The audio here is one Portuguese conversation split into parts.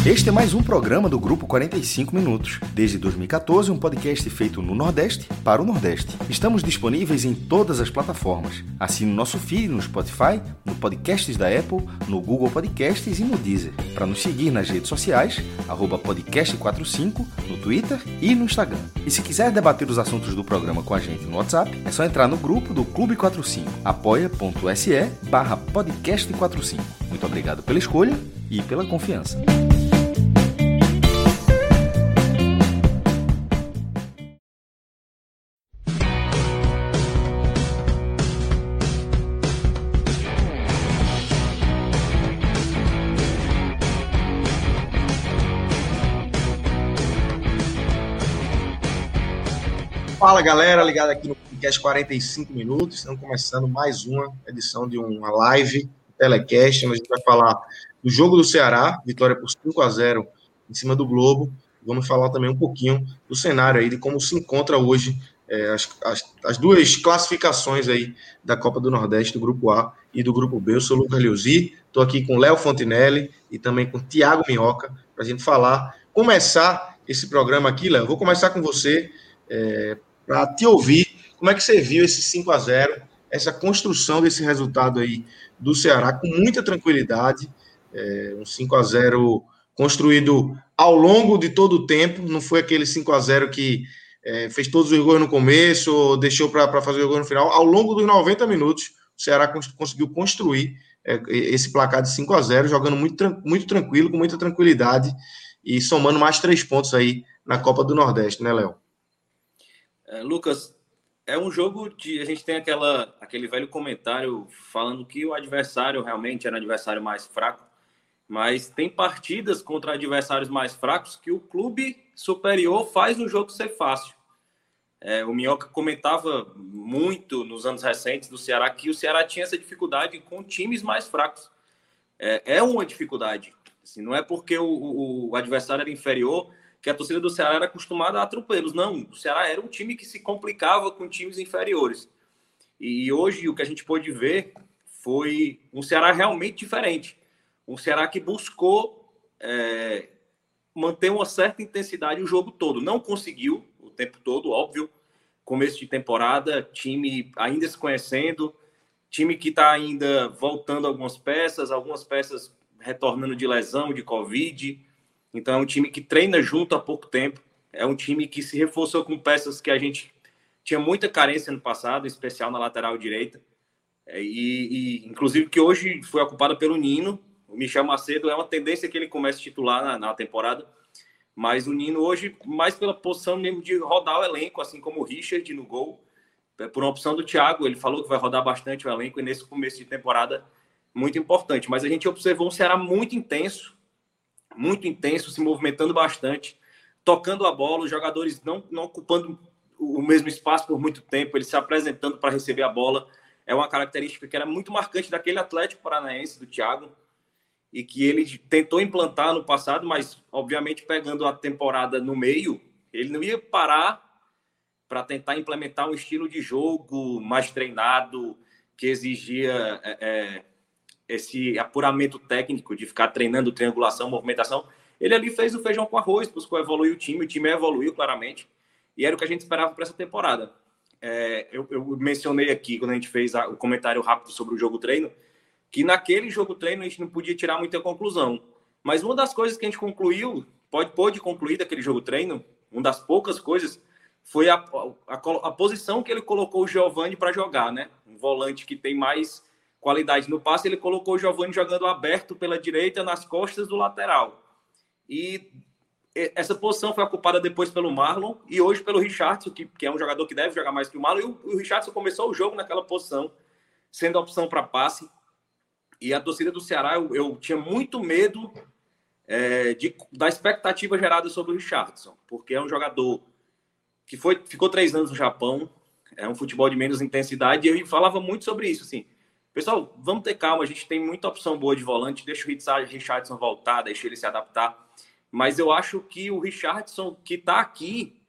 Este é mais um programa do Grupo 45 Minutos. Desde 2014, um podcast feito no Nordeste para o Nordeste. Estamos disponíveis em todas as plataformas. Assine o nosso feed no Spotify, no Podcasts da Apple, no Google Podcasts e no Deezer. Para nos seguir nas redes sociais, @podcast45, no Twitter e no Instagram. E se quiser debater os assuntos do programa com a gente no WhatsApp, é só entrar no grupo do Clube 45, apoia.se/podcast45. Muito obrigado pela escolha e pela confiança. Fala galera, ligado aqui no podcast 45 Minutos, estamos começando mais uma edição de uma live, telecast, onde a gente vai falar do jogo do Ceará, vitória por 5-0 em cima do Globo. Vamos falar também um pouquinho do cenário aí, de como se encontra hoje as duas classificações aí da Copa do Nordeste, do Grupo A e do Grupo B. Eu sou o Lucas Liuzzi, estou aqui com o Léo Fontinelli e também com o Thiago Minhoca, para a gente começar esse programa aqui, Léo. Vou começar com você, para te ouvir, como é que você viu esse 5-0, essa construção desse resultado aí do Ceará com muita tranquilidade, um 5-0 construído ao longo de todo o tempo, não foi aquele 5-0 que fez todos os gols no começo, ou deixou para fazer o gol no final. Ao longo dos 90 minutos, o Ceará conseguiu construir esse placar de 5-0, jogando muito tranquilo, com muita tranquilidade, e somando mais 3 pontos aí na Copa do Nordeste, né, Léo? Lucas, é um jogo de... A gente tem aquele velho comentário falando que o adversário realmente era um adversário mais fraco, mas tem partidas contra adversários mais fracos que o clube superior faz o jogo ser fácil. O Minhoca comentava muito nos anos recentes do Ceará que o Ceará tinha essa dificuldade com times mais fracos. É uma dificuldade. Assim, não é porque o adversário era inferior que a torcida do Ceará era acostumada a atropelos. Não, o Ceará era um time que se complicava com times inferiores. E hoje o que a gente pôde ver foi um Ceará realmente diferente. Um Ceará que buscou manter uma certa intensidade o jogo todo. Não conseguiu o tempo todo, óbvio. Começo de temporada, time ainda se conhecendo, time que está ainda voltando algumas peças retornando de lesão, de Covid. Então é um time que treina junto há pouco tempo. É um time que se reforçou com peças que a gente tinha muita carência no passado, em especial na lateral direita. Inclusive que hoje foi ocupada pelo Nino. O Michel Macedo é uma tendência que ele comece a titular na temporada. Mas o Nino hoje, mais pela posição mesmo de rodar o elenco, assim como o Richard no gol. Por uma opção do Thiago, ele falou que vai rodar bastante o elenco e nesse começo de temporada muito importante. Mas a gente observou um Ceará muito intenso, se movimentando bastante, tocando a bola, os jogadores não ocupando o mesmo espaço por muito tempo, eles se apresentando para receber a bola. É uma característica que era muito marcante daquele Atlético Paranaense, do Thiago, e que ele tentou implantar no passado, mas, obviamente, pegando a temporada no meio, ele não ia parar para tentar implementar um estilo de jogo mais treinado, que exigia esse apuramento técnico de ficar treinando triangulação, movimentação. Ele ali fez o feijão com arroz, buscou evoluir o time evoluiu claramente, e era o que a gente esperava para essa temporada. Eu mencionei aqui, quando a gente fez o comentário rápido sobre o jogo-treino, que naquele jogo-treino a gente não podia tirar muita conclusão. Mas uma das coisas que a gente concluiu, pôde concluir daquele jogo-treino, uma das poucas coisas, foi a posição que ele colocou o Giovani para jogar, né? Um volante que tem mais qualidade no passe, ele colocou o Giovani jogando aberto pela direita nas costas do lateral. E essa posição foi ocupada depois pelo Marlon e hoje pelo Richardson, que é um jogador que deve jogar mais que o Marlon. E o Richardson começou o jogo naquela posição, sendo a opção para passe. E a torcida do Ceará, eu tinha muito medo da expectativa gerada sobre o Richardson, porque é um jogador que ficou 3 anos no Japão, é um futebol de menos intensidade, e eu falava muito sobre isso, assim. Pessoal, vamos ter calma, a gente tem muita opção boa de volante, deixa o Richardson voltar, deixa ele se adaptar. Mas eu acho que o Richardson que está aqui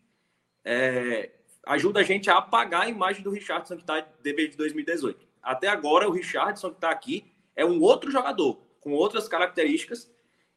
ajuda a gente a apagar a imagem do Richardson que está desde 2018. Até agora, o Richardson que está aqui é um outro jogador, com outras características,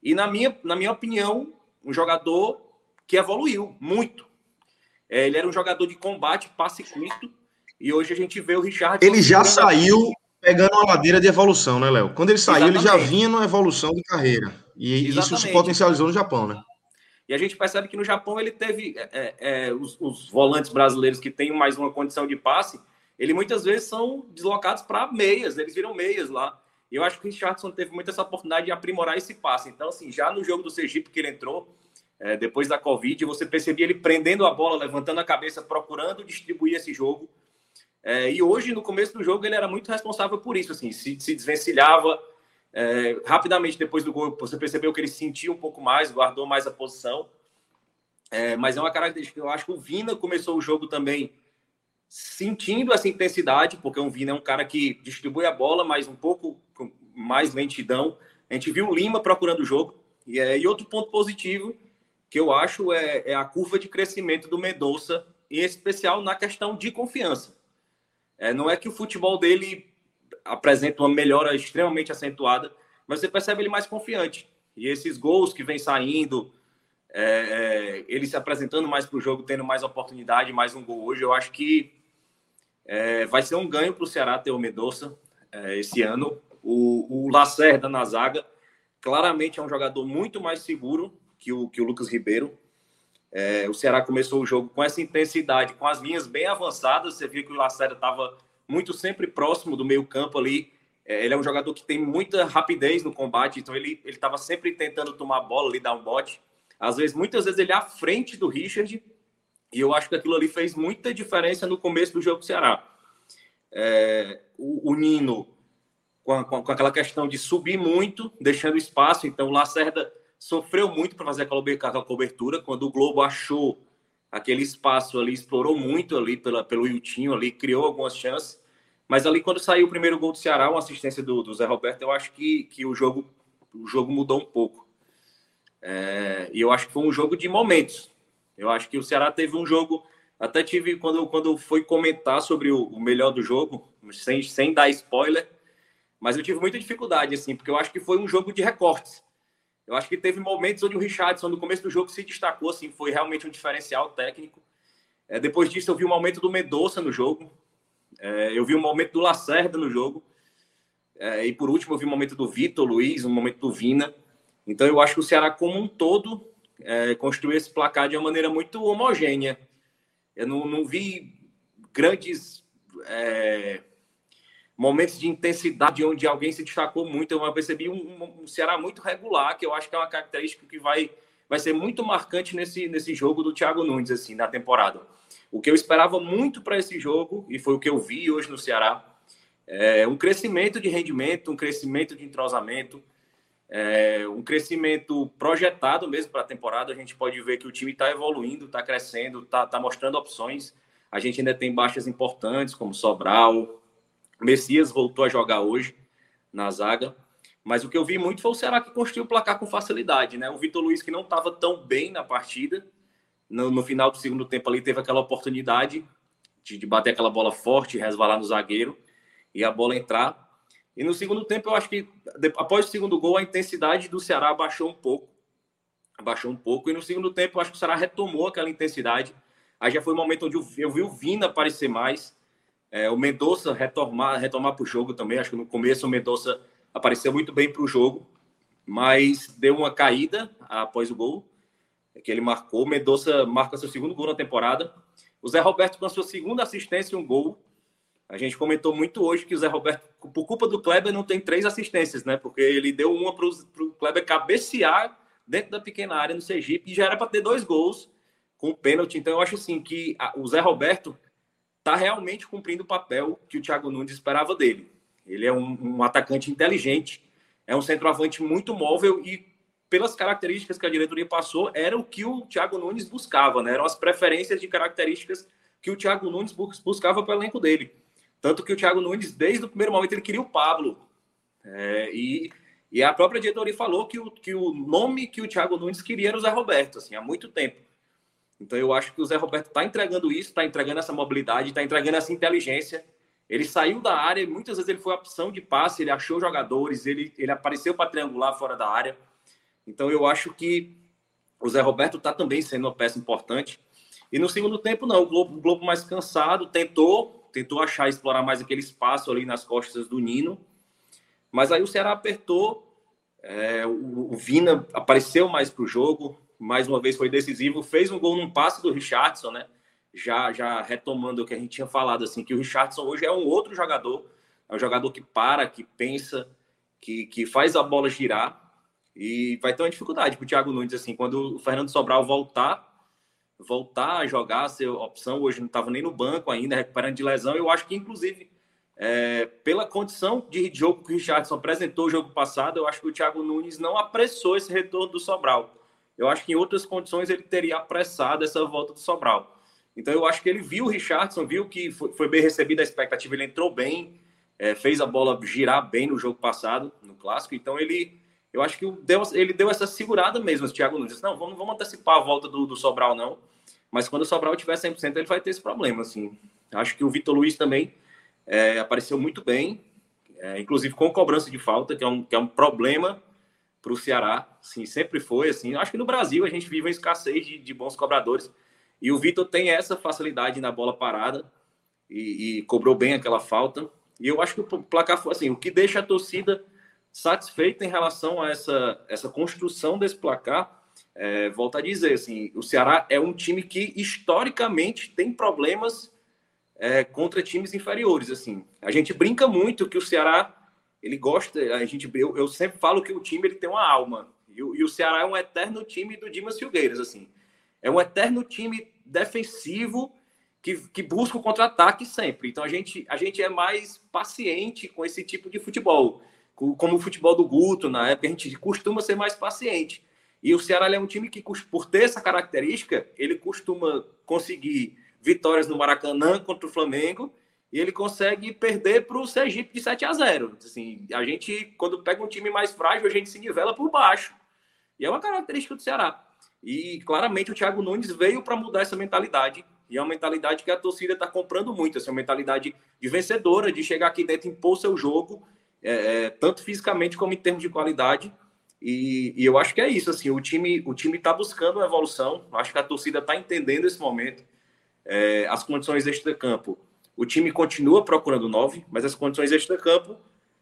E na minha opinião, um jogador que evoluiu muito. Ele era um jogador de combate, passe curto, e hoje a gente vê o Richard... Ele já saiu pegando uma ladeira de evolução, né, Léo? Quando ele saiu, ele já vinha numa evolução de carreira. E isso se potencializou no Japão, né? E a gente percebe que no Japão ele teve os volantes brasileiros que têm mais uma condição de passe, ele muitas vezes são deslocados para meias, eles viram meias lá. E eu acho que o Richardson teve muito essa oportunidade de aprimorar esse passe. Então, assim, já no jogo do Sergipe que ele entrou, depois da Covid, você percebia ele prendendo a bola, levantando a cabeça, procurando distribuir esse jogo. E hoje, no começo do jogo, ele era muito responsável por isso, assim, se desvencilhava. Rapidamente depois do gol, você percebeu que ele sentiu um pouco mais, guardou mais a posição. Mas é uma característica que eu acho que o Vina começou o jogo também sentindo essa intensidade, porque o Vina é um cara que distribui a bola, mas um pouco com mais lentidão. A gente viu o Lima procurando o jogo. E outro ponto positivo que eu acho é a curva de crescimento do Mendonça, em especial na questão de confiança. Não é que o futebol dele apresenta uma melhora extremamente acentuada, mas você percebe ele mais confiante. E esses gols que vem saindo, ele se apresentando mais para o jogo, tendo mais oportunidade, mais um gol hoje, eu acho que vai ser um ganho para o Ceará ter o Mendonça esse ano. O Lacerda na zaga, claramente é um jogador muito mais seguro que o Lucas Ribeiro. O Ceará começou o jogo com essa intensidade, com as linhas bem avançadas. Você viu que o Lacerda estava muito sempre próximo do meio campo ali. Ele é um jogador que tem muita rapidez no combate, então ele estava sempre tentando tomar a bola ali, dar um bote. Muitas vezes ele é à frente do Richard, e eu acho que aquilo ali fez muita diferença no começo do jogo do Ceará. O Nino, com aquela questão de subir muito, deixando espaço, então o Lacerda sofreu muito para fazer aquela cobertura. Quando o Globo achou aquele espaço ali, explorou muito ali pelo Iltinho ali, criou algumas chances. Mas ali, quando saiu o primeiro gol do Ceará, uma assistência do Zé Roberto, eu acho que o jogo mudou um pouco. E eu acho que foi um jogo de momentos. Eu acho que o Ceará teve um jogo... Até tive, quando foi comentar sobre o melhor do jogo, sem dar spoiler, mas eu tive muita dificuldade, assim, porque eu acho que foi um jogo de recortes. Eu acho que teve momentos onde o Richardson, no começo do jogo, se destacou, assim, foi realmente um diferencial técnico. Depois disso, eu vi um momento do Mendonça no jogo. Eu vi um momento do Lacerda no jogo. E, por último, eu vi um momento do Vitor Luiz, um momento do Vina. Então, eu acho que o Ceará, como um todo, construiu esse placar de uma maneira muito homogênea. Eu não vi grandes momentos de intensidade onde alguém se destacou muito. Eu percebi um Ceará muito regular, que eu acho que é uma característica que vai ser muito marcante nesse jogo do Thiago Nunes, assim, na temporada. O que eu esperava muito para esse jogo, e foi o que eu vi hoje no Ceará, um crescimento de rendimento, um crescimento de entrosamento, um crescimento projetado mesmo para a temporada. A gente pode ver que o time está evoluindo, está crescendo, está mostrando opções. A gente ainda tem baixas importantes, como Sobral. Messias voltou a jogar hoje na zaga. Mas o que eu vi muito foi o Ceará que construiu o placar com facilidade, né? O Vitor Luiz, que não estava tão bem na partida, no final do segundo tempo ali teve aquela oportunidade de bater aquela bola forte, resvalar no zagueiro e a bola entrar. E no segundo tempo, eu acho que após o segundo gol, a intensidade do Ceará abaixou um pouco. E no segundo tempo, eu acho que o Ceará retomou aquela intensidade. Aí já foi o momento onde eu vi o Vina aparecer mais. O Mendonça retomar para o jogo também. Acho que no começo o Mendonça apareceu muito bem para o jogo, mas deu uma caída após o gol que ele marcou. O Mendonça marca seu segundo gol na temporada. O Zé Roberto com a sua segunda assistência e um gol. A gente comentou muito hoje que o Zé Roberto, por culpa do Kleber, não tem 3 assistências, né? Porque ele deu uma para o Kleber cabecear dentro da pequena área no Sergipe e já era para ter 2 gols com o pênalti. Então, eu acho assim que o Zé Roberto está realmente cumprindo o papel que o Thiago Nunes esperava dele. Ele é um atacante inteligente, é um centroavante muito móvel e, pelas características que a diretoria passou, era o que o Thiago Nunes buscava, né? Eram as preferências de características que o Thiago Nunes buscava para o elenco dele. Tanto que o Thiago Nunes, desde o primeiro momento, ele queria o Pablo. E a própria diretoria falou que o nome que o Thiago Nunes queria era o Zé Roberto, assim, há muito tempo. Então, eu acho que o Zé Roberto está entregando isso, está entregando essa mobilidade, está entregando essa inteligência. Ele saiu da área, muitas vezes ele foi a opção de passe, ele achou jogadores, ele apareceu para triangular fora da área. Então eu acho que o Zé Roberto está também sendo uma peça importante. E no segundo tempo, não. O Globo mais cansado, tentou achar, explorar mais aquele espaço ali nas costas do Nino. Mas aí o Ceará apertou, o Vina apareceu mais para o jogo, mais uma vez foi decisivo, fez um gol num passe do Richarlison, né? Já retomando o que a gente tinha falado, assim, que o Richarlison hoje é um outro jogador, é um jogador que para, que pensa, que faz a bola girar, e vai ter uma dificuldade para o Thiago Nunes, assim, quando o Fernando Sobral voltar a jogar, ser opção, hoje não estava nem no banco ainda, recuperando de lesão, eu acho que, inclusive, pela condição de jogo que o Richarlison apresentou o jogo passado, eu acho que o Thiago Nunes não apressou esse retorno do Sobral. Eu acho que em outras condições ele teria apressado essa volta do Sobral. Então eu acho que ele viu o Richarlison, viu que foi bem recebida a expectativa, ele entrou bem, fez a bola girar bem no jogo passado, no Clássico, então eu acho que ele deu essa segurada mesmo, esse Thiago Nunes. Não, vamos antecipar a volta do Sobral, não. Mas quando o Sobral tiver 100%, ele vai ter esse problema, assim. Acho que o Vitor Luiz também apareceu muito bem, inclusive com cobrança de falta, que é um problema para o Ceará, assim, sempre foi, assim. Acho que no Brasil a gente vive uma escassez de bons cobradores, e o Vitor tem essa facilidade na bola parada, e cobrou bem aquela falta. E eu acho que o placar foi assim, o que deixa a torcida satisfeita em relação a essa construção desse placar. Volto a dizer, assim, o Ceará é um time que historicamente tem problemas contra times inferiores, assim. A gente brinca muito que o Ceará, ele gosta, eu sempre falo que o time ele tem uma alma, e o Ceará é um eterno time do Dimas Filgueiras, assim. É um eterno time defensivo que busca o contra-ataque sempre. Então a gente é mais paciente com esse tipo de futebol, como o futebol do Guto, na época a gente costuma ser mais paciente. E o Ceará é um time que, por ter essa característica, ele costuma conseguir vitórias no Maracanã contra o Flamengo, e ele consegue perder para o Sergipe de 7-0. Assim, a gente, quando pega um time mais frágil, a gente se nivela por baixo. E é uma característica do Ceará. E claramente o Thiago Nunes veio para mudar essa mentalidade. E é uma mentalidade que a torcida está comprando muito. Essa é uma mentalidade de vencedora, de chegar aqui dentro e impor seu jogo, tanto fisicamente como em termos de qualidade. E eu acho que é isso. Assim, o time está buscando uma evolução. Acho que a torcida está entendendo esse momento. As condições extra-campo. O time continua procurando 9, mas as condições extra-campo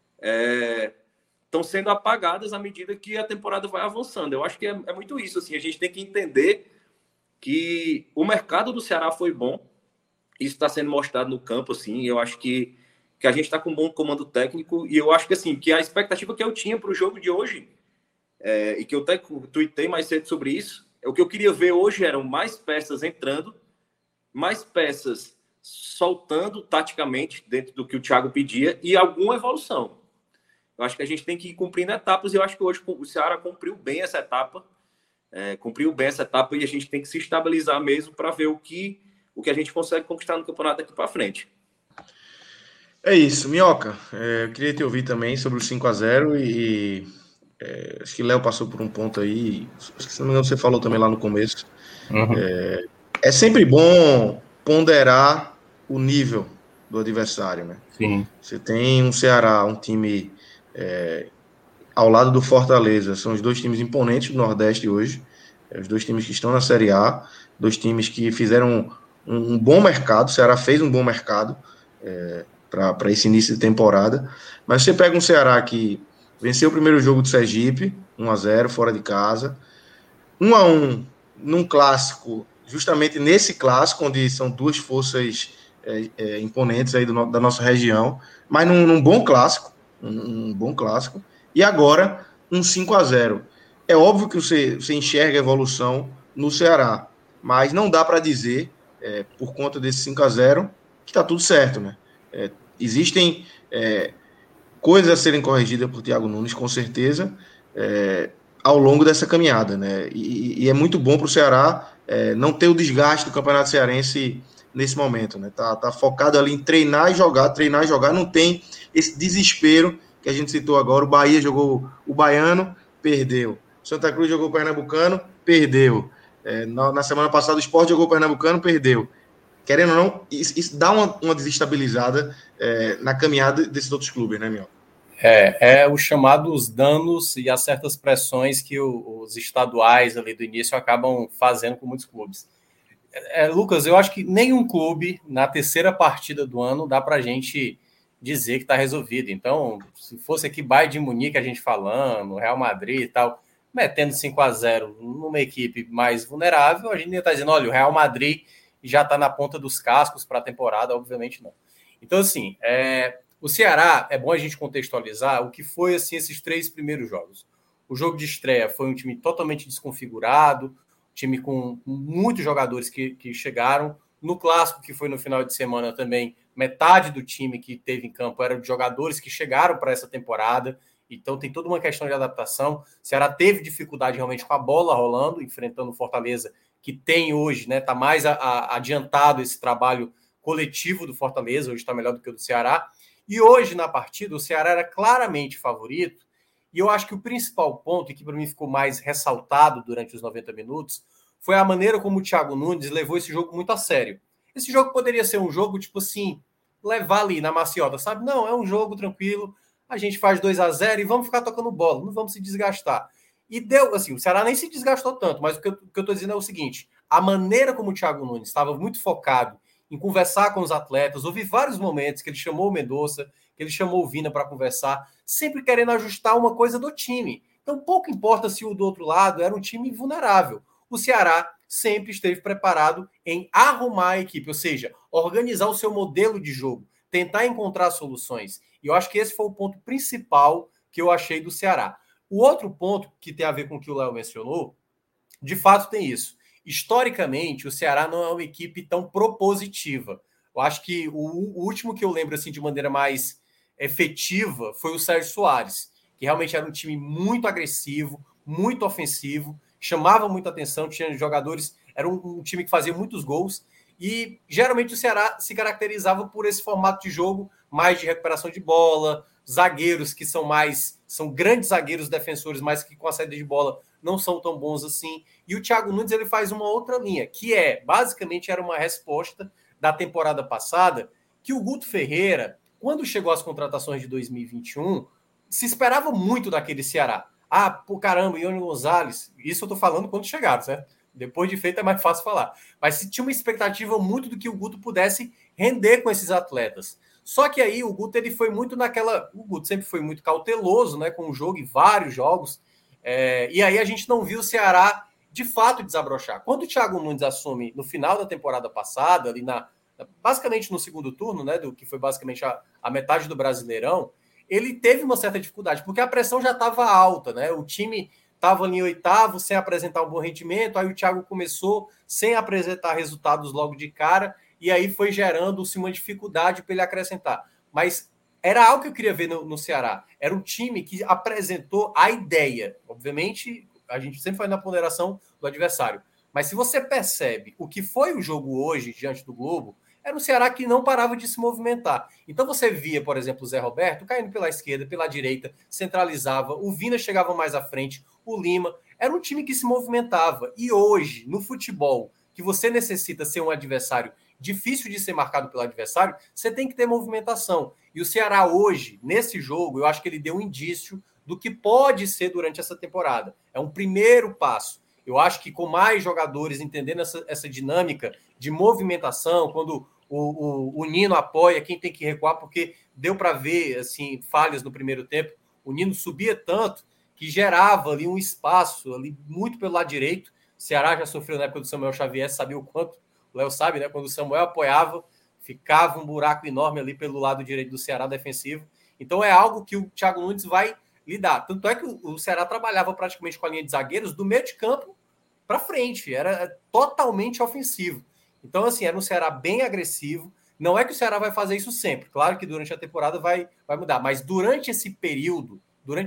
estão sendo apagadas à medida que a temporada vai avançando. Eu acho que é muito isso. Assim, a gente tem que entender que o mercado do Ceará foi bom. Isso está sendo mostrado no campo. Assim, eu acho que a gente está com um bom comando técnico. E eu acho que, assim, que a expectativa que eu tinha para o jogo de hoje, e que eu até tuitei mais cedo sobre isso, o que eu queria ver hoje eram mais peças entrando, mais peças soltando taticamente dentro do que o Thiago pedia e alguma evolução. Eu acho que a gente tem que ir cumprindo etapas, e eu acho que hoje o Ceará cumpriu bem essa etapa, e a gente tem que se estabilizar mesmo para ver o que a gente consegue conquistar no campeonato daqui para frente. É isso, Minhoca. Eu queria te ouvir também sobre o 5-0 e acho que Léo passou por um ponto aí, acho que, se não me engano, você falou também lá no começo. Uhum. É sempre bom ponderar o nível do adversário, né? Sim. Você tem um Ceará, um time ao lado do Fortaleza, são os dois times imponentes do Nordeste hoje, os dois times que estão na Série A, dois times que fizeram um bom mercado. O Ceará fez um bom mercado para esse início de temporada, mas você pega um Ceará que venceu o primeiro jogo do Sergipe, 1-0, fora de casa, 1-1 num clássico, justamente nesse clássico, onde são duas forças imponentes aí da nossa região, mas num bom clássico, um bom clássico, e agora um 5-0. É óbvio que você enxerga a evolução no Ceará, mas não dá para dizer, por conta desse 5-0, que está tudo certo, né? Existem coisas a serem corrigidas por Thiago Nunes, com certeza, ao longo dessa caminhada, né? E é muito bom para o Ceará não ter o desgaste do Campeonato Cearense nesse momento, né? Tá focado ali em treinar e jogar, não tem esse desespero que a gente citou agora. O Bahia jogou o Baiano, perdeu. Santa Cruz jogou o Pernambucano, perdeu. Na semana passada o Sport jogou o Pernambucano, perdeu. Querendo ou não, isso dá uma desestabilizada na caminhada desses outros clubes, né, Mio? É os chamados danos e as certas pressões que os estaduais ali do início acabam fazendo com muitos clubes. Lucas, eu acho que nenhum clube na terceira partida do ano dá para a gente dizer que está resolvido. Então, se fosse aqui Bayern de Munique, a gente falando, Real Madrid e tal, metendo 5-0 numa equipe mais vulnerável, a gente ia estar dizendo, olha, o Real Madrid já está na ponta dos cascos para a temporada, obviamente não. Então, assim, o Ceará, é bom a gente contextualizar o que foi assim, esses 3 primeiros jogos. O jogo de estreia foi um time totalmente desconfigurado, time com muitos jogadores que chegaram. No clássico, que foi no final de semana também, metade do time que teve em campo eram de jogadores que chegaram para essa temporada. Então tem toda uma questão de adaptação. O Ceará teve dificuldade realmente com a bola rolando, enfrentando o Fortaleza, que tem hoje, né? Está mais adiantado esse trabalho coletivo do Fortaleza, hoje está melhor do que o do Ceará. E hoje, na partida, o Ceará era claramente favorito. E eu acho que o principal ponto, e que para mim ficou mais ressaltado durante os 90 minutos, foi a maneira como o Thiago Nunes levou esse jogo muito a sério. Esse jogo poderia ser um jogo, tipo assim, levar ali na maciota, sabe? Não, é um jogo tranquilo, a gente faz 2-0 e vamos ficar tocando bola, não vamos se desgastar. E deu, assim, o Ceará nem se desgastou tanto, mas o que eu estou dizendo é o seguinte, a maneira como o Thiago Nunes estava muito focado em conversar com os atletas, houve vários momentos que ele chamou o Mendonça, que ele chamou o Vina para conversar, sempre querendo ajustar uma coisa do time. Então, pouco importa se o do outro lado era um time vulnerável. O Ceará sempre esteve preparado em arrumar a equipe, ou seja, organizar o seu modelo de jogo, tentar encontrar soluções. E eu acho que esse foi o ponto principal que eu achei do Ceará. O outro ponto que tem a ver com o que o Léo mencionou, de fato tem isso. Historicamente, o Ceará não é uma equipe tão propositiva. Eu acho que o último que eu lembro assim de maneira mais efetiva foi o Sérgio Soares, que realmente era um time muito agressivo, muito ofensivo, chamava muita atenção, tinha jogadores, era um time que fazia muitos gols, e geralmente o Ceará se caracterizava por esse formato de jogo mais de recuperação de bola, zagueiros que são grandes zagueiros defensores, mas que com a saída de bola não são tão bons assim. E o Thiago Nunes ele faz uma outra linha, que basicamente era uma resposta da temporada passada, que o Guto Ferreira, quando chegou às contratações de 2021, se esperava muito daquele Ceará. Pô, caramba, Ione Gonzalez, isso eu tô falando quando chegaram, certo? Depois de feito é mais fácil falar. Mas se tinha uma expectativa muito do que o Guto pudesse render com esses atletas. Só que aí o Guto ele foi muito naquela... O Guto sempre foi muito cauteloso, né, com o jogo e vários jogos. E aí a gente não viu o Ceará de fato desabrochar. Quando o Thiago Nunes assume no final da temporada passada, ali basicamente no segundo turno, né, do que foi basicamente a metade do Brasileirão, ele teve uma certa dificuldade, porque a pressão já estava alta, né? O time estava ali em oitavo, sem apresentar um bom rendimento, aí o Thiago começou sem apresentar resultados logo de cara, e aí foi gerando-se uma dificuldade para ele acrescentar. Mas era algo que eu queria ver no Ceará. Era um time que apresentou a ideia. Obviamente, a gente sempre faz na ponderação do adversário. Mas se você percebe o que foi o jogo hoje diante do Globo, era um Ceará que não parava de se movimentar. Então você via, por exemplo, o Zé Roberto caindo pela esquerda, pela direita, centralizava, o Vina chegava mais à frente, o Lima. Era um time que se movimentava. E hoje, no futebol, que você necessita ser um adversário difícil de ser marcado pelo adversário, você tem que ter movimentação. E o Ceará hoje, nesse jogo, eu acho que ele deu um indício do que pode ser durante essa temporada. É um primeiro passo. Eu acho que com mais jogadores entendendo essa dinâmica de movimentação, quando o Nino apoia quem tem que recuar, porque deu para ver assim falhas no primeiro tempo. O Nino subia tanto que gerava ali um espaço ali muito pelo lado direito. O Ceará já sofreu na época do Samuel Xavier, sabia o quanto. O Léo sabe, né? Quando o Samuel apoiava, ficava um buraco enorme ali pelo lado direito do Ceará defensivo. Então é algo que o Thiago Nunes vai lidar. Tanto é que o Ceará trabalhava praticamente com a linha de zagueiros do meio de campo para frente, era totalmente ofensivo. Então, assim, era um Ceará bem agressivo. Não é que o Ceará vai fazer isso sempre. Claro que durante a temporada vai mudar. Mas durante esse período,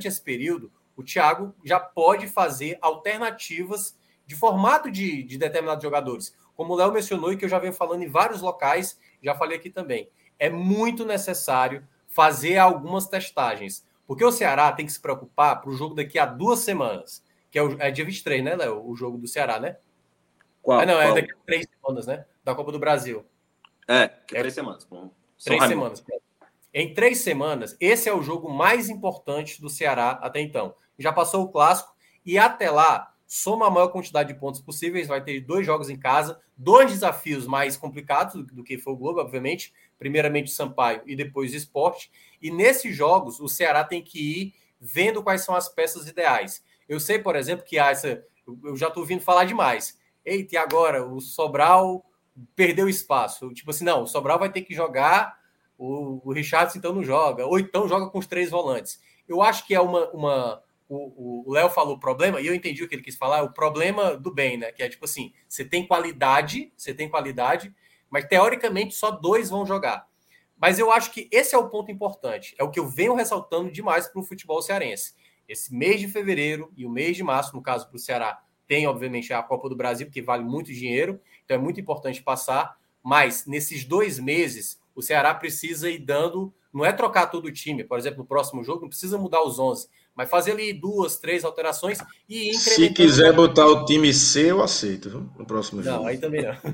o Thiago já pode fazer alternativas de formato de determinados jogadores. Como o Léo mencionou e que eu já venho falando em vários locais, já falei aqui também. É muito necessário fazer algumas testagens. Porque o Ceará tem que se preocupar para o jogo daqui a 2 semanas, que é dia 23, né, Léo? O jogo do Ceará, né? Qual? Não, é daqui a 3 semanas, né? Da Copa do Brasil. Que 3 semanas. São 3 Raimundo. semanas. Em 3 semanas, esse é o jogo mais importante do Ceará até então. Já passou o Clássico e até lá, soma a maior quantidade de pontos possíveis, vai ter 2 jogos em casa, 2 desafios mais complicados do que foi o Globo, obviamente, primeiramente o Sampaio e depois o Sport, e nesses jogos o Ceará tem que ir vendo quais são as peças ideais. Eu sei, por exemplo, que eu já estou ouvindo falar demais. Eita, e agora? O Sobral perdeu espaço. Tipo assim, não, o Sobral vai ter que jogar, o Richardson então não joga, ou então joga com os 3 volantes. Eu acho que é o Léo falou problema, e eu entendi o que ele quis falar, o problema do bem, né? Que é tipo assim, você tem qualidade, mas teoricamente só 2 vão jogar. Mas eu acho que esse é o ponto importante, é o que eu venho ressaltando demais para o futebol cearense. Esse mês de fevereiro e o mês de março, no caso para o Ceará, tem obviamente a Copa do Brasil, porque vale muito dinheiro, então é muito importante passar, mas nesses 2 meses, o Ceará precisa ir dando, não é trocar todo o time, por exemplo, no próximo jogo, não precisa mudar os 11, mas fazer ali 2, 3 alterações e ir Se incrementando. quiser botar o time C, eu aceito, viu? No próximo jogo. Não, aí também não.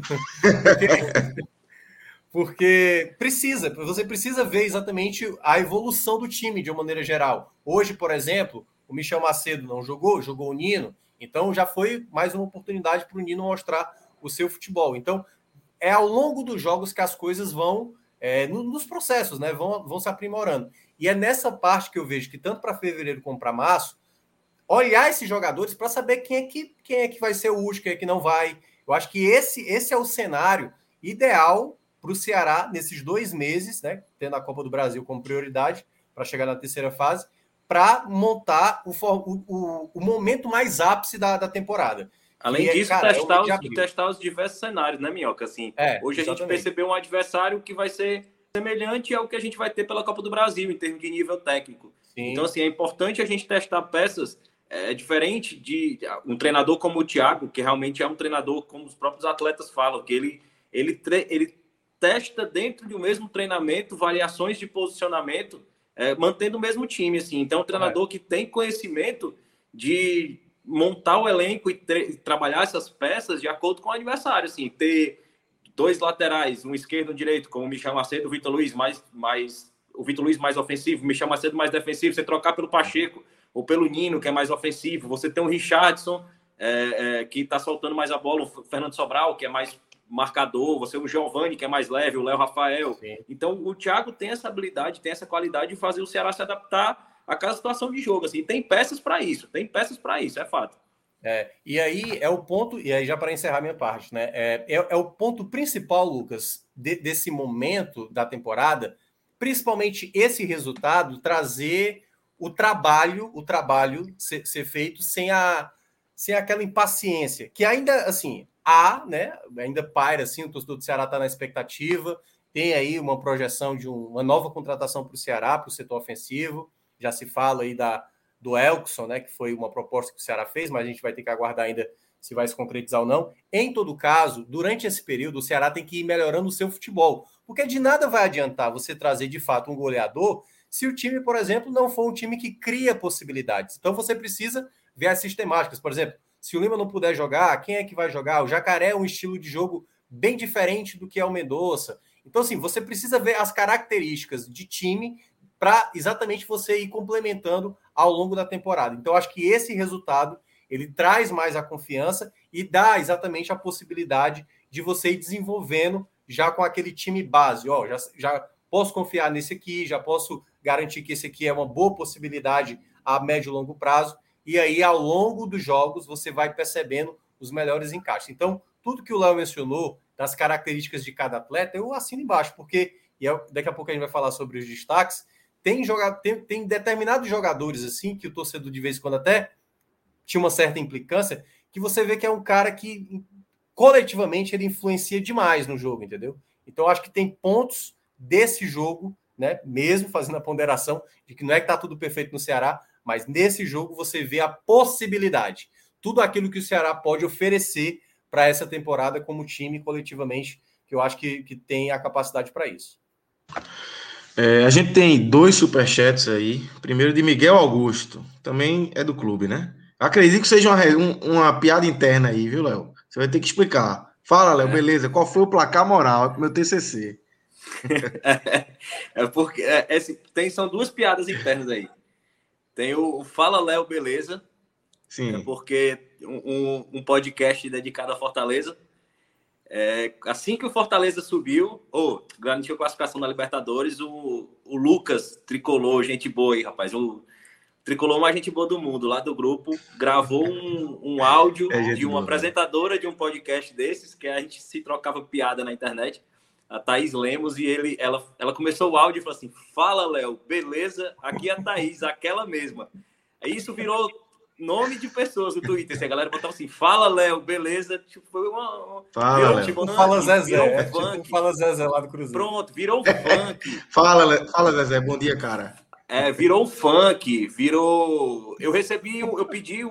Porque você precisa ver exatamente a evolução do time de uma maneira geral. Hoje, por exemplo, o Michel Macedo não jogou o Nino, então já foi mais uma oportunidade para o Nino mostrar o seu futebol. Então, é ao longo dos jogos que as coisas vão, nos processos, né, vão se aprimorando. E é nessa parte que eu vejo que, tanto para fevereiro como para março, olhar esses jogadores para saber quem é que vai ser o último, quem é que não vai. Eu acho que esse é o cenário ideal para o Ceará nesses 2 meses, né, tendo a Copa do Brasil como prioridade para chegar na terceira fase, para montar o momento mais ápice da temporada. Além disso, cara, testar os diversos cenários, né, Minhoca? Assim, hoje exatamente. A gente percebeu um adversário que vai ser semelhante ao que a gente vai ter pela Copa do Brasil, em termos de nível técnico. Sim. Então, assim, é importante a gente testar peças diferente de um treinador como o Thiago, que realmente é um treinador, como os próprios atletas falam, que ele testa dentro de um mesmo treinamento variações de posicionamento, mantendo o mesmo time. Assim. Então, é um treinador que tem conhecimento de montar o elenco e trabalhar essas peças de acordo com o adversário. Assim, ter 2 laterais, um esquerdo e um direito, como o Michel Macedo e o Vitor Luiz, o Vitor Luiz mais ofensivo, o Michel Macedo mais defensivo, você trocar pelo Pacheco ou pelo Nino, que é mais ofensivo, você tem o Richardson, que está soltando mais a bola, o Fernando Sobral, que é mais marcador, você o Giovani, que é mais leve, o Léo Rafael. Sim. Então, o Thiago tem essa habilidade, tem essa qualidade de fazer o Ceará se adaptar a cada situação de jogo. Assim. Tem peças para isso, é fato. E aí é o ponto, e aí já para encerrar minha parte, né? É o ponto principal, Lucas, desse momento da temporada, principalmente esse resultado, trazer o trabalho ser feito sem aquela impaciência, que ainda, assim, né? Ainda paira, assim, o torcedor do Ceará está na expectativa, tem aí uma projeção de uma nova contratação para o Ceará, para o setor ofensivo, já se fala aí do Elkson, né, que foi uma proposta que o Ceará fez, mas a gente vai ter que aguardar ainda se vai se concretizar ou não. Em todo caso, durante esse período, o Ceará tem que ir melhorando o seu futebol, porque de nada vai adiantar você trazer, de fato, um goleador se o time, por exemplo, não for um time que cria possibilidades. Então, você precisa ver as sistemáticas. Por exemplo, se o Lima não puder jogar, quem é que vai jogar? O Jacaré é um estilo de jogo bem diferente do que é o Mendonça. Então, assim, você precisa ver as características de time para exatamente você ir complementando ao longo da temporada. Então, acho que esse resultado, ele traz mais a confiança e dá exatamente a possibilidade de você ir desenvolvendo já com aquele time base. Já posso confiar nesse aqui, já posso garantir que esse aqui é uma boa possibilidade a médio e longo prazo. E aí, ao longo dos jogos, você vai percebendo os melhores encaixes. Então, tudo que o Léo mencionou, das características de cada atleta, eu assino embaixo, porque daqui a pouco a gente vai falar sobre os destaques. Tem determinados jogadores, assim, que o torcedor de vez em quando até tinha uma certa implicância, que você vê que é um cara que, coletivamente, ele influencia demais no jogo, entendeu? Então, acho que tem pontos desse jogo, né, mesmo fazendo a ponderação de que não é que está tudo perfeito no Ceará, mas nesse jogo você vê a possibilidade, tudo aquilo que o Ceará pode oferecer para essa temporada como time, coletivamente, que eu acho que tem a capacidade para isso. A gente tem 2 superchats aí. Primeiro de Miguel Augusto, também é do clube, né? Acredito que seja uma piada interna aí, viu, Léo? Você vai ter que explicar. Fala, Léo, beleza. Qual foi o placar moral? É pro meu TCC. Porque são duas piadas internas aí. Tem o Fala Léo, beleza? Sim. Porque um podcast dedicado a Fortaleza. Assim que o Fortaleza subiu, garantiu a classificação da Libertadores, o Lucas Tricolor, gente boa aí, rapaz. O Tricolor mais gente boa do mundo, lá do grupo, gravou um áudio de uma apresentadora de um podcast desses, que a gente se trocava piada na internet, a Thaís Lemos, e ela começou o áudio e falou assim: fala, Léo, beleza? Aqui é a Thaís, aquela mesma. Aí isso virou nome de pessoas no Twitter. Se a galera botava assim: fala, Léo, beleza? Tipo, foi Fala, Léo. Tipo, fala Zezé. Tipo, fala Zezé lá do Cruzeiro. Pronto, virou funk. Fala, Zezé. Bom dia, cara. Virou funk, virou... Eu pedi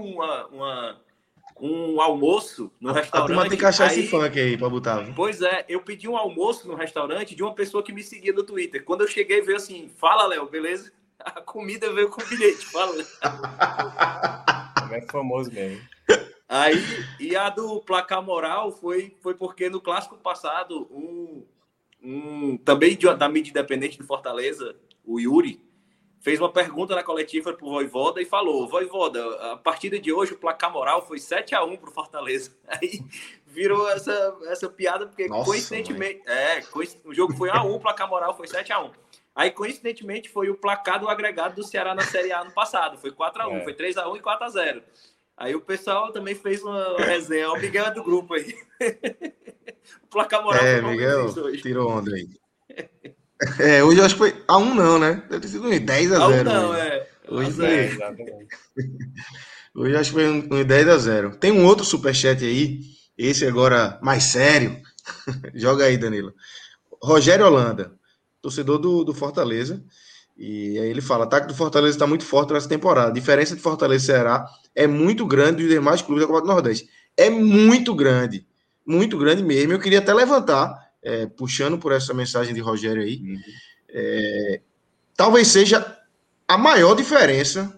um almoço no restaurante. A turma tem que achar esse funk aí pra botar. Viu? Pois é, eu pedi um almoço no restaurante de uma pessoa que me seguia no Twitter. Quando eu cheguei, veio assim: fala, Léo, beleza? A comida veio com o bilhete, fala, Léo. É famoso mesmo. Aí, e a do placar moral foi porque no clássico passado, também da mídia independente de Fortaleza, o Yuri, fez uma pergunta na coletiva pro Vojvoda e falou: Vojvoda, a partida de hoje, o placar moral foi 7-1 pro Fortaleza. Aí virou essa piada, porque nossa, coincidentemente... o jogo foi 1-1, o placar moral foi 7-1. Aí, coincidentemente, foi o placar do agregado do Ceará na Série A no passado. Foi 4-1, foi 3-1 e 4-0. Aí o pessoal também fez uma resenha. O Miguel é do grupo aí. O placar moral foi Miguel hoje. Tirou onda aí. Hoje eu acho que foi 1 não, né? Deve ter sido um 10-0. 1 não, hoje foi... Hoje eu acho que foi um 10-0. Tem um outro superchat aí. Esse agora mais sério. Joga aí, Danilo. Rogério Holanda, torcedor do Fortaleza. E aí ele fala: o ataque do Fortaleza está muito forte nessa temporada. A diferença de Fortaleza e Ceará é muito grande dos demais clubes da Copa do Nordeste. É muito grande mesmo. Eu queria até levantar, puxando por essa mensagem de Rogério aí, talvez seja a maior diferença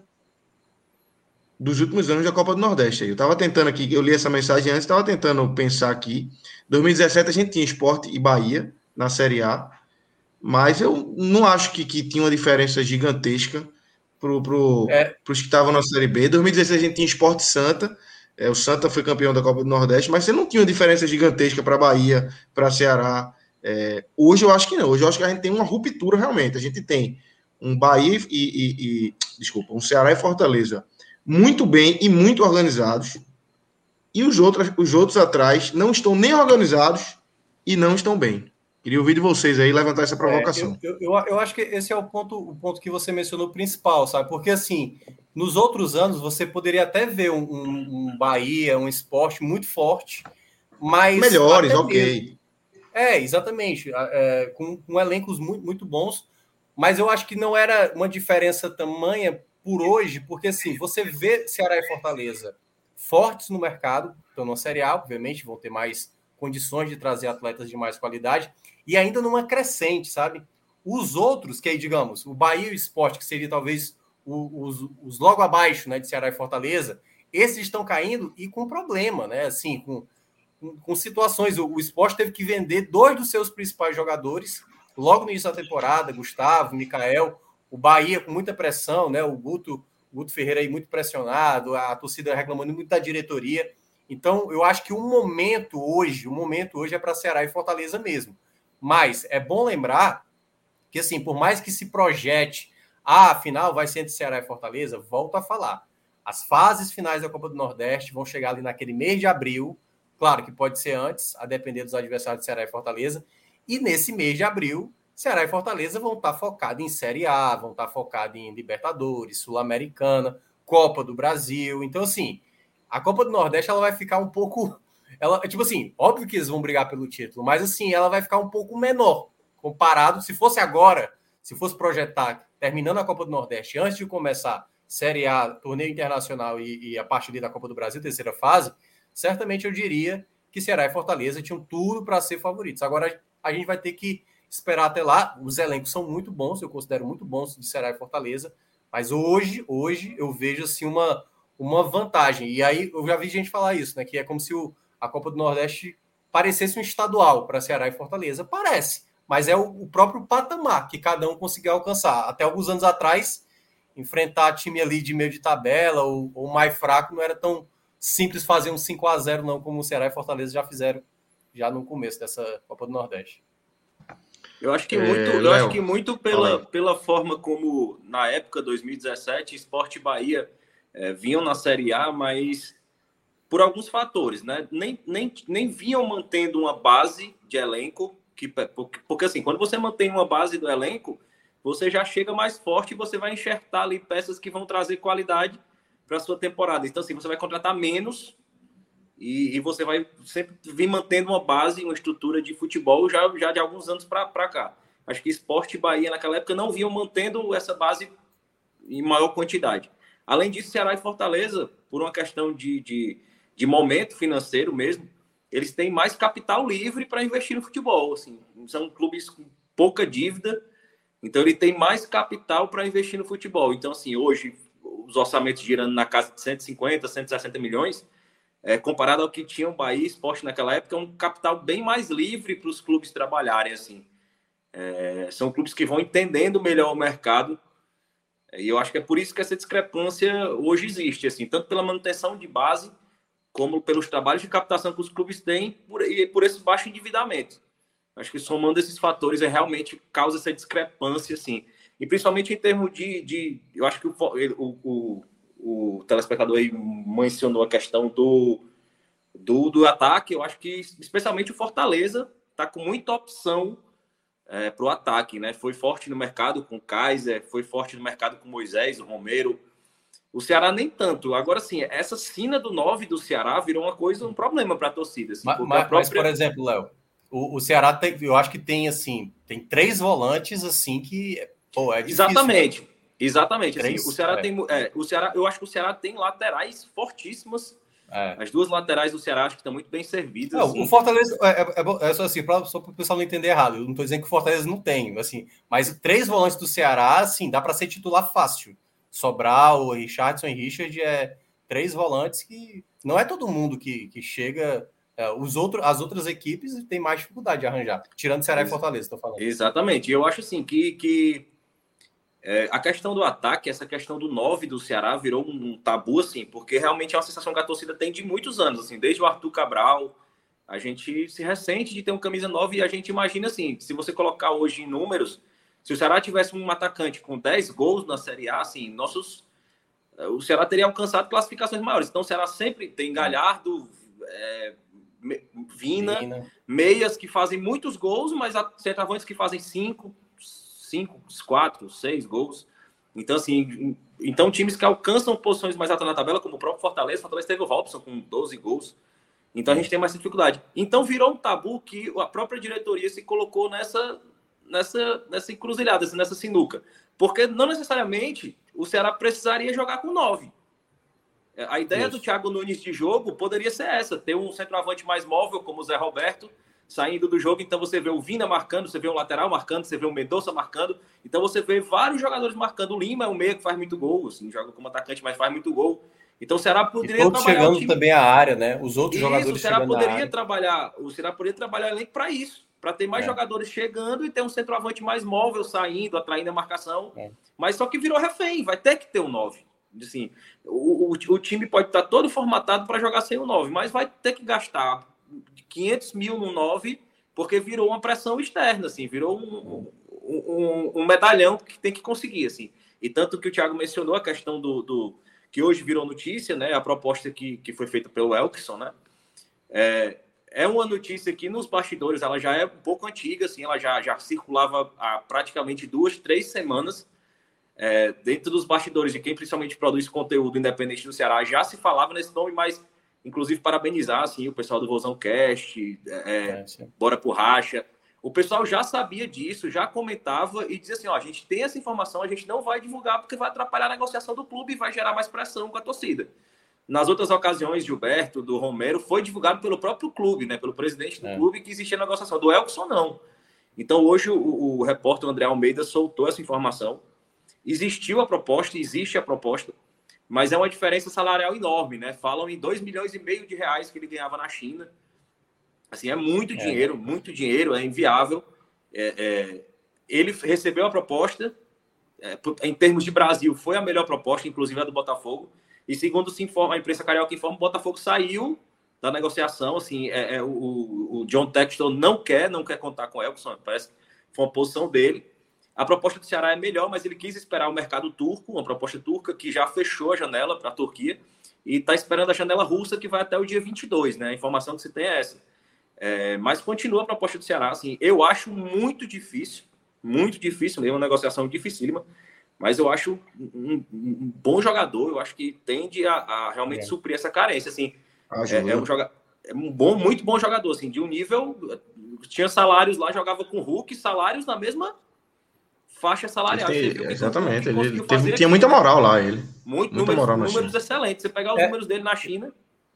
dos últimos anos da Copa do Nordeste. Eu estava tentando aqui, eu li essa mensagem antes, estava tentando pensar aqui. 2017 a gente tinha Sport e Bahia na Série A, mas eu não acho que tinha uma diferença gigantesca para os que estavam na Série B. Em 2016 a gente tinha Sport e Santa. O Santa foi campeão da Copa do Nordeste, mas você não tinha uma diferença gigantesca para Bahia, para Ceará. Hoje eu acho que não. Hoje eu acho que a gente tem uma ruptura realmente. A gente tem um Bahia um Ceará e Fortaleza muito bem e muito organizados. E os outros atrás não estão nem organizados e não estão bem. Queria ouvir de vocês aí, levantar essa provocação. Eu acho que esse é o ponto que você mencionou principal, sabe? Porque, assim, nos outros anos, você poderia até ver um Bahia, um Sport muito forte, mas... melhores, ok. Exatamente. Com elencos muito, muito bons, mas eu acho que não era uma diferença tamanha por hoje, porque, assim, você vê Ceará e Fortaleza fortes no mercado, estão na Série A, obviamente, vão ter mais condições de trazer atletas de mais qualidade, e ainda numa crescente, sabe? Os outros, que aí, digamos, o Bahia e o Sport, que seria talvez os logo abaixo, né, de Ceará e Fortaleza, esses estão caindo e com problema, né? Assim, com situações. O Sport teve que vender 2 dos seus principais jogadores logo no início da temporada, Gustavo, Mikael, o Bahia com muita pressão, né? O Guto Ferreira aí muito pressionado, a torcida reclamando muito da diretoria. Então, eu acho que o momento hoje é para Ceará e Fortaleza mesmo. Mas é bom lembrar que, assim, por mais que se projete, a final vai ser entre Ceará e Fortaleza, volto a falar. As fases finais da Copa do Nordeste vão chegar ali naquele mês de abril. Claro que pode ser antes, a depender dos adversários de Ceará e Fortaleza. E nesse mês de abril, Ceará e Fortaleza vão estar focados em Série A, vão estar focados em Libertadores, Sul-Americana, Copa do Brasil. Então, assim, a Copa do Nordeste ela vai ficar um pouco... tipo assim, óbvio que eles vão brigar pelo título, mas assim, ela vai ficar um pouco menor comparado, se fosse agora, se fosse projetar, terminando a Copa do Nordeste, antes de começar Série A, torneio internacional e a partir da Copa do Brasil, terceira fase, certamente eu diria que Ceará e Fortaleza tinham tudo para ser favoritos. Agora, a gente vai ter que esperar até lá. Os elencos são muito bons, eu considero muito bons de Ceará e Fortaleza, mas hoje eu vejo assim uma vantagem. E aí eu já vi gente falar isso, né? Que é como se a Copa do Nordeste parecesse um estadual para Ceará e Fortaleza. Parece, mas é o próprio patamar que cada um conseguiu alcançar. Até alguns anos atrás, enfrentar time ali de meio de tabela ou mais fraco não era tão simples fazer um 5-0 não, como o Ceará e Fortaleza já fizeram já no começo dessa Copa do Nordeste. Eu acho que muito pela forma como, na época, 2017, Sport e Bahia vinham na Série A, mas por alguns fatores, né? Nem vinham mantendo uma base de elenco, porque assim, quando você mantém uma base do elenco, você já chega mais forte e você vai enxertar ali peças que vão trazer qualidade para a sua temporada. Então, assim, você vai contratar menos e você vai sempre vir mantendo uma base, uma estrutura de futebol já de alguns anos para cá. Acho que Sport e Bahia, naquela época, não vinham mantendo essa base em maior quantidade. Além disso, Ceará e Fortaleza, por uma questão de momento financeiro mesmo, eles têm mais capital livre para investir no futebol. Assim, são clubes com pouca dívida, então ele tem mais capital para investir no futebol. Então, assim, hoje, os orçamentos girando na casa de 150, 160 milhões, comparado ao que tinha o Bahia e Sport naquela época, é um capital bem mais livre para os clubes trabalharem. Assim. São clubes que vão entendendo melhor o mercado, e eu acho que é por isso que essa discrepância hoje existe, assim, tanto pela manutenção de base, como pelos trabalhos de captação que os clubes têm e por esse baixo endividamento. Acho que somando esses fatores realmente causa essa discrepância, assim. E principalmente em termos eu acho que o telespectador aí mencionou a questão do ataque. Eu acho que especialmente o Fortaleza está com muita opção para o ataque, né? Foi forte no mercado com o Kaiser, foi forte no mercado com o Moisés, o Romero. O Ceará nem tanto. Agora, sim, essa sina do 9 do Ceará virou um problema para a torcida. Assim, mas, por exemplo, Léo, o Ceará tem, eu acho que tem, assim, tem 3 volantes, assim, que, pô, é difícil. Exatamente. Exatamente. 3, assim, o Ceará tem... eu acho que o Ceará tem laterais fortíssimas. As 2 laterais do Ceará acho que estão muito bem servidas. Assim. O Fortaleza, só assim, só para o pessoal não entender errado, eu não estou dizendo que o Fortaleza não tem, assim, mas 3 volantes do Ceará, assim, dá para ser titular fácil. Sobral, Richardson e Richard 3 volantes que não é todo mundo que chega. As outras equipes têm mais dificuldade de arranjar, tirando Ceará e Fortaleza, estou falando. Exatamente. Eu acho assim que a questão do ataque, essa questão do 9 do Ceará virou um tabu, assim, porque realmente é uma sensação que a torcida tem de muitos anos, assim, desde o Arthur Cabral, a gente se ressente de ter um camisa 9 e a gente imagina assim, se você colocar hoje em números, se o Ceará tivesse um atacante com 10 gols na Série A, assim, o Ceará teria alcançado classificações maiores. Então, o Ceará sempre tem Galhardo, Vina, meias que fazem muitos gols, mas centroavantes que fazem 5, 4, 6 gols. Então, assim, times que alcançam posições mais altas na tabela, como o próprio Fortaleza. Fortaleza teve o Robson com 12 gols. Então, a gente tem mais dificuldade. Então, virou um tabu que a própria diretoria se colocou nessa encruzilhada, nessa sinuca. Porque não necessariamente o Ceará precisaria jogar com 9. A ideia do Thiago Nunes de jogo poderia ser essa, ter um centroavante mais móvel, como o Zé Roberto, saindo do jogo. Então você vê o Vina marcando, você vê o lateral marcando, você vê o Mendonça marcando. Então você vê vários jogadores marcando. O Lima é um meia que faz muito gol, assim, joga como atacante, mas faz muito gol. Então o Ceará poderia trabalhar chegando o time... também à área, né? Os outros jogadores o Ceará poderia trabalhar o elenco para isso, para ter mais jogadores chegando e ter um centroavante mais móvel saindo, atraindo a marcação. Mas só que virou refém, vai ter que ter um 9. Assim, o time pode estar todo formatado para jogar sem o 9, mas vai ter que gastar 500 mil no 9, porque virou uma pressão externa, assim, virou um medalhão que tem que conseguir, assim. E tanto que o Thiago mencionou a questão do que hoje virou notícia, né? A proposta que foi feita pelo Elkson, né? É uma notícia que nos bastidores ela já é um pouco antiga, assim, ela já circulava há praticamente 2, 3 semanas. Dentro dos bastidores de quem principalmente produz conteúdo independente do Ceará, já se falava nesse nome, mas inclusive parabenizar assim, o pessoal do Vozão Cast, Bora por Racha. O pessoal já sabia disso, já comentava e dizia assim, a gente tem essa informação, a gente não vai divulgar porque vai atrapalhar a negociação do clube e vai gerar mais pressão com a torcida. Nas outras ocasiões, Gilberto, do Romero, foi divulgado pelo próprio clube, né, pelo presidente do clube, que existia negociação. Do Elkson, não. Então, hoje, o repórter André Almeida soltou essa informação. Existe a proposta, mas é uma diferença salarial enorme, né? Falam em 2,5 milhões de reais que ele ganhava na China. Assim, é muito dinheiro, é inviável. Ele recebeu a proposta, em termos de Brasil, foi a melhor proposta, inclusive a do Botafogo, e segundo se informa, a imprensa carioca informa, o Botafogo saiu da negociação, assim, o John Textor não quer contar com o Elkson, parece que foi uma posição dele. A proposta do Ceará é melhor, mas ele quis esperar o mercado turco, uma proposta turca que já fechou a janela para a Turquia, e está esperando a janela russa, que vai até o dia 22, né? A informação que se tem é essa. Mas continua a proposta do Ceará, assim, eu acho muito difícil mesmo, uma negociação dificílima, mas eu acho um bom jogador, eu acho que tende a realmente suprir essa carência, assim, muito bom jogador, assim, de um nível, tinha salários lá, jogava com o Hulk, salários na mesma faixa salarial. Exatamente, ele tinha muita moral lá, ele. Muita moral números excelentes, você pegar os números dele na China...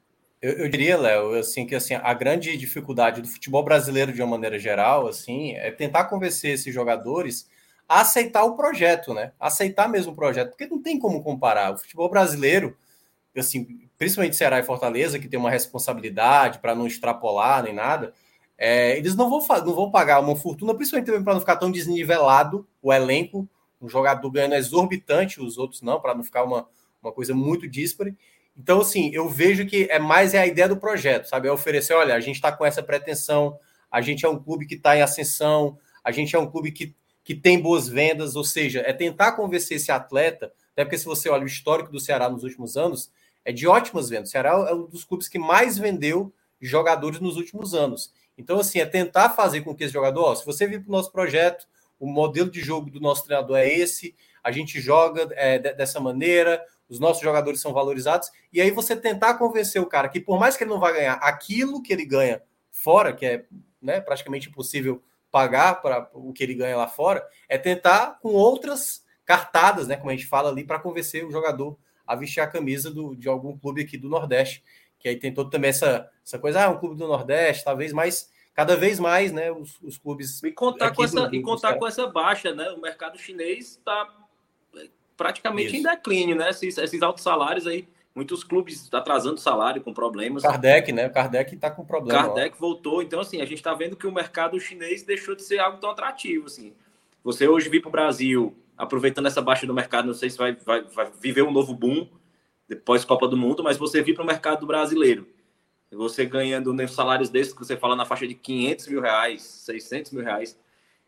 Eu diria, Léo, assim, que assim, a grande dificuldade do futebol brasileiro, de uma maneira geral, assim, é tentar convencer esses jogadores a aceitar o projeto, né? Aceitar mesmo o projeto, porque não tem como comparar. O futebol brasileiro, assim, principalmente Ceará e Fortaleza, que tem uma responsabilidade para não extrapolar nem nada, eles não vão pagar uma fortuna, principalmente também para não ficar tão desnivelado o elenco, um jogador ganhando exorbitante, os outros não, para não ficar uma coisa muito díspare. Então, assim, eu vejo que é a ideia do projeto, sabe? É oferecer, olha, a gente está com essa pretensão, a gente é um clube que está em ascensão, a gente é um clube que tem boas vendas, ou seja, é tentar convencer esse atleta, até porque se você olha o histórico do Ceará nos últimos anos, é de ótimas vendas. O Ceará é um dos clubes que mais vendeu jogadores nos últimos anos. Então, assim, é tentar fazer com que esse jogador, se você vir para o nosso projeto, o modelo de jogo do nosso treinador é esse, a gente joga dessa maneira, os nossos jogadores são valorizados, e aí você tentar convencer o cara que, por mais que ele não vá ganhar aquilo que ele ganha fora, que é, né, praticamente impossível pagar para o que ele ganha lá fora, é tentar com outras cartadas, né, como a gente fala ali, para convencer o jogador a vestir a camisa de algum clube aqui do Nordeste, que aí tem todo também essa coisa, um clube do Nordeste, talvez mais, cada vez mais, né, os clubes... E contar com essa baixa, né, o mercado chinês está praticamente em declínio, né? Esses altos salários aí, muitos clubes atrasando salário com problemas. Kardec, né? O Kardec tá com problema. Kardec voltou, então assim, a gente está vendo que o mercado chinês deixou de ser algo tão atrativo, assim. Você hoje vir para o Brasil, aproveitando essa baixa do mercado, não sei se vai viver um novo boom depois Copa do Mundo, mas você vir para o mercado brasileiro, você ganhando salários desses que você fala na faixa de 500 mil reais, 600 mil reais,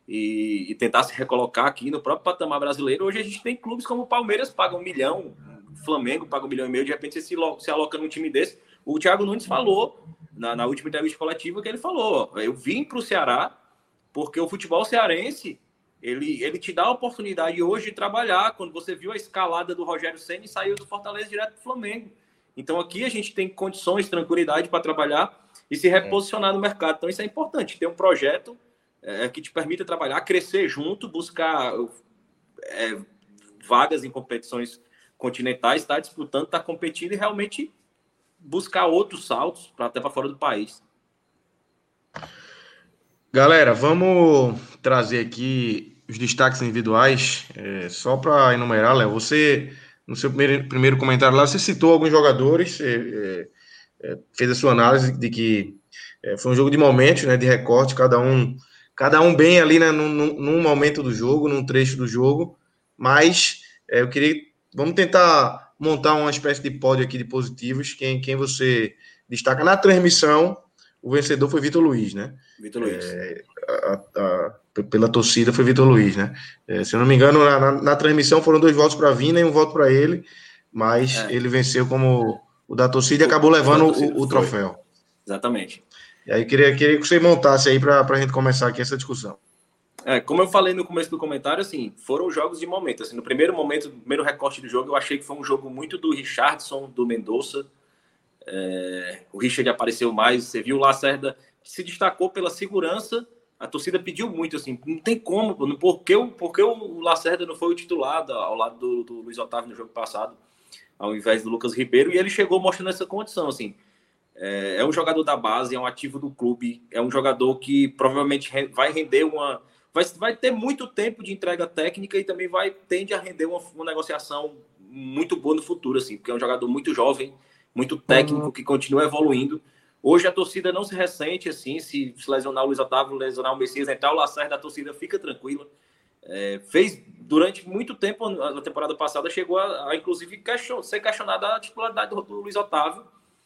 e tentar se recolocar aqui no próprio patamar brasileiro. Hoje a gente tem clubes como o Palmeiras, paga 1 milhão, o Flamengo paga 1,5 milhão, de repente você se aloca num time desse. O Thiago Nunes falou, na última entrevista coletiva, que ele falou, eu vim para o Ceará porque o futebol cearense, ele te dá a oportunidade hoje de trabalhar. Quando você viu a escalada do Rogério Ceni e saiu do Fortaleza direto do Flamengo. Então aqui a gente tem condições, tranquilidade para trabalhar e se reposicionar no mercado. Então isso é importante, ter um projeto que te permita trabalhar, crescer junto, buscar vagas em competições continentais, estar disputando, estar competindo e realmente buscar outros saltos até para fora do país. Galera, vamos trazer aqui os destaques individuais, só para enumerar, Léo. Você, no seu primeiro comentário lá, você citou alguns jogadores, fez a sua análise de que foi um jogo de momentos, né, de recorte, cada um bem ali, né, num momento do jogo, num trecho do jogo, mas vamos tentar montar uma espécie de pódio aqui de positivos, quem você destaca. Na transmissão, o vencedor foi Vitor Luiz, né? Vitor Luiz. Pela torcida foi Vitor Luiz, né? Se eu não me engano, na transmissão foram 2 votos para Vina e 1 voto para ele, mas ele venceu como o da torcida e acabou levando o troféu. Exatamente. E aí queria que você montasse aí para a gente começar aqui essa discussão. Como eu falei no começo do comentário, assim, foram jogos de momento. Assim, no primeiro momento, no primeiro recorte do jogo, eu achei que foi um jogo muito do Richardson, do Mendonça. O Richard apareceu mais. Você viu o Lacerda, que se destacou pela segurança. A torcida pediu muito, assim, não tem como. Por que o Lacerda não foi o titular ao lado do Luiz Otávio no jogo passado, ao invés do Lucas Ribeiro? E ele chegou mostrando essa condição, assim. É um jogador da base, é um ativo do clube, é um jogador que provavelmente vai render vai ter muito tempo de entrega técnica e também tende a render uma negociação muito boa no futuro, assim, porque é um jogador muito jovem, muito técnico, que continua evoluindo. Hoje a torcida não se ressente, assim, se lesionar o Luiz Otávio, lesionar o Messias, entrar o Lacerda, a torcida fica tranquila. Fez durante muito tempo, na temporada passada, chegou a inclusive, ser questionada a titularidade do Luiz Otávio,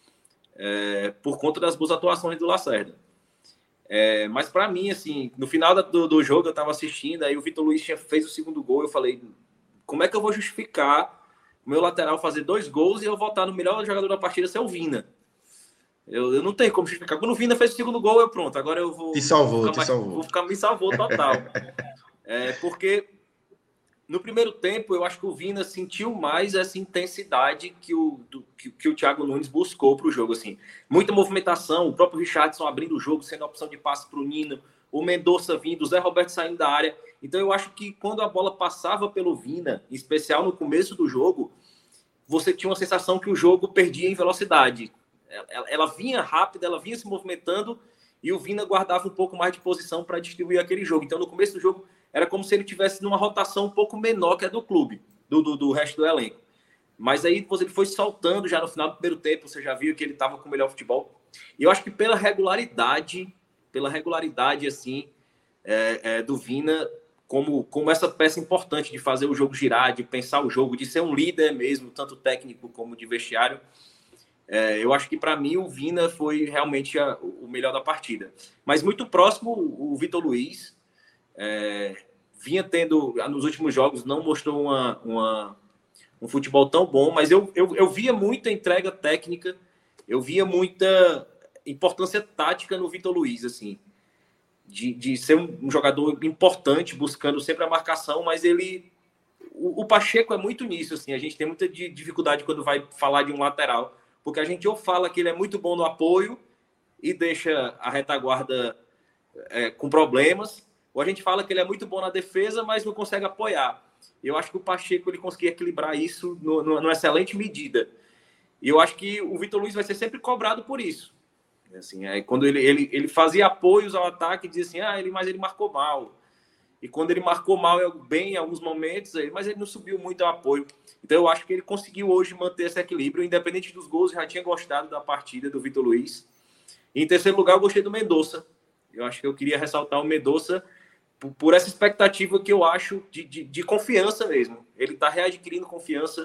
por conta das boas atuações do Lacerda. Mas para mim, assim, no final do jogo eu estava assistindo, aí o Vitor Luiz fez o segundo gol, eu falei, como é que eu vou justificar o meu lateral fazer 2 gols e eu voltar no melhor jogador da partida ser o Vina? Eu não tenho como justificar. Quando o Vina fez o segundo gol, pronto, agora eu vou... Te salvou. Me salvou total. Porque no primeiro tempo, eu acho que o Vina sentiu mais essa intensidade que o Thiago Nunes buscou para o jogo. Assim. Muita movimentação, o próprio Richarlison abrindo o jogo, sendo a opção de passe para o Nino, o Mendonça vindo, o Zé Roberto saindo da área. Então, eu acho que quando a bola passava pelo Vina, em especial no começo do jogo, você tinha uma sensação que o jogo perdia em velocidade. Ela vinha rápida, ela vinha se movimentando e o Vina guardava um pouco mais de posição para distribuir aquele jogo. Então, no começo do jogo, era como se ele tivesse numa rotação um pouco menor que a do clube, do resto do elenco. Mas aí ele foi saltando já no final do primeiro tempo, você já viu que ele estava com o melhor futebol. E eu acho que pela regularidade assim, do Vina, como essa peça importante de fazer o jogo girar, de pensar o jogo, de ser um líder mesmo, tanto técnico como de vestiário, eu acho que para mim o Vina foi realmente o melhor da partida. Mas muito próximo o Vitor Luiz, vinha tendo, nos últimos jogos, não mostrou um futebol tão bom, mas eu via muita entrega técnica, eu via muita importância tática no Vitor Luiz, assim, de ser um jogador importante, buscando sempre a marcação, mas o Pacheco é muito nisso, assim, a gente tem muita dificuldade quando vai falar de um lateral, porque a gente ou fala que ele é muito bom no apoio e deixa a retaguarda com problemas, ou a gente fala que ele é muito bom na defesa, mas não consegue apoiar. Eu acho que o Pacheco ele conseguia equilibrar isso numa excelente medida. E eu acho que o Vitor Luiz vai ser sempre cobrado por isso. Assim, quando ele fazia apoios ao ataque, dizia assim, mas ele marcou mal. E quando ele marcou mal bem em alguns momentos, mas ele não subiu muito ao apoio. Então eu acho que ele conseguiu hoje manter esse equilíbrio, independente dos gols, eu já tinha gostado da partida do Vitor Luiz. E em terceiro lugar, eu gostei do Mendonça. Eu acho que eu queria ressaltar o Mendonça por essa expectativa que eu acho de confiança mesmo. Ele está readquirindo confiança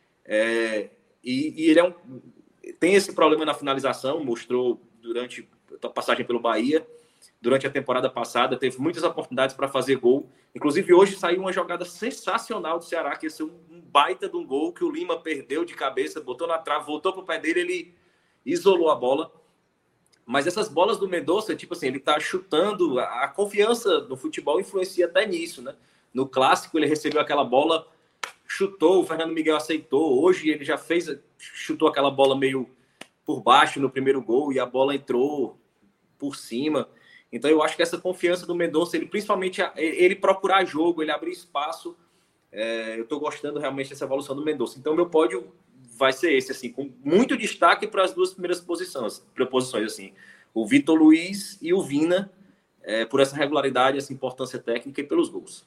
e ele tem esse problema na finalização, mostrou durante a passagem pelo Bahia, durante a temporada passada, teve muitas oportunidades para fazer gol. Inclusive, hoje saiu uma jogada sensacional do Ceará, que ia ser um baita de um gol que o Lima perdeu de cabeça, botou na trave, voltou para o pé dele, ele isolou a bola. Mas essas bolas do Mendonça, tipo assim, ele tá chutando, a confiança no futebol influencia até nisso, né? No clássico, ele recebeu aquela bola, chutou, o Fernando Miguel aceitou. Hoje ele já chutou aquela bola meio por baixo no primeiro gol e a bola entrou por cima. Então eu acho que essa confiança do Mendonça, ele principalmente ele procurar jogo, ele abrir espaço, eu tô gostando realmente dessa evolução do Mendonça. Então meu pódio vai ser esse, assim, com muito destaque para as duas primeiras posições, assim, o Vitor Luiz e o Vina, por essa regularidade, essa importância técnica e pelos gols.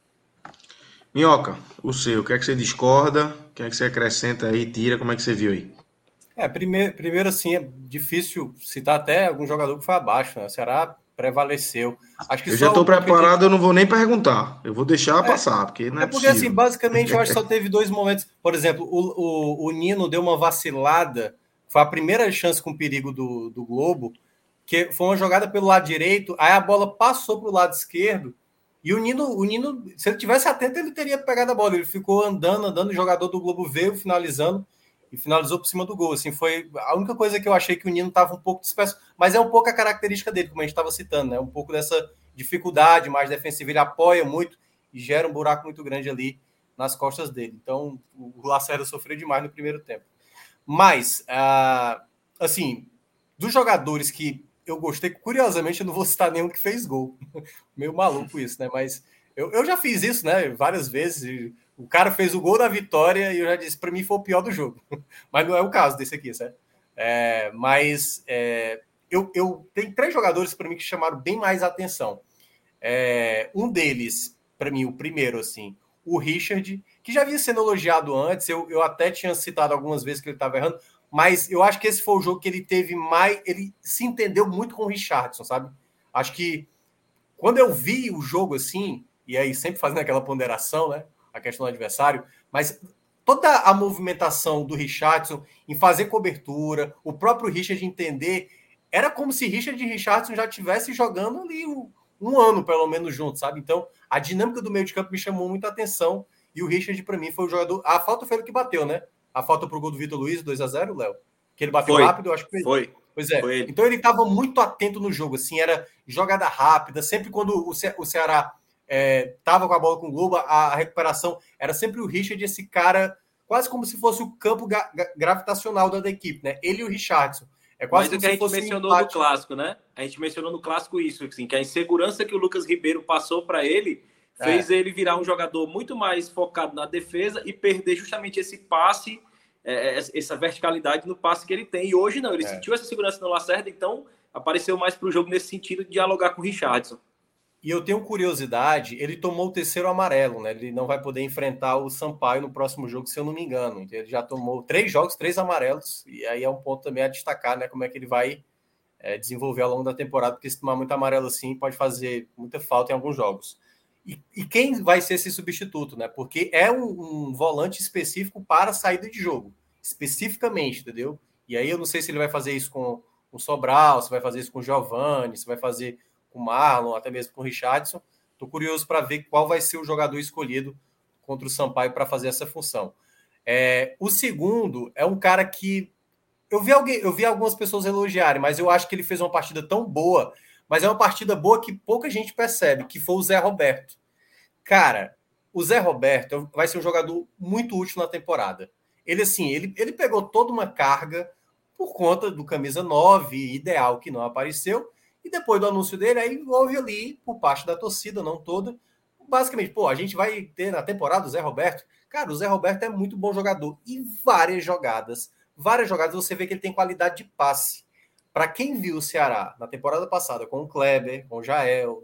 Minhoca, o seu, o que é que você discorda? O que é que você acrescenta aí, tira, como é que você viu aí? Primeiro, assim, é difícil citar até algum jogador que foi abaixo, né? O Ceará prevaleceu. Acho que eu já estou preparado, eu não vou nem perguntar. Eu vou deixar passar, porque não é porque, possível. assim, basicamente, eu acho que só teve 2 momentos. Por exemplo, o Nino deu uma vacilada, foi a primeira chance com perigo do Globo, que foi uma jogada pelo lado direito, aí a bola passou para o lado esquerdo, e o Nino, se ele tivesse atento, ele teria pegado a bola. Ele ficou andando, o jogador do Globo veio finalizando, e finalizou por cima do gol. Assim, foi a única coisa que eu achei que o Nino estava um pouco disperso, mas é um pouco a característica dele, como a gente estava citando, né? Um pouco dessa dificuldade mais defensiva, ele apoia muito e gera um buraco muito grande ali nas costas dele. Então, o Lacerda sofreu demais no primeiro tempo. Mas, assim, dos jogadores que eu gostei, curiosamente, eu não vou citar nenhum que fez gol. Meio maluco isso, né? Mas eu já fiz isso, né? Várias vezes. O cara fez o gol da vitória e eu já disse, para mim foi o pior do jogo. Mas não é o caso desse aqui, certo? Eu tenho 3 jogadores para mim que chamaram bem mais atenção. Um deles, para mim, o primeiro, assim, o Richard, que já havia sendo elogiado antes, eu até tinha citado algumas vezes que ele estava errando, mas eu acho que esse foi o jogo que ele teve mais... Ele se entendeu muito com o Richarlison, sabe? Acho que quando eu vi o jogo assim, e aí sempre fazendo aquela ponderação, né? A questão do adversário, mas toda a movimentação do Richarlison em fazer cobertura, o próprio Richard entender, era como se Richard e Richarlison já estivessem jogando ali um ano, pelo menos, juntos, sabe? Então, a dinâmica do meio de campo me chamou muita atenção, e o Richard, para mim, foi o jogador... A falta foi ele que bateu, né? A falta pro gol do Vitor Luiz, 2-0, Léo? Que ele bateu rápido, eu acho que foi. Pois é. Foi. Então ele estava muito atento no jogo, assim, era jogada rápida, sempre quando o Ceará estava com a bola com o Globo, a recuperação era sempre o Richard, esse cara, quase como se fosse o campo gravitacional da equipe, né? Ele e o Richardson. É quase Mas o que a gente mencionou no clássico, né? A gente mencionou no clássico isso, assim, que a insegurança que o Lucas Ribeiro passou para ele fez ele virar um jogador muito mais focado na defesa e perder justamente esse passe, essa verticalidade no passe que ele tem. E hoje não, ele sentiu essa segurança no Lacerda, então apareceu mais para o jogo nesse sentido de dialogar com o Richardson. E eu tenho curiosidade, ele tomou o terceiro amarelo, né? Ele não vai poder enfrentar o Sampaio no próximo jogo, se eu não me engano. Ele já tomou 3 jogos, 3 amarelos, e aí é um ponto também a destacar, né? Como é que ele vai desenvolver ao longo da temporada, porque se tomar muito amarelo assim, pode fazer muita falta em alguns jogos. E quem vai ser esse substituto, né? Porque é um volante específico para saída de jogo, especificamente, entendeu? E aí eu não sei se ele vai fazer isso com o Sobral, se vai fazer isso com o Giovani, se vai fazer com o Marlon, até mesmo com o Richardson. Estou curioso para ver qual vai ser o jogador escolhido contra o Sampaio para fazer essa função. O segundo é um cara que eu vi algumas pessoas elogiarem, mas eu acho que ele fez uma partida tão boa, mas é uma partida boa que pouca gente percebe, que foi o Zé Roberto. Cara, o Zé Roberto vai ser um jogador muito útil na temporada. Ele, assim, ele pegou toda uma carga por conta do camisa 9, ideal, que não apareceu, e depois do anúncio dele, aí houve ali, por parte da torcida, não toda, basicamente, a gente vai ter na temporada o Zé Roberto. Cara, o Zé Roberto é muito bom jogador, e várias jogadas você vê que ele tem qualidade de passe. Para quem viu o Ceará na temporada passada com o Kleber, com o Jael,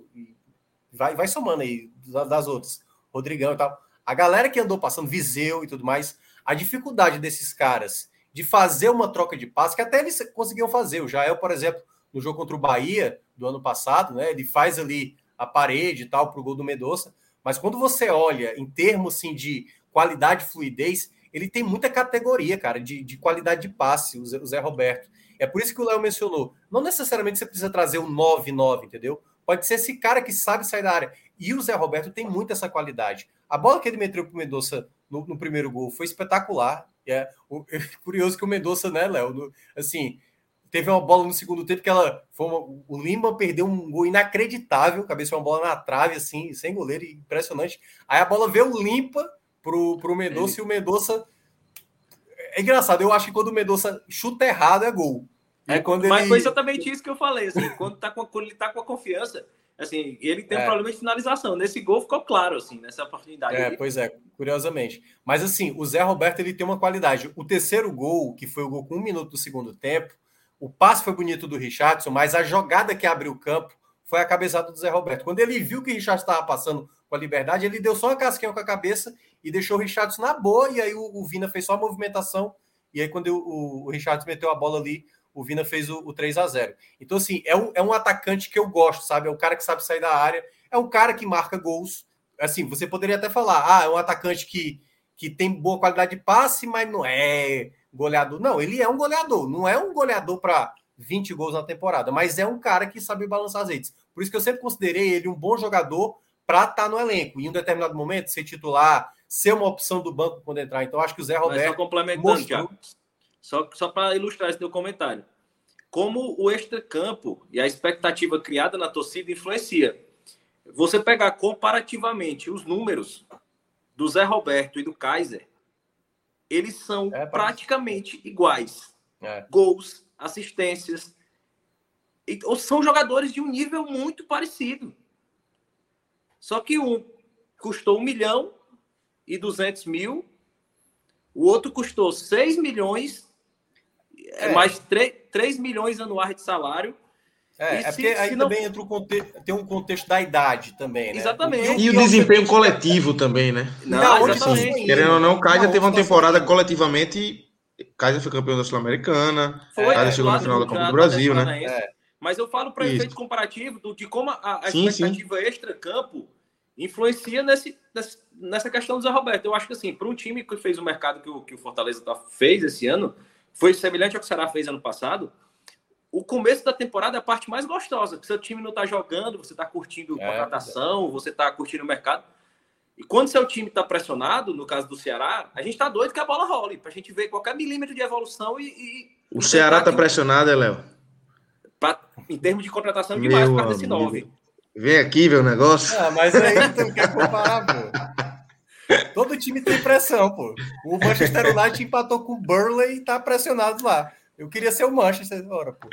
vai somando aí das outras, Rodrigão e tal, a galera que andou passando, Viseu e tudo mais, a dificuldade desses caras de fazer uma troca de passe, que até eles conseguiam fazer. O Jael, por exemplo, no jogo contra o Bahia do ano passado, né, ele faz ali a parede e tal pro gol do Mendonça, mas quando você olha em termos assim, de qualidade e fluidez, ele tem muita categoria, cara, de qualidade de passe, o Zé Roberto. É por isso que o Léo mencionou. Não necessariamente você precisa trazer um 9-9, entendeu? Pode ser esse cara que sabe sair da área. E o Zé Roberto tem muito essa qualidade. A bola que ele meteu pro Mendonça no primeiro gol foi espetacular. Curioso que o Mendonça, né, Léo? Assim, teve uma bola no segundo tempo que o Lima perdeu um gol inacreditável, cabeceou uma bola na trave, assim, sem goleiro, impressionante. Aí a bola veio limpa pro Mendonça e o Mendonça... É engraçado, eu acho que quando o Mendonça chuta errado é gol. Mas foi exatamente isso que eu falei, assim, quando ele tá com a confiança, assim, ele tem um problema de finalização. Nesse gol ficou claro, assim, nessa oportunidade. Pois é, curiosamente. Mas assim, o Zé Roberto, ele tem uma qualidade. O terceiro gol, que foi o gol com 1 minuto do segundo tempo, o passe foi bonito do Richardson, mas a jogada que abriu o campo foi a cabeçada do Zé Roberto. Quando ele viu que o Richardson estava passando com a liberdade, ele deu só uma casquinha com a cabeça e deixou o Richardson na boa, e aí o Vina fez só a movimentação, e aí quando o Richardson meteu a bola ali, o Vina fez o 3-0. Então, assim, é um atacante que eu gosto, sabe? É um cara que sabe sair da área, é um cara que marca gols. Assim, você poderia até falar, é um atacante que tem boa qualidade de passe, mas não é goleador. Não, ele é um goleador. Não é um goleador para 20 gols na temporada, mas é um cara que sabe balançar as redes. Por isso que eu sempre considerei ele um bom jogador para estar no elenco. Em um determinado momento, ser titular, ser uma opção do banco quando entrar. Então, acho que o Zé Roberto... Mas só complementando, Thiago. Só para ilustrar esse teu comentário. Como o extracampo e a expectativa criada na torcida influencia. Você pegar comparativamente os números do Zé Roberto e do Kaiser, eles são praticamente iguais. Gols, assistências. São jogadores de um nível muito parecido. Só que um custou 1.200.000, o outro custou 6 milhões, mais 3 milhões anuais de salário. Porque aí também entra tem um contexto da idade também, né? Exatamente. E o desempenho coletivo também, né? Não, exatamente. Querendo ou não, o Kaiser teve uma temporada coletivamente Kaiser foi campeão da Sul-Americana, Kaiser chegou na final da Copa do Brasil, né? Mas eu falo para efeito comparativo de como a expectativa extra-campo influencia nessa questão do Zé Roberto. Eu acho que, assim, para um time que fez o mercado que o Fortaleza fez esse ano, foi semelhante ao que o Ceará fez ano passado, o começo da temporada é a parte mais gostosa, porque seu time não está jogando, você está curtindo contratação, você está curtindo o mercado. E quando seu time está pressionado, no caso do Ceará, a gente está doido que a bola role, para a gente ver qualquer milímetro de evolução O Ceará está pressionado, Léo? Em termos de contratação, demais por causa desse 9. Vem aqui ver o negócio. Mas aí tu não quer comparar, pô. Todo time tem pressão, pô. O Manchester United empatou com o Burnley e tá pressionado lá. Eu queria ser o Manchester agora, pô.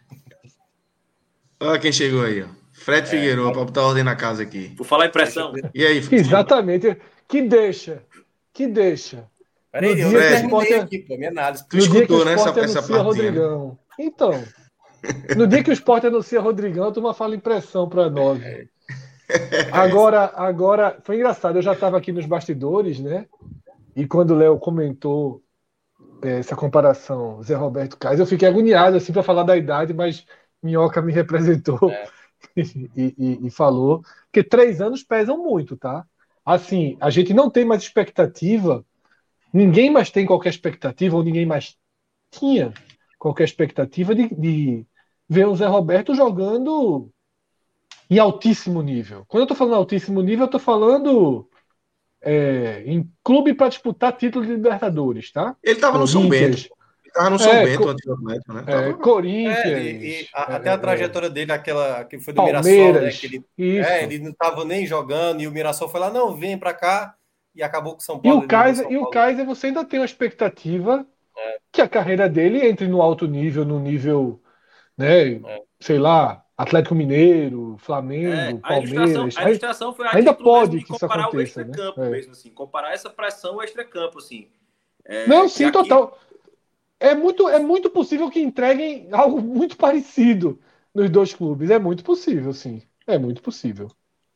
Olha quem chegou aí, ó. Fred Figueiredo, para botar ordem na casa aqui. Por falar em pressão. E aí, exatamente. Que deixa. Peraí, eu terminei aqui, pô, minha análise. Tu escutou, né, essa partezinha, Rodrigão. Né? Então, no dia que o Sport anuncia Rodrigão, a turma fala impressão para 9. Agora, foi engraçado, eu já estava aqui nos bastidores, né? E quando o Léo comentou essa comparação, Zé Roberto Kaiser, eu fiquei agoniado assim para falar da idade, mas Minhoca me representou e falou que 3 anos pesam muito, tá? Assim, a gente não tem mais expectativa, ninguém mais tem qualquer expectativa, ou ninguém mais tinha qualquer expectativa de ver o Zé Roberto jogando em altíssimo nível. Quando eu estou falando altíssimo nível, eu estou falando em clube para disputar título de Libertadores, tá? Ele estava no São Bento. Ele estava no São Bento antes do Atlético, né? Corinthians. Até a trajetória dele, aquela que foi do Palmeiras, Mirassol, né? Que ele não estava nem jogando, e o Mirassol foi lá, não, vem para cá, e acabou com o São Paulo. E o Kaiser, você ainda tem uma expectativa que a carreira dele entre no alto nível, no nível, né, sei lá, Atlético Mineiro, Flamengo, Palmeiras. A ilustração foi ainda pode que comparar o extra-campo, né? mesmo assim, comparar essa pressão ao extra-campo, assim. Não, sim, total. É muito possível que entreguem algo muito parecido nos dois clubes. É muito possível, sim. É muito possível.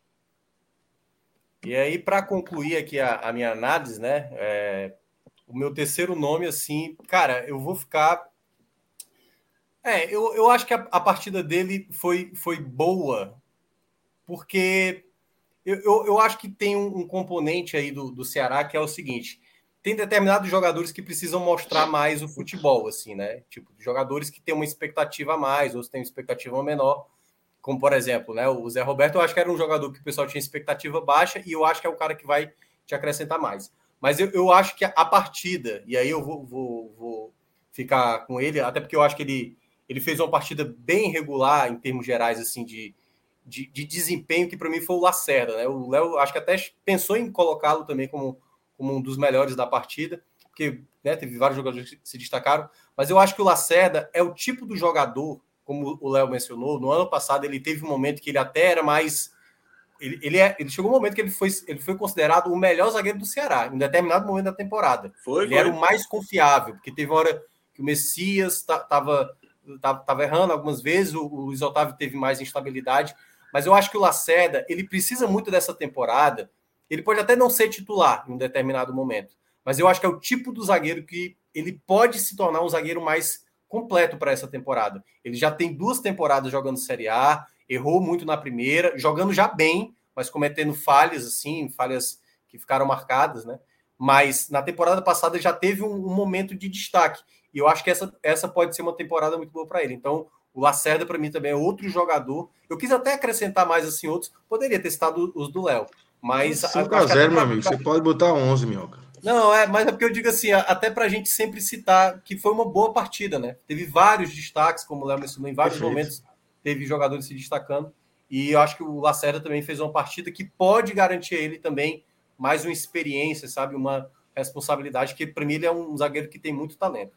E aí, para concluir aqui a minha análise, né? O meu terceiro nome, assim, cara, eu vou ficar. Eu acho que a partida dele foi boa, porque eu acho que tem um componente aí do Ceará que é o seguinte: tem determinados jogadores que precisam mostrar mais o futebol, assim, né? Tipo, jogadores que têm uma expectativa a mais, outros têm uma expectativa menor. Como, por exemplo, né, o Zé Roberto, eu acho que era um jogador que o pessoal tinha expectativa baixa e eu acho que é o cara que vai te acrescentar mais. Mas eu acho que a partida, e aí eu vou ficar com ele, até porque eu acho que ele fez uma partida bem regular em termos gerais, assim, de desempenho, que para mim foi o Lacerda, né? O Léo, acho que até pensou em colocá-lo também como um dos melhores da partida, porque, né, teve vários jogadores que se destacaram, mas eu acho que o Lacerda é o tipo do jogador, como o Léo mencionou, no ano passado ele teve um momento que ele até era mais... Ele chegou um momento que ele foi considerado o melhor zagueiro do Ceará, em um determinado momento da temporada. Ele era o mais confiável, porque teve uma hora que o Messias estava errando algumas vezes, o Luiz Otávio teve mais instabilidade, mas eu acho que o Lacerda, ele precisa muito dessa temporada. Ele pode até não ser titular em um determinado momento, mas eu acho que é o tipo do zagueiro que ele pode se tornar um zagueiro mais completo para essa temporada. Ele já tem 2 temporadas jogando Série A, errou muito na primeira, jogando já bem, mas cometendo falhas, assim, falhas que ficaram marcadas, né? Mas na temporada passada já teve um momento de destaque. E eu acho que essa pode ser uma temporada muito boa para ele. Então, o Lacerda, para mim, também é outro jogador. Eu quis até acrescentar mais, assim, outros. Poderia ter citado os do Léo. Mas 5-0, meu amigo. Você pode botar 11, Minhoca. Não, mas é porque eu digo assim, até pra gente sempre citar que foi uma boa partida, né? Teve vários destaques, como o Léo mencionou, em vários momentos teve jogadores se destacando. E eu acho que o Lacerda também fez uma partida que pode garantir a ele também mais uma experiência, sabe? Uma responsabilidade, que para mim ele é um zagueiro que tem muito talento.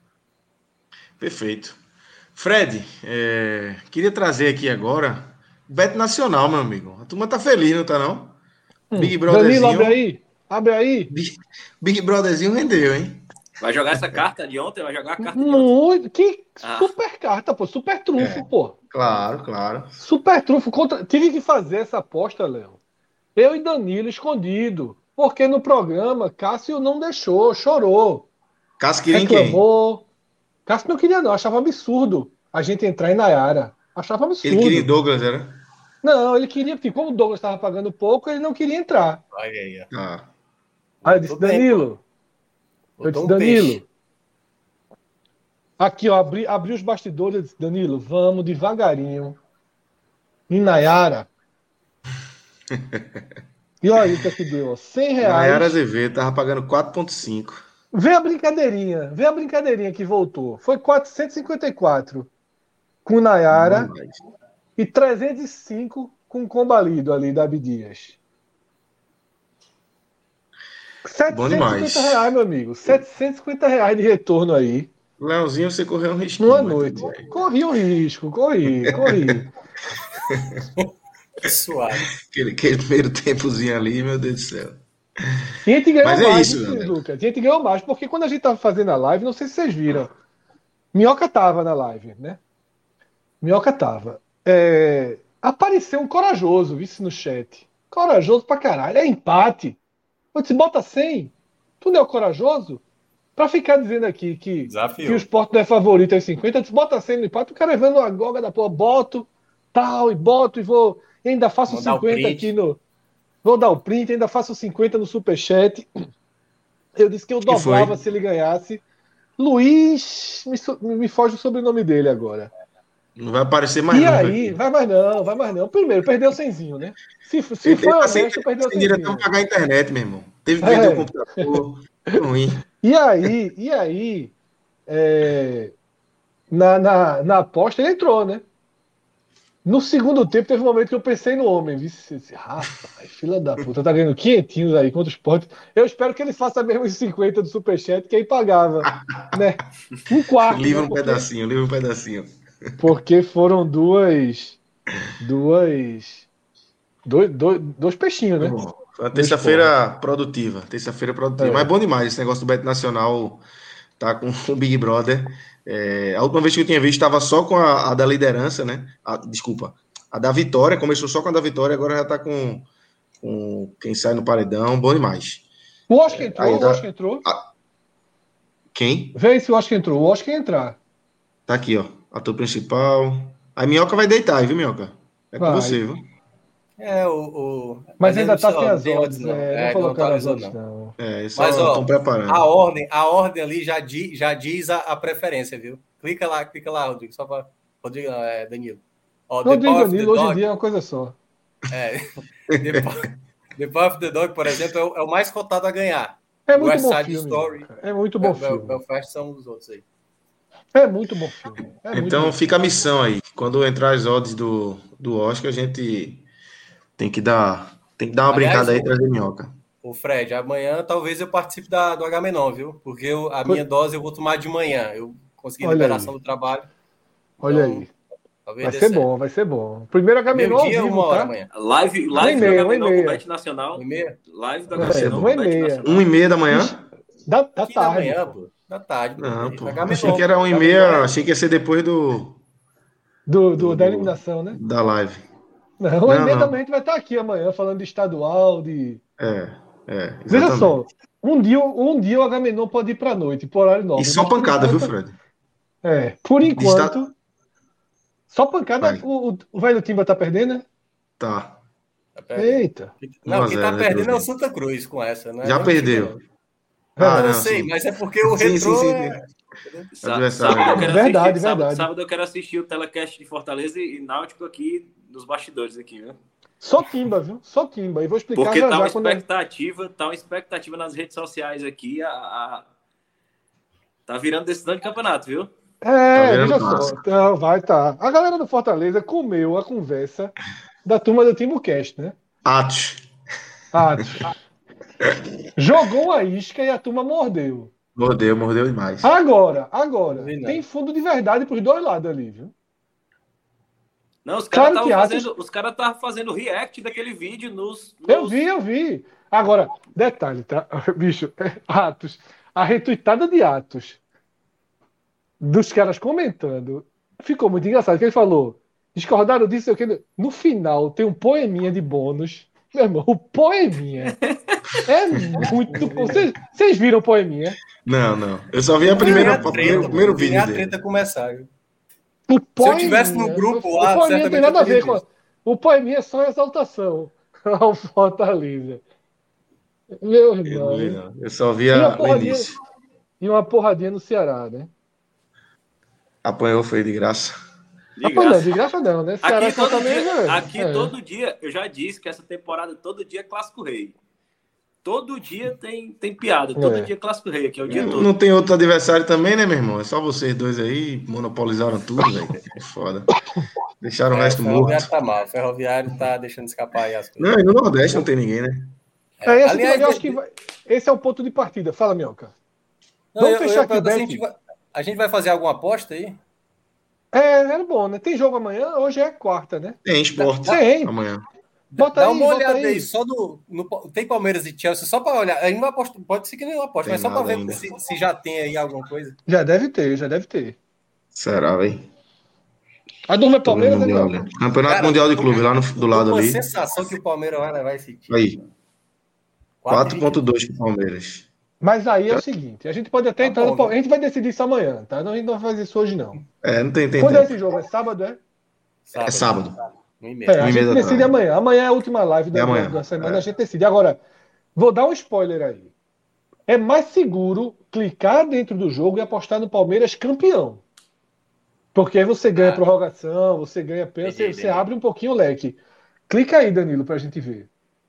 Perfeito. Fred, queria trazer aqui agora o Beto Nacional, meu amigo. A turma tá feliz, não tá não? Big Brotherzinho. Danilo, abre aí. Big Brotherzinho rendeu, hein? Vai jogar essa carta de ontem? Vai jogar a carta de ontem? Que super carta, pô. Super trunfo, pô. Claro. Super trunfo. Tive que fazer essa aposta, Léo. Eu e Danilo escondido. Porque no programa, Cássio não deixou, chorou. Cássio queria em quem? Reclamou. Cássio não queria, não. Achava absurdo a gente entrar em Nayara. Achava absurdo. Ele queria em Douglas, era? Não, ele queria, porque como o Douglas estava pagando pouco, ele não queria entrar. Olha aí, ó. Ah. Aí eu disse, Botou bem, Danilo. pô. Eu disse, Botou um Danilo. peixe. Aqui, ó, abri os bastidores. Eu disse, Danilo, vamos devagarinho. Em Nayara. E olha o que é que deu, ó, R$100. Nayara Azevedo tava pagando 4,5. Vê a brincadeirinha que voltou. Foi 454 com Nayara e 305 com o Combalido ali da Abdias. Bom R$750, demais. meu amigo. R$750 de retorno aí. Leãozinho, você correu um risquinho. Numa mas noite. tudo bem. Corri um risco, corri. Que suave. Aquele primeiro tempozinho ali, meu Deus do céu. E a gente ganhou Mas é mais, isso, viu, galera. Lucas? A gente ganhou mais, porque quando a gente tava fazendo a live, não sei se vocês viram. Minhoca tava na live, né? Minhoca tava. Apareceu um corajoso, vice no chat. Corajoso pra caralho. É empate. Eu disse, bota 100. Tu não é o corajoso? Pra ficar dizendo aqui que Desafio. o Sport não é favorito aos 50, eu disse, bota 100 no empate. O cara vendo uma goga da porra, boto, tal, e boto, e vou. E ainda faço Mandar o 50 print. aqui no. Vou dar o print, ainda faço 50 no superchat. Eu disse que eu Quem foi? dobrava se ele ganhasse. Luiz. Me foge o sobrenome dele agora. Não vai aparecer mais E nunca aí, aqui. vai mais não. Primeiro, perdeu o cenzinho, né? Se Ele foi tá sem honesto, perdeu o dinheiro até cenzinho. pra pagar a internet, meu irmão. Teve que vender o É. computador. Ruim. E aí, na aposta ele entrou, né? No segundo tempo teve um momento que eu pensei no homem. Disse, rapaz, filha da puta, tá ganhando 500 aí contra o Sport. Eu espero que ele faça mesmo os 50 do Superchat, que aí pagava, né? Um quarto, Livra né? um pedacinho, livra um pedacinho. Porque foram dois peixinhos, né? Bom, foi uma terça-feira produtiva. Terça-feira produtiva. É. Mas bom demais esse negócio do Bet Nacional tá com o Big Brother. A última vez que eu tinha visto estava só com a da liderança, né? Desculpa. A da vitória. Começou só com a da vitória, agora já tá com quem sai no paredão. Bom demais. O Oscar entrou, aí o Oscar entrou. Quem? Vê se o Oscar entrou. O Oscar ia entrar. Tá aqui, ó. Ator principal. A Minhoca vai deitar aí, viu, Minhoca? É com Vai. você, viu? Mas ainda ele tá só sem não as tem odds, odds, não. né? Não Não colocaram as atualizou, odds, não. Eles Mas, só ó, estão preparando. a ordem ali já diz a preferência, viu? Clica lá, Rodrigo, só para Rodrigo, Danilo. Ó, Rodrigo The Power of the Danilo, hoje em Dog, dia é uma coisa só. The Power of the Dog, por exemplo, é o mais cotado a ganhar. É muito West bom Side filme. Story. É muito bom filme. Belfast são os outros aí. É muito bom filme. É muito Então bom fica a missão aí. Quando entrar as odds do Oscar, a gente tem que dar uma Aliás, brincada aí e trazer Minhoca. O Fred, amanhã talvez eu participe do H-Menon, viu? Porque a minha dose eu vou tomar de manhã. Eu consegui Olha liberação aí. do trabalho. Olha Então, aí. talvez Vai dê ser certo. bom, vai ser bom. Primeiro H-Menon ao Meio-dia, vivo, 1 hora tá? amanhã. Live do Uma e meia. Agamenon com Bet Nacional. 1h30? Live do É, Agamenon uma com e Bet meia. Nacional. 1h30 da manhã? Da Aqui da tarde. manhã, Pô. pô. Da tarde. Não, pô. Agamenon. Achei que era 1h30. Agamenon Achei que ia ser depois Da eliminação, né? da live. Não, Não, 1h30 da não. manhã a gente vai estar aqui amanhã falando de estadual, de. Veja Exatamente. só, um dia o Agamenon pode ir pra noite, por horário nobre. E só mas por pancada, viu, enquanto- Fred? Por De enquanto, só pancada. Vai. O velho Timba tá perdendo, né? Tá. Tá perdendo. Eita. Não, quem 1 a 0, tá né, perdendo é o Cruz? Santa Cruz com essa, né? Já Nem o perdeu. time, não. Ah, Eu não, sei, sim. mas é porque o Sim, retrô sim. é... Adversário. Sábado eu quero Verdade, assistir, verdade. sábado eu quero assistir o telecast de Fortaleza e Náutico aqui nos bastidores aqui, viu? Só Timba, viu? Só Timba. E vou explicar Porque já tá uma quando. expectativa nas redes sociais aqui, tá virando decisão de campeonato, viu? virando Veja clássico. só. Então, vai tá. A galera do Fortaleza comeu a conversa da turma do TimbuCast, né? Atos. Jogou a isca e a turma mordeu. Mordeu demais. Agora, vi, não. tem fundo de verdade pros dois lados ali, viu? Não, os Claro caras que estavam fazendo react daquele vídeo nos... Eu vi. Agora, detalhe, tá? Bicho, Atos. A retuitada de Atos dos caras comentando ficou muito engraçado. Que ele falou, discordaram disso, sei o que. No final, tem um poeminha de bônus. Meu irmão, o poeminha é muito bom. Vocês viram o poeminha? Não. Eu só vi a primeiro vídeo a dele. treta começar. Se eu tivesse no grupo lá, o Poeminha não tem nada a ver com... visto. O Poeminha é só exaltação ao Fortaleza. Meu irmão. Eu só vi o início. E uma porradinha no Ceará, né? Apanhou, foi de graça. De graça não, né? Ceará todo dia, eu já disse que essa temporada, todo dia é Clássico Rei. Todo dia tem piada, todo dia é Clássico Rei, aqui é o dia todo. Não tem outro adversário também, né, meu irmão? É só vocês dois aí, monopolizaram tudo, velho. É foda. Deixaram o resto morto. O Ferroviário tá mal, o Ferroviário tá deixando escapar aí as coisas. Não, e no Nordeste não tem ninguém, né? Aliás, eu acho que esse é o ponto de partida. Fala, Minhoca. Vamos fechar aqui o bet. A gente vai fazer alguma aposta aí? É bom, né? Tem jogo amanhã? Hoje é quarta, né? Tem esporte amanhã. Dá uma olhada aí. Só tem Palmeiras e Chelsea, só para olhar. Aí não aposto, pode ser que nem aposto, mas só para ver se já tem aí alguma coisa. Já deve ter. Será, velho? A turma é Palmeiras, né? Campeonato Mundial de Clube, lá do lado ali. Uma sensação que o Palmeiras vai levar esse time. Aí. 4,2 pro Palmeiras. Mas aí é o seguinte, a gente pode até entrar no Palmeiras. A gente vai decidir isso amanhã, tá? A gente não vai fazer isso hoje, não. Não tem Quando é esse jogo? É sábado, é? É sábado. A gente decide amanhã. Amanhã é a última live da semana, a gente decide. Agora, vou dar um spoiler aí. É mais seguro clicar dentro do jogo e apostar no Palmeiras campeão. Porque aí você ganha prorrogação, você ganha pênalti, você abre um pouquinho o leque. Clica aí, Danilo, pra gente ver.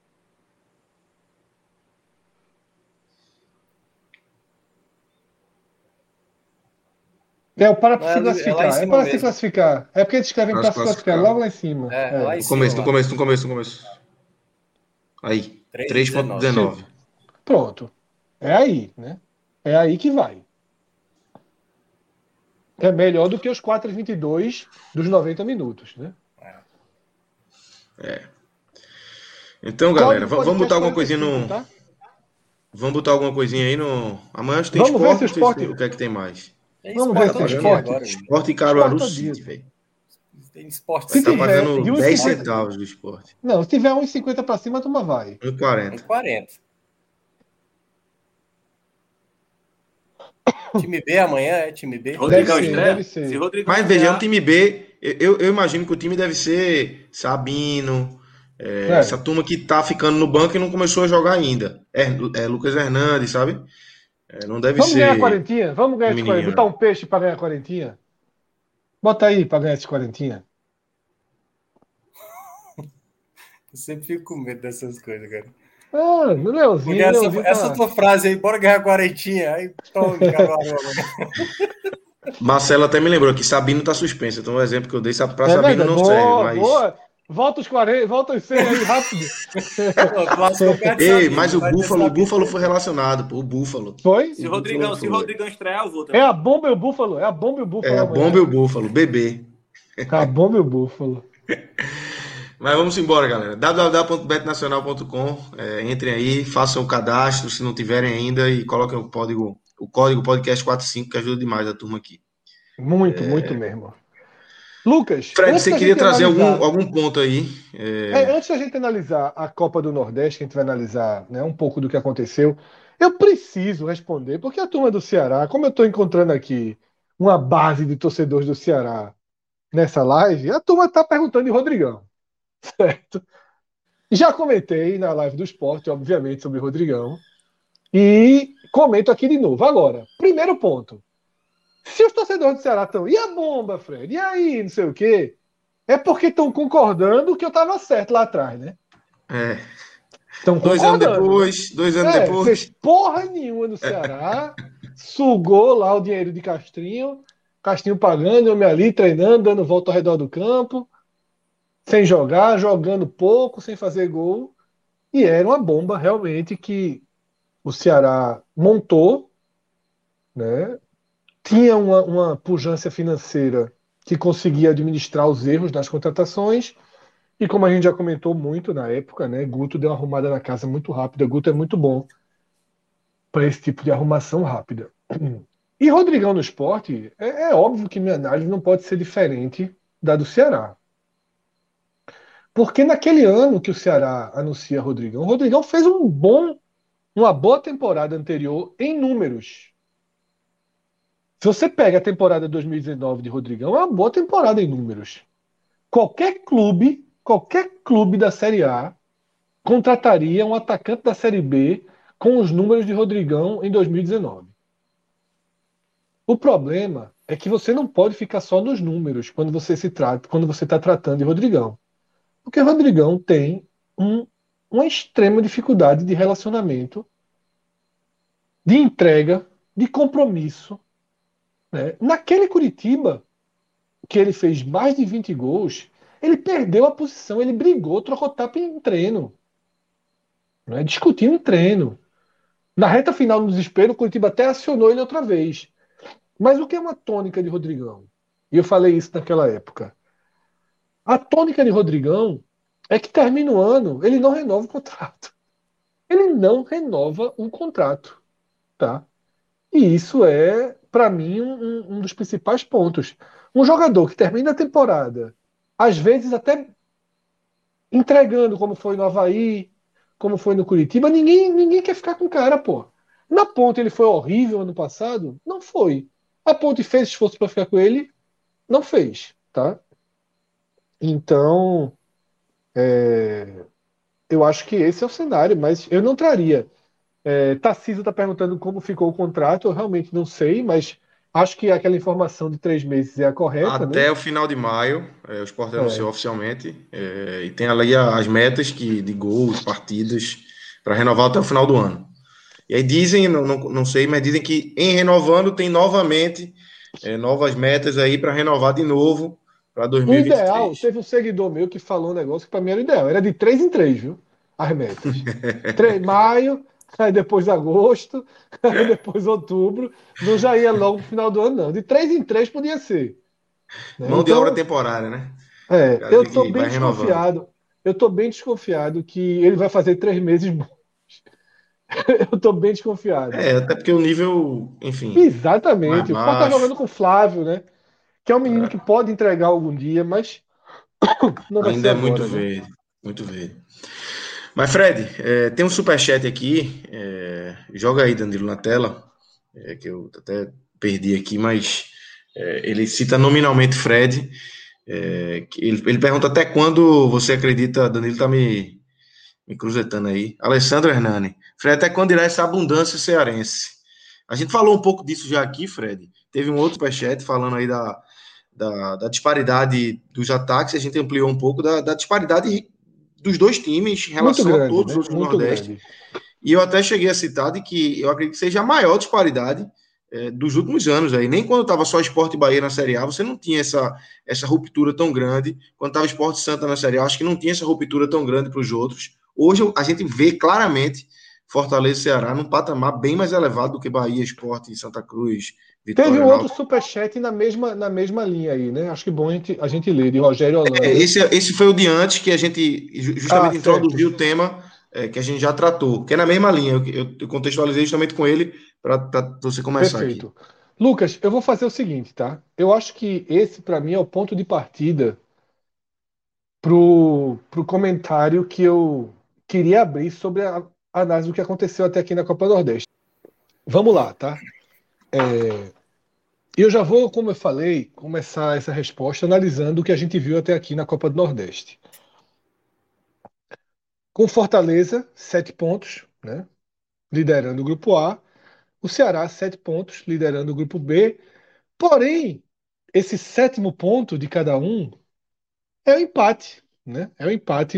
É o para se classificar. É para se classificar. É porque eles escrevem para se classificar logo lá em cima. Lá em cima. No começo. Aí. 3,19. Pronto. É aí, né? É aí que vai. É melhor do que os 4,22 dos 90 minutos, né? Então, galera, vamos botar alguma coisinha no... Tá? Vamos botar alguma coisinha aí no... Amanhã acho que tem esporte. Ver se esporte... O que é que tem mais? Vamos ver se tem esporte. Esporte e Caruaru City, velho. Tem esporte. Você tá pagando 10 centavos do esporte. Não, se tiver 1,50 para cima, a turma vai. 1,40. Time B amanhã é time B? Rodrigão deve ser. Mas veja, um time B, eu imagino que o time deve ser Sabino, essa turma que tá ficando no banco e não começou a jogar ainda. Lucas Hernandes, sabe? Não deve Vamos ser. Ganhar a quarentinha? Vamos ganhar esse quarentinha. Botar um peixe para ganhar a quarentinha? Bota aí para ganhar esse quarentinha. Eu sempre fico com medo dessas coisas, cara. No Leozinho. Essa tua frase aí, bora ganhar a quarentinha. Aí, toma, Marcelo até me lembrou que Sabino tá suspenso. Então, o exemplo que eu dei para Sabino não serve. Mas... Boa. Volta os 40, volta os 100 aí rápido. Ei, mas o Búfalo foi relacionado, pô. O Búfalo. Foi? Se o Rodrigão estrear, eu vou também. É a bomba e o Búfalo. É a bomba e o Búfalo, bebê. A bomba e o Búfalo. Mas vamos embora, galera. www.betnacional.com. Entrem aí, façam o cadastro, se não tiverem ainda, e coloquem o código podcast45, que ajuda demais a turma aqui. Muito mesmo. Lucas, Fred, você queria trazer algum ponto aí? Antes da gente analisar a Copa do Nordeste, que a gente vai analisar, né, um pouco do que aconteceu, eu preciso responder, porque a turma do Ceará, como eu estou encontrando aqui uma base de torcedores do Ceará nessa live, a turma está perguntando de Rodrigão, certo? Já comentei na live do Sport, obviamente, sobre Rodrigão, e comento aqui de novo. Agora, primeiro ponto. Se os torcedores do Ceará estão, e a bomba, Fred? E aí, não sei o quê? É porque estão concordando que eu estava certo lá atrás, né? Estão concordando. 2 anos depois. Fez porra nenhuma no Ceará, sugou lá o dinheiro de Castrinho pagando, eu me ali treinando, dando volta ao redor do campo, sem jogar, jogando pouco, sem fazer gol. E era uma bomba realmente que o Ceará montou, né? Tinha uma pujança financeira que conseguia administrar os erros das contratações, e como a gente já comentou muito na época, né, Guto deu uma arrumada na casa muito rápida. Guto é muito bom para esse tipo de arrumação rápida. E Rodrigão no Sport, é óbvio que minha análise não pode ser diferente da do Ceará. Porque naquele ano que o Ceará anuncia Rodrigão, o Rodrigão fez uma boa temporada anterior em números. Se você pega a temporada 2019 de Rodrigão, é uma boa temporada em números. Qualquer clube da Série A contrataria um atacante da Série B com os números de Rodrigão em 2019. O problema é que você não pode ficar só nos números quando você está tratando de Rodrigão. Porque Rodrigão tem uma extrema dificuldade de relacionamento, de entrega, de compromisso, né? Naquele Curitiba, que ele fez mais de 20 gols, ele perdeu a posição, ele brigou, trocou tapa em treino, né? Discutindo em treino. Na reta final, no desespero, o Curitiba até acionou ele outra vez. Mas o que é uma tônica de Rodrigão? E eu falei isso naquela época. A tônica de Rodrigão é que termina o ano, ele não renova o contrato. Ele não renova um contrato, tá? E isso é, para mim, um dos principais pontos. Um jogador que termina a temporada, às vezes até entregando, como foi no Avaí, como foi no Curitiba, ninguém quer ficar com o cara, pô. Na Ponte ele foi horrível ano passado? Não foi. A Ponte fez esforço para ficar com ele? Não fez, tá? Então, eu acho que esse é o cenário, mas eu não traria. Tarcísio está perguntando como ficou o contrato, eu realmente não sei, mas acho que aquela informação de 3 meses é a correta, né? Até o final de maio, o Sport É. anunciou oficialmente, e tem ali as metas de gols, partidas, para renovar até o final do ano. E aí dizem, não sei, mas dizem que em renovando tem novamente novas metas aí para renovar de novo para O ideal, 2023. teve um seguidor meu que falou um negócio que para mim era o ideal, era de 3 em 3, viu? As metas. 3 maio, aí depois agosto, aí depois outubro, não já ia logo pro final do ano, não. De 3 em 3 podia ser, né? Mão de obra Então, temporária, né? O cara eu diz tô que bem vai renovando. desconfiado. Eu tô bem desconfiado que ele vai fazer 3 meses bons. Eu tô bem desconfiado. Até porque o nível, enfim, mais Exatamente. O Sport tá baixo. jogando com o Flávio, né? Que é um menino que pode entregar algum dia, mas não vai ser Ainda é muito agora, né? verde, muito verde. Mas, Fred, tem um superchat aqui. Joga aí, Danilo, na tela. Que eu até perdi aqui, mas ele cita nominalmente Fred. Que ele pergunta até quando você acredita. Danilo tá me cruzetando aí. Alessandro Hernani. Fred, até quando irá essa abundância cearense? A gente falou um pouco disso já aqui, Fred. Teve um outro superchat falando aí da disparidade dos ataques. A gente ampliou um pouco da disparidade dos dois times em Muito relação a grande, todos os né? outros do Muito Nordeste. grande. E eu até cheguei a citar de que eu acredito que seja a maior disparidade dos últimos anos aí. Nem quando estava só Sport e Bahia na Série A, você não tinha essa ruptura tão grande. Quando estava Sport e Santa na Série A, acho que não tinha essa ruptura tão grande para os outros. Hoje a gente vê claramente Fortaleza e Ceará num patamar bem mais elevado do que Bahia, Sport e Santa Cruz, Teve Vitória, um outro Náutico. superchat na mesma linha aí, né? Acho que bom a gente ler, de Rogério Holanda. Esse foi o de antes que a gente Ah, justamente certo. introduziu o tema que a gente já tratou, que é na mesma linha. Eu contextualizei justamente com ele para você começar aqui. Perfeito. Lucas, eu vou fazer o seguinte, tá? Eu acho que esse, para mim, é o ponto de partida pro comentário que eu queria abrir sobre a análise do que aconteceu até aqui na Copa do Nordeste. Vamos lá, tá? Eu já vou, como eu falei, começar essa resposta analisando o que a gente viu até aqui na Copa do Nordeste. Com Fortaleza, 7 pontos, né? Liderando o grupo A. O Ceará, 7 pontos, liderando o grupo B. Porém, esse sétimo ponto de cada um é o empate, né? É o empate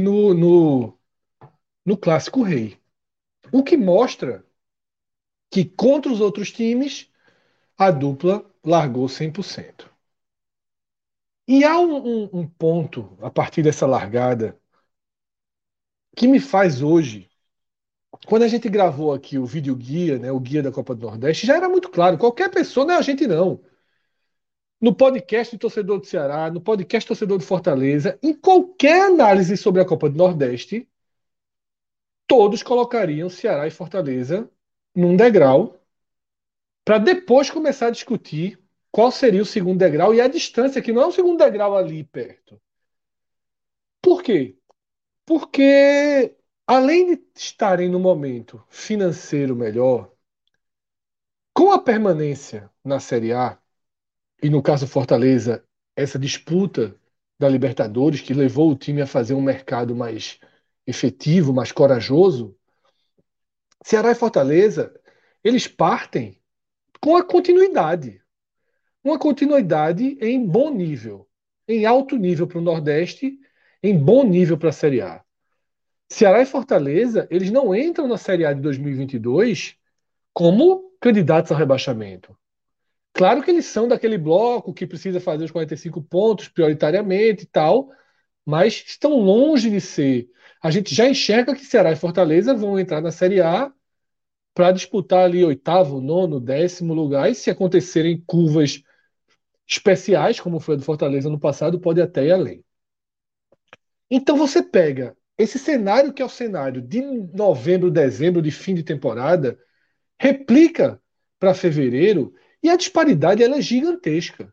no Clássico Rei. O que mostra que contra os outros times, a dupla largou 100%. E há um ponto, a partir dessa largada, que me faz hoje. Quando a gente gravou aqui o vídeo guia, né, o guia da Copa do Nordeste, já era muito claro. Qualquer pessoa, não é a gente não. No podcast do Torcedor do Ceará, no podcast Torcedor do Fortaleza, em qualquer análise sobre a Copa do Nordeste, todos colocariam Ceará e Fortaleza num degrau para depois começar a discutir qual seria o segundo degrau e a distância, que não é um segundo degrau ali perto. Por quê? Porque, além de estarem no momento financeiro melhor, com a permanência na Série A, e no caso Fortaleza, essa disputa da Libertadores, que levou o time a fazer um mercado mais efetivo, mais corajoso, Ceará e Fortaleza, eles partem com a continuidade. Uma continuidade em bom nível, em alto nível para o Nordeste, em bom nível para a Série A. Ceará e Fortaleza, eles não entram na Série A de 2022 como candidatos ao rebaixamento. Claro que eles são daquele bloco que precisa fazer os 45 pontos prioritariamente e tal, mas estão longe de ser. A gente já enxerga que Ceará e Fortaleza vão entrar na Série A para disputar ali oitavo, nono, décimo lugar, e se acontecerem curvas especiais, como foi a do Fortaleza no passado, pode até ir além. Então você pega esse cenário que é o cenário de novembro, dezembro, de fim de temporada, replica para fevereiro e a disparidade ela é gigantesca.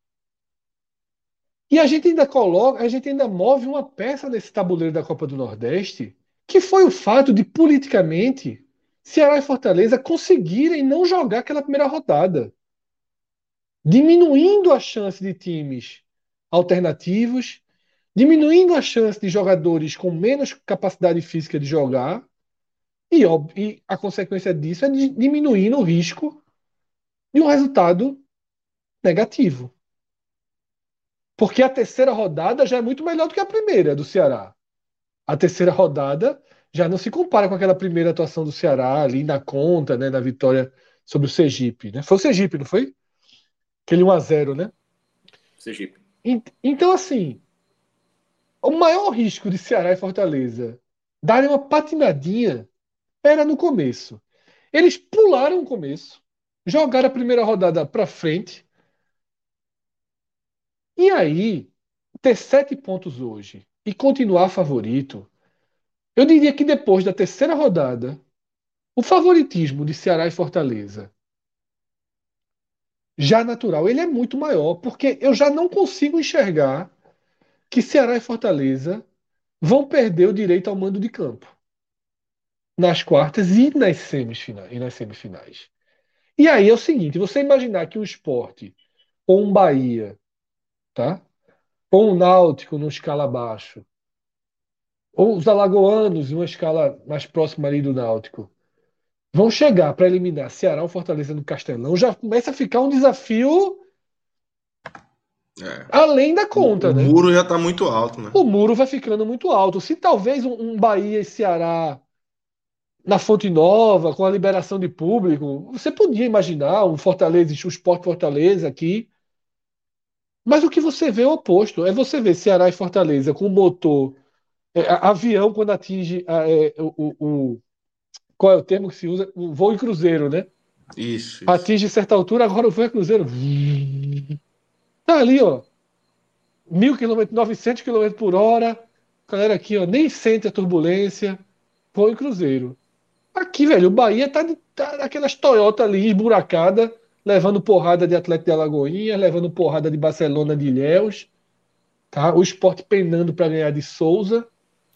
E a gente ainda coloca, a gente ainda move uma peça nesse tabuleiro da Copa do Nordeste, que foi o fato de politicamente Ceará e Fortaleza conseguirem não jogar aquela primeira rodada, diminuindo a chance de times alternativos, diminuindo a chance de jogadores com menos capacidade física de jogar, e a consequência disso é diminuindo o risco de um resultado negativo. Porque a terceira rodada já é muito melhor do que a primeira do Ceará. A terceira rodada já não se compara com aquela primeira atuação do Ceará ali na conta, né, na vitória sobre o Sergipe, né? Foi o Sergipe, não foi? Aquele 1-0, né? Sergipe. Então, assim, o maior risco de Ceará e Fortaleza darem uma patinadinha era no começo. Eles pularam o começo, jogaram a primeira rodada para frente, e aí, ter 7 pontos hoje e continuar favorito, eu diria que depois da terceira rodada, o favoritismo de Ceará e Fortaleza, já natural, ele é muito maior, porque eu já não consigo enxergar que Ceará e Fortaleza vão perder o direito ao mando de campo nas quartas e nas semifinais. E aí é o seguinte, você imaginar que o Sport ou um Bahia, tá? Ou um Náutico numa escala abaixo, ou os alagoanos em uma escala mais próxima ali do Náutico, vão chegar para eliminar Ceará ou Fortaleza no Castelão, já começa a ficar um desafio É. além da conta, O né? muro já está muito alto, né? O muro vai ficando muito alto. Se talvez um Bahia e Ceará na Fonte Nova, com a liberação de público, você podia imaginar um Fortaleza, um Sport Fortaleza aqui. Mas o que você vê é o oposto. É você ver Ceará e Fortaleza com motor, avião quando atinge qual é o termo que se usa? O voo em cruzeiro, né? Isso, isso. Atinge certa altura, agora o voo é cruzeiro. Tá ali, ó. 1.000 km, 900 km por hora. Galera aqui, ó, nem sente a turbulência. Voo em cruzeiro. Aqui, velho, o Bahia tá naquelas Toyota ali, esburacada, levando porrada de Atlético de Alagoinhas, levando porrada de Barcelona de Ilhéus, tá? O Sport penando para ganhar de Souza.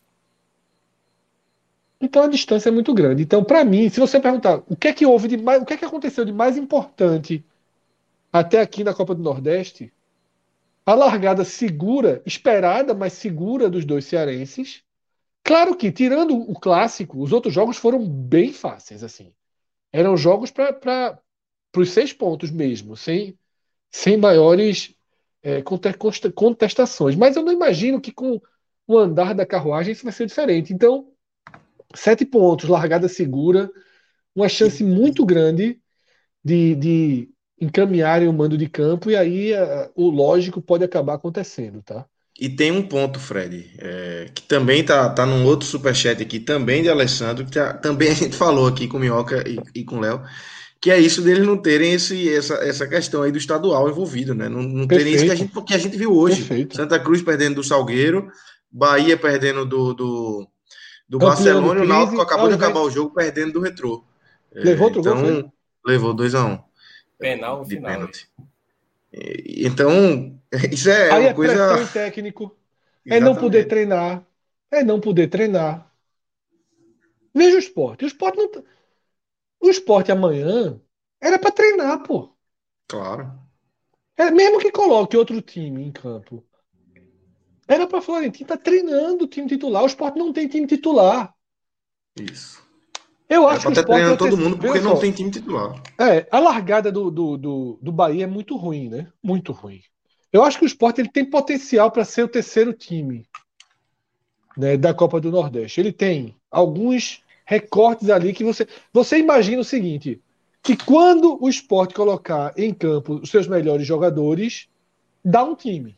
Então a distância é muito grande. Então, para mim, se você perguntar o que é que houve de mais, o que é que aconteceu de mais importante até aqui na Copa do Nordeste, a largada segura, esperada, mas segura dos dois cearenses. Claro que, tirando o clássico, os outros jogos foram bem fáceis, assim. Eram jogos para os 6 pontos mesmo, sem maiores contestações. Mas eu não imagino que com o andar da carruagem isso vai ser diferente. Então, 7 pontos, largada segura, uma chance E, muito grande de encaminharem o mando de campo, e aí o lógico pode acabar acontecendo, tá? e tem um ponto, Fred, que também tá num outro superchat aqui, também de Alessandro, que também a gente falou aqui com o Minhoca e com o Léo, que é isso deles não terem essa questão aí do estadual envolvido, né? Não terem isso Perfeito, que a gente viu hoje. perfeito. Santa Cruz perdendo do Salgueiro, Bahia perdendo do Ampliando Barcelona, e o Náutico crise, acabou ao de invés. acabar o jogo perdendo do Retrô. Levou outro gol, foi? Então, levou 2-1 Penal no de final. pênalti. Então, isso é Aí uma é coisa. pressão em técnico, é não poder Exatamente. treinar, é não poder treinar. Veja o esporte. O esporte amanhã era para treinar, pô. Claro. Mesmo que coloque outro time em campo, era para Florentino estar treinando o time titular. O Sport não tem time titular. Isso. Eu Era acho que pra o estar Sport é treinando o todo terceiro. mundo Veja porque não só, tem time titular. a largada do Bahia é muito ruim, né? Muito ruim. Eu acho que o Sport ele tem potencial para ser o terceiro time, né, da Copa do Nordeste. Ele tem alguns recortes ali que você imagina o seguinte, que quando o Sport colocar em campo os seus melhores jogadores, dá um time.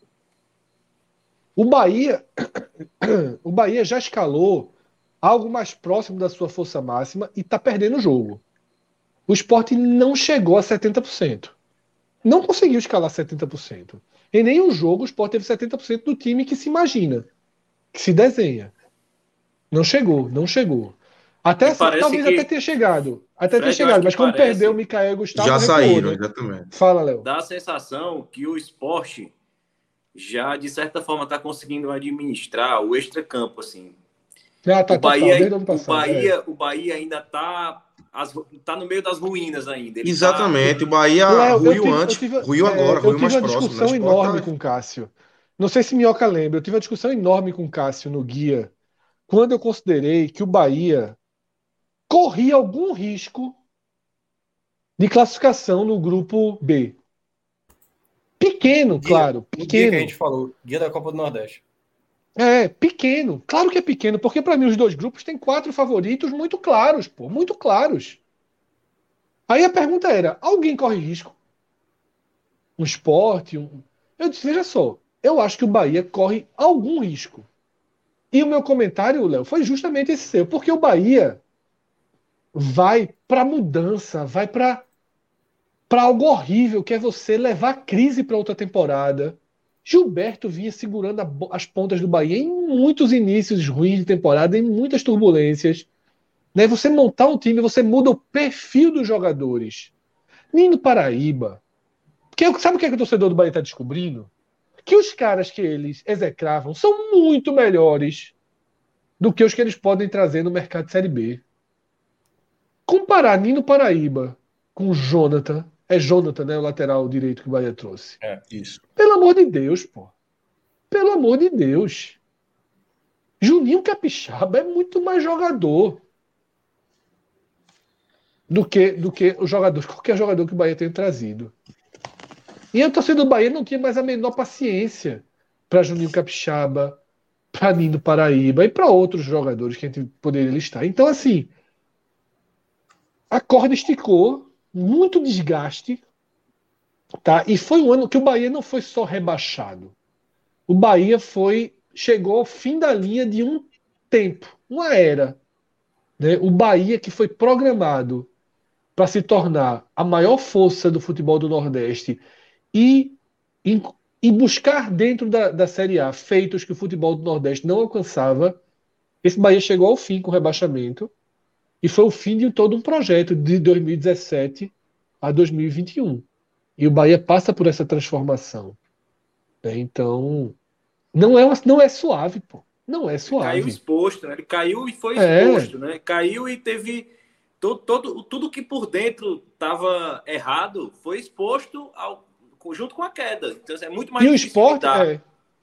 O Bahia, o Bahia já escalou algo mais próximo da sua força máxima e está perdendo o jogo. O Sport não chegou a 70%. Não conseguiu escalar 70%. Em nenhum jogo o Sport teve 70% do time que se imagina, que se desenha. Não chegou, não chegou. Me Até parece talvez até que, tenha chegado. Até tenha Fred, eu acho chegado, que mas como perdeu o parece, Mikael e o Gustavo, Já recuou, saíram, né? exatamente. Fala, Léo. dá a sensação que o esporte já, de certa forma, está conseguindo administrar o extracampo, assim. Ah, O tá total, Bahia, desde o ano o passado. Bahia, o Bahia ainda tá no meio das ruínas ainda. Ele tá. Exatamente. O Bahia Léo, ruiu antes, ruiu agora, eu ruiu tive mais uma próximo, né? O discussão Sport enorme tá. com o Cássio. Não sei se Minhoca lembra, eu tive uma discussão enorme com o Cássio no guia, quando eu considerei que o Bahia corria algum risco de classificação no grupo B. Pequeno, claro, No dia que a gente pequeno. falou, dia da Copa do Nordeste. Pequeno. Claro que é pequeno, porque para mim os dois grupos têm quatro favoritos muito claros, pô, muito claros. Aí a pergunta era: alguém corre risco? Um esporte? Eu disse, veja só, eu acho que o Bahia corre algum risco. E o meu comentário, Léo, foi justamente esse seu, porque o Bahia vai para mudança, vai para algo horrível, que é você levar a crise para outra temporada. Gilberto vinha segurando as pontas do Bahia em muitos inícios ruins de temporada, em muitas turbulências. Né? Você montar um time, você muda o perfil dos jogadores. Nino Paraíba. Sabe o que, é que o torcedor do Bahia está descobrindo? Que os caras que eles execravam são muito melhores do que os que eles podem trazer no mercado de Série B. Comparar Nino Paraíba com Jonathan. É Jonathan, né? O lateral direito que o Bahia trouxe. Isso. Pelo amor de Deus, pô. Pelo amor de Deus. Juninho Capixaba é muito mais jogador do que o jogador, qualquer jogador que o Bahia tenha trazido. E a torcida do Bahia não tinha mais a menor paciência para Juninho Capixaba, para Nino Paraíba e para outros jogadores que a gente poderia listar. Então, assim, a corda esticou, muito desgaste, tá? E foi um ano que o Bahia não foi só rebaixado. O Bahia chegou ao fim da linha de um tempo, uma era, né? O Bahia que foi programado para se tornar a maior força do futebol do Nordeste e, em- e buscar dentro da Série A feitos que o futebol do Nordeste não alcançava, esse Bahia chegou ao fim com o rebaixamento e foi o fim de todo um projeto de 2017 a 2021. E o Bahia passa por essa transformação, né? Então, não é suave, pô. Não é Ele caiu suave. exposto, né? Ele caiu e foi É. exposto, né? Caiu e teve tudo que por dentro estava errado foi exposto junto com a queda. Então é muito E mais o difícil esporte, lidar.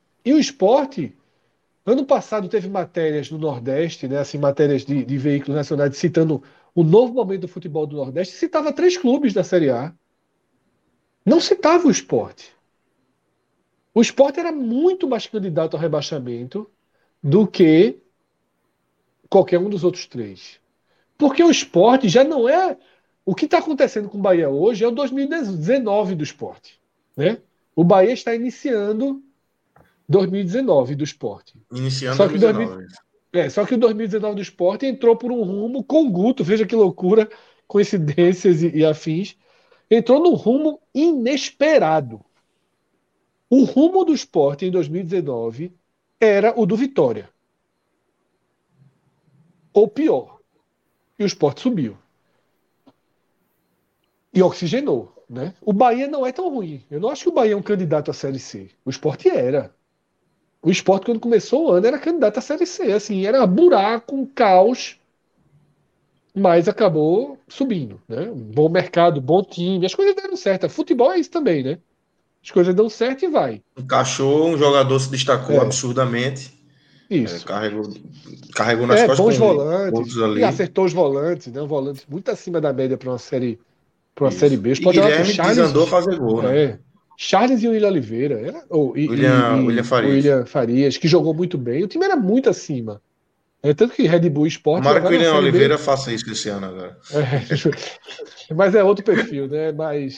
ano passado teve matérias no Nordeste, né, assim, matérias de veículos nacionais citando o novo momento do futebol do Nordeste, citava três clubes da Série A. Não citava o esporte. O esporte era muito mais candidato ao rebaixamento do que qualquer um dos outros três. Porque o esporte já não é. O que está acontecendo com o Bahia hoje é o 2019 do esporte. Né? O Bahia está iniciando 2019 do esporte. Iniciando Só que, 2019. só que o 2019 do esporte entrou por um rumo com o Guto, veja que loucura, coincidências e afins. Entrou num rumo inesperado. O rumo do esporte em 2019 era o do Vitória. Ou pior. E o esporte subiu. E oxigenou. Né? O Bahia não é tão ruim. Eu não acho que o Bahia é um candidato à Série C. O esporte era. O esporte, quando começou o ano, era candidato à Série C. Assim, era buraco, um caos, mas acabou subindo. Né? Um bom mercado, bom time. As coisas deram certo. Futebol é isso também, né? as coisas dão certo e vai. Encaixou, um jogador se destacou absurdamente. Isso. Carregou nas costas bons com volantes. pontos ali. E acertou os volantes, né? Um volante muito acima da média para uma série B. E Guilherme desandou a fazer gol, né? Charles e o William Oliveira. William Farias. O William Farias, que jogou muito bem. O time era muito acima. Tanto que Red Bull Sport. Tomara que o William Oliveira faça isso esse ano agora. Mas é outro perfil, né? Mas.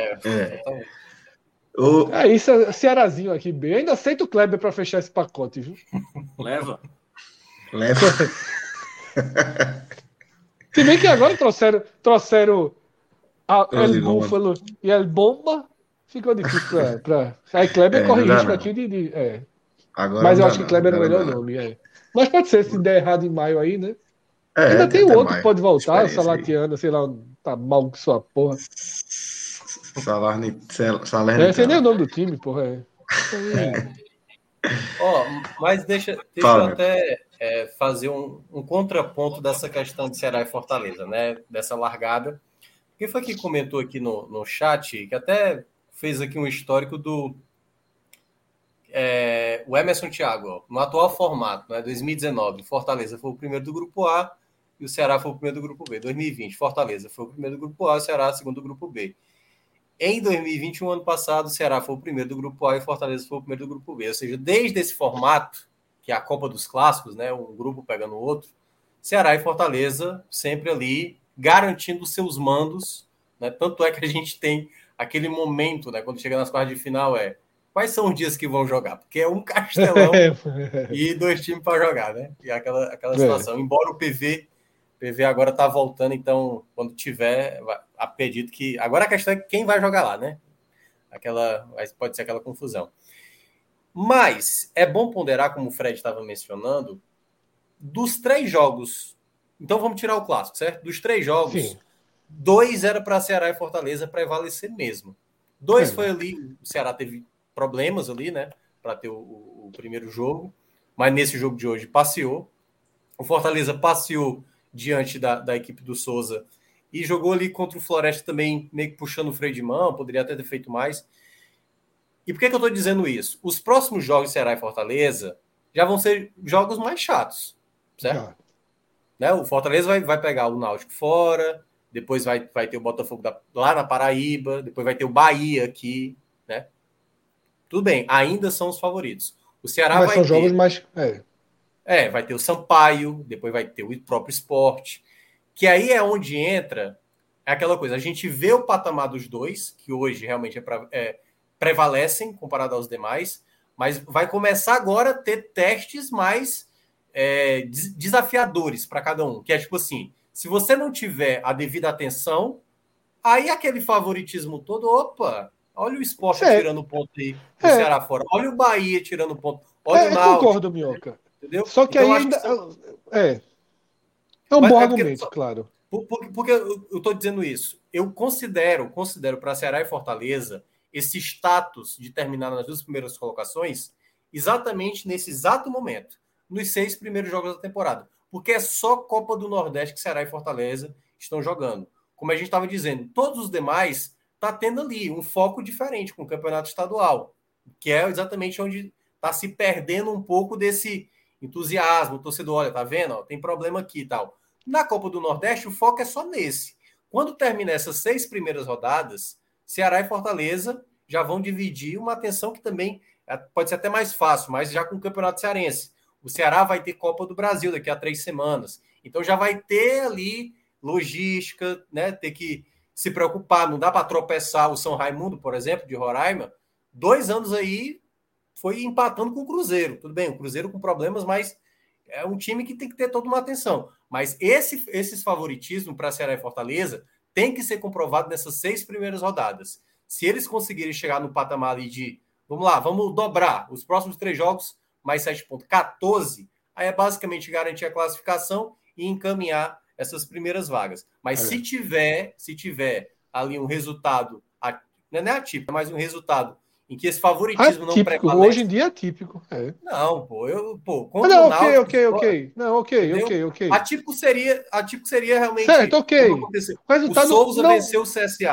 É isso, Cearazinho aqui bem. Ainda aceito o Kleber para fechar esse pacote, viu? Leva. Se bem que agora trouxeram El Búfalo e El Bomba, ficou difícil para. Aí Kleber corre risco aqui de. Mas eu acho que Kleber é o melhor nome. Mas pode ser, se der errado em maio aí, né? Ainda tem o outro que pode voltar, o Salatiano, sei lá, tá mal com sua porra. Salernitano. Sei nem o nome do time, porra. Mas deixa eu até fazer um contraponto dessa questão de Ceará e Fortaleza, né? Dessa largada. Quem foi que comentou aqui no chat, que até fez aqui um histórico do o Emerson Thiago, no atual formato, né? 2019, Fortaleza foi o primeiro do grupo A e o Ceará foi o primeiro do grupo B. 2020, Fortaleza foi o primeiro do grupo A e o Ceará o segundo do grupo B. Em 2021, ano passado, o Ceará foi o primeiro do grupo A e Fortaleza foi o primeiro do grupo B. Ou seja, desde esse formato, que é a Copa dos Clássicos, né, um grupo pegando o outro, Ceará e Fortaleza sempre ali garantindo seus mandos, né? Tanto é que a gente tem aquele momento, né, quando chega nas quartas de final, quais são os dias que vão jogar? Porque é um Castelão e 2 times para jogar, né? E aquela situação. Embora o PV agora está voltando, então, quando tiver, acredito que... Agora a questão é quem vai jogar lá, né? Pode ser aquela confusão. Mas é bom ponderar, como o Fred estava mencionando, dos 3 jogos... Então vamos tirar o clássico, certo? Dos 3 jogos, sim, 2 era para Ceará e Fortaleza prevalecer mesmo. 2 foi ali, o Ceará teve problemas ali, né? Para ter o primeiro jogo, mas nesse jogo de hoje passeou. O Fortaleza passeou diante da equipe do Souza e jogou ali contra o Floresta também, meio que puxando o freio de mão, poderia até ter feito mais. E por que eu estou dizendo isso? Os próximos jogos de Ceará e Fortaleza já vão ser jogos mais chatos, certo? Né? O Fortaleza vai pegar o Náutico fora, depois vai ter o Botafogo lá na Paraíba, depois vai ter o Bahia aqui, né? Tudo bem, ainda são os favoritos. O Ceará mas são jogos mais... vai ter o Sampaio, depois vai ter o próprio Sport, que aí é onde entra aquela coisa. A gente vê o patamar dos dois, que hoje realmente prevalecem comparado aos demais, mas vai começar agora a ter testes mais desafiadores para cada um, que é tipo assim, se você não tiver a devida atenção, aí aquele favoritismo todo, opa, olha o Sport tirando ponto aí do Ceará fora, olha o Bahia tirando ponto, olha o Náutico. Concordo, Minhoca. Entendeu? Só que então, aí ainda... É um bom argumento, claro. Porque eu estou dizendo isso. Eu considero para Ceará e Fortaleza esse status de terminar nas 2 primeiras colocações exatamente nesse exato momento, nos 6 primeiros jogos da temporada. Porque é só Copa do Nordeste que Ceará e Fortaleza estão jogando. Como a gente estava dizendo, todos os demais tá tendo ali um foco diferente com o campeonato estadual, que é exatamente onde está se perdendo um pouco desse entusiasmo, o torcedor, olha, tá vendo? Ó, tem problema aqui e tal. Na Copa do Nordeste, o foco é só nesse. Quando termina essas 6 primeiras rodadas, Ceará e Fortaleza já vão dividir uma atenção que também pode ser até mais fácil, mas já com o Campeonato Cearense. O Ceará vai ter Copa do Brasil daqui a 3 semanas. Então já vai ter ali logística, né? Ter que se preocupar. Não dá para tropeçar o São Raimundo, por exemplo, de Roraima. 2 anos aí foi empatando com o Cruzeiro. Tudo bem, o Cruzeiro com problemas, mas é um time que tem que ter toda uma atenção. Mas esses favoritismos para Ceará e Fortaleza tem que ser comprovado nessas 6 primeiras rodadas. Se eles conseguirem chegar no patamar ali de, vamos lá, vamos dobrar os próximos 3 jogos, mais 7 pontos, 14, aí é basicamente garantir a classificação e encaminhar essas primeiras vagas. Mas se tiver ali um resultado, não é atípico, mas um resultado em que esse favoritismo não prevalece. Hoje em dia é atípico. Não, contra o Náutico... ok. Não, ok. Atípico seria realmente... Certo, ok. O Souza venceu o CSA.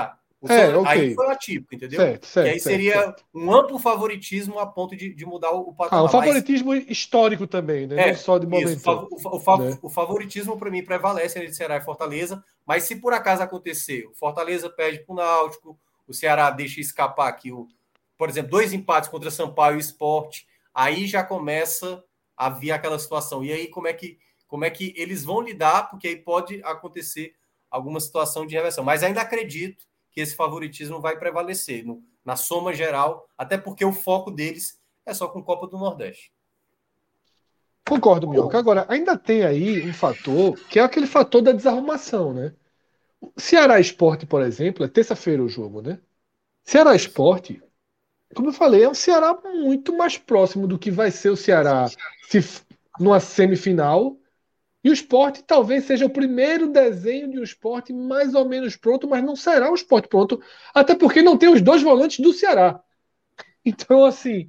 Aí foi atípico, entendeu? Certo, que aí seria um amplo favoritismo a ponto de mudar o patamar. O favoritismo histórico também, né? Não só de momento. O favoritismo, para mim, prevalece entre Ceará e Fortaleza, mas se por acaso acontecer, o Fortaleza perde para o Náutico, o Ceará deixa escapar aqui, por exemplo, 2 empates contra Sampaio e Sport, aí já começa a vir aquela situação. E aí, como é que eles vão lidar? Porque aí pode acontecer alguma situação de reversão. Mas ainda acredito que esse favoritismo vai prevalecer na soma geral, até porque o foco deles é só com Copa do Nordeste. Concordo, Minhoca. Agora, ainda tem aí um fator, que é aquele fator da desarrumação, né? Ceará Sport, por exemplo, é terça-feira o jogo, né? Ceará Sport, como eu falei, é um Ceará muito mais próximo do que vai ser o Ceará numa semifinal. E o Sport talvez seja o primeiro desenho de um Sport mais ou menos pronto, mas não será um Sport pronto, até porque não tem os 2 volantes do Ceará. Então, assim,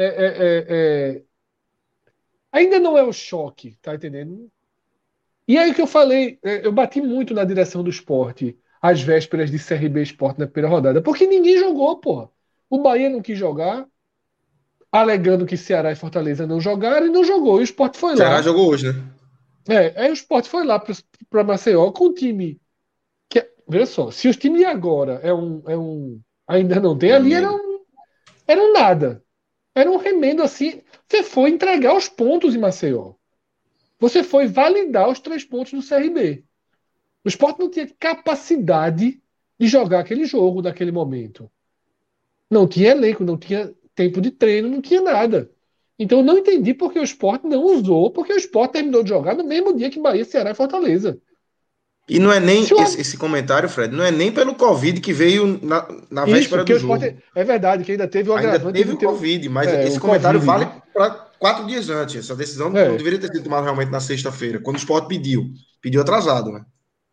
ainda não é o choque, tá entendendo? E aí que eu falei, eu bati muito na direção do Sport às vésperas de CRB Sport na primeira rodada, porque ninguém jogou, porra. O Bahia não quis jogar, alegando que Ceará e Fortaleza não jogaram, e não jogou. E o Sport foi lá. Ceará jogou hoje, né? Aí o Sport foi lá para Maceió com um time que, veja só, se os times de agora ainda não tem, ali era um nada. Era um remendo assim. Você foi entregar os pontos em Maceió. Você foi validar os 3 pontos do CRB. O Sport não tinha capacidade de jogar aquele jogo naquele momento. Não tinha elenco, não tinha tempo de treino, não tinha nada. Então eu não entendi porque o Sport não usou, porque o Sport terminou de jogar no mesmo dia que Bahia, Ceará e Fortaleza. E não é nem esse comentário, Fred, não é nem pelo Covid que veio na véspera do jogo. É verdade, que ainda teve o agravante. Ainda teve o Covid, mas esse comentário COVID, vale para 4 dias antes. Essa decisão não deveria ter sido tomada realmente na sexta-feira, quando o Sport pediu atrasado, né?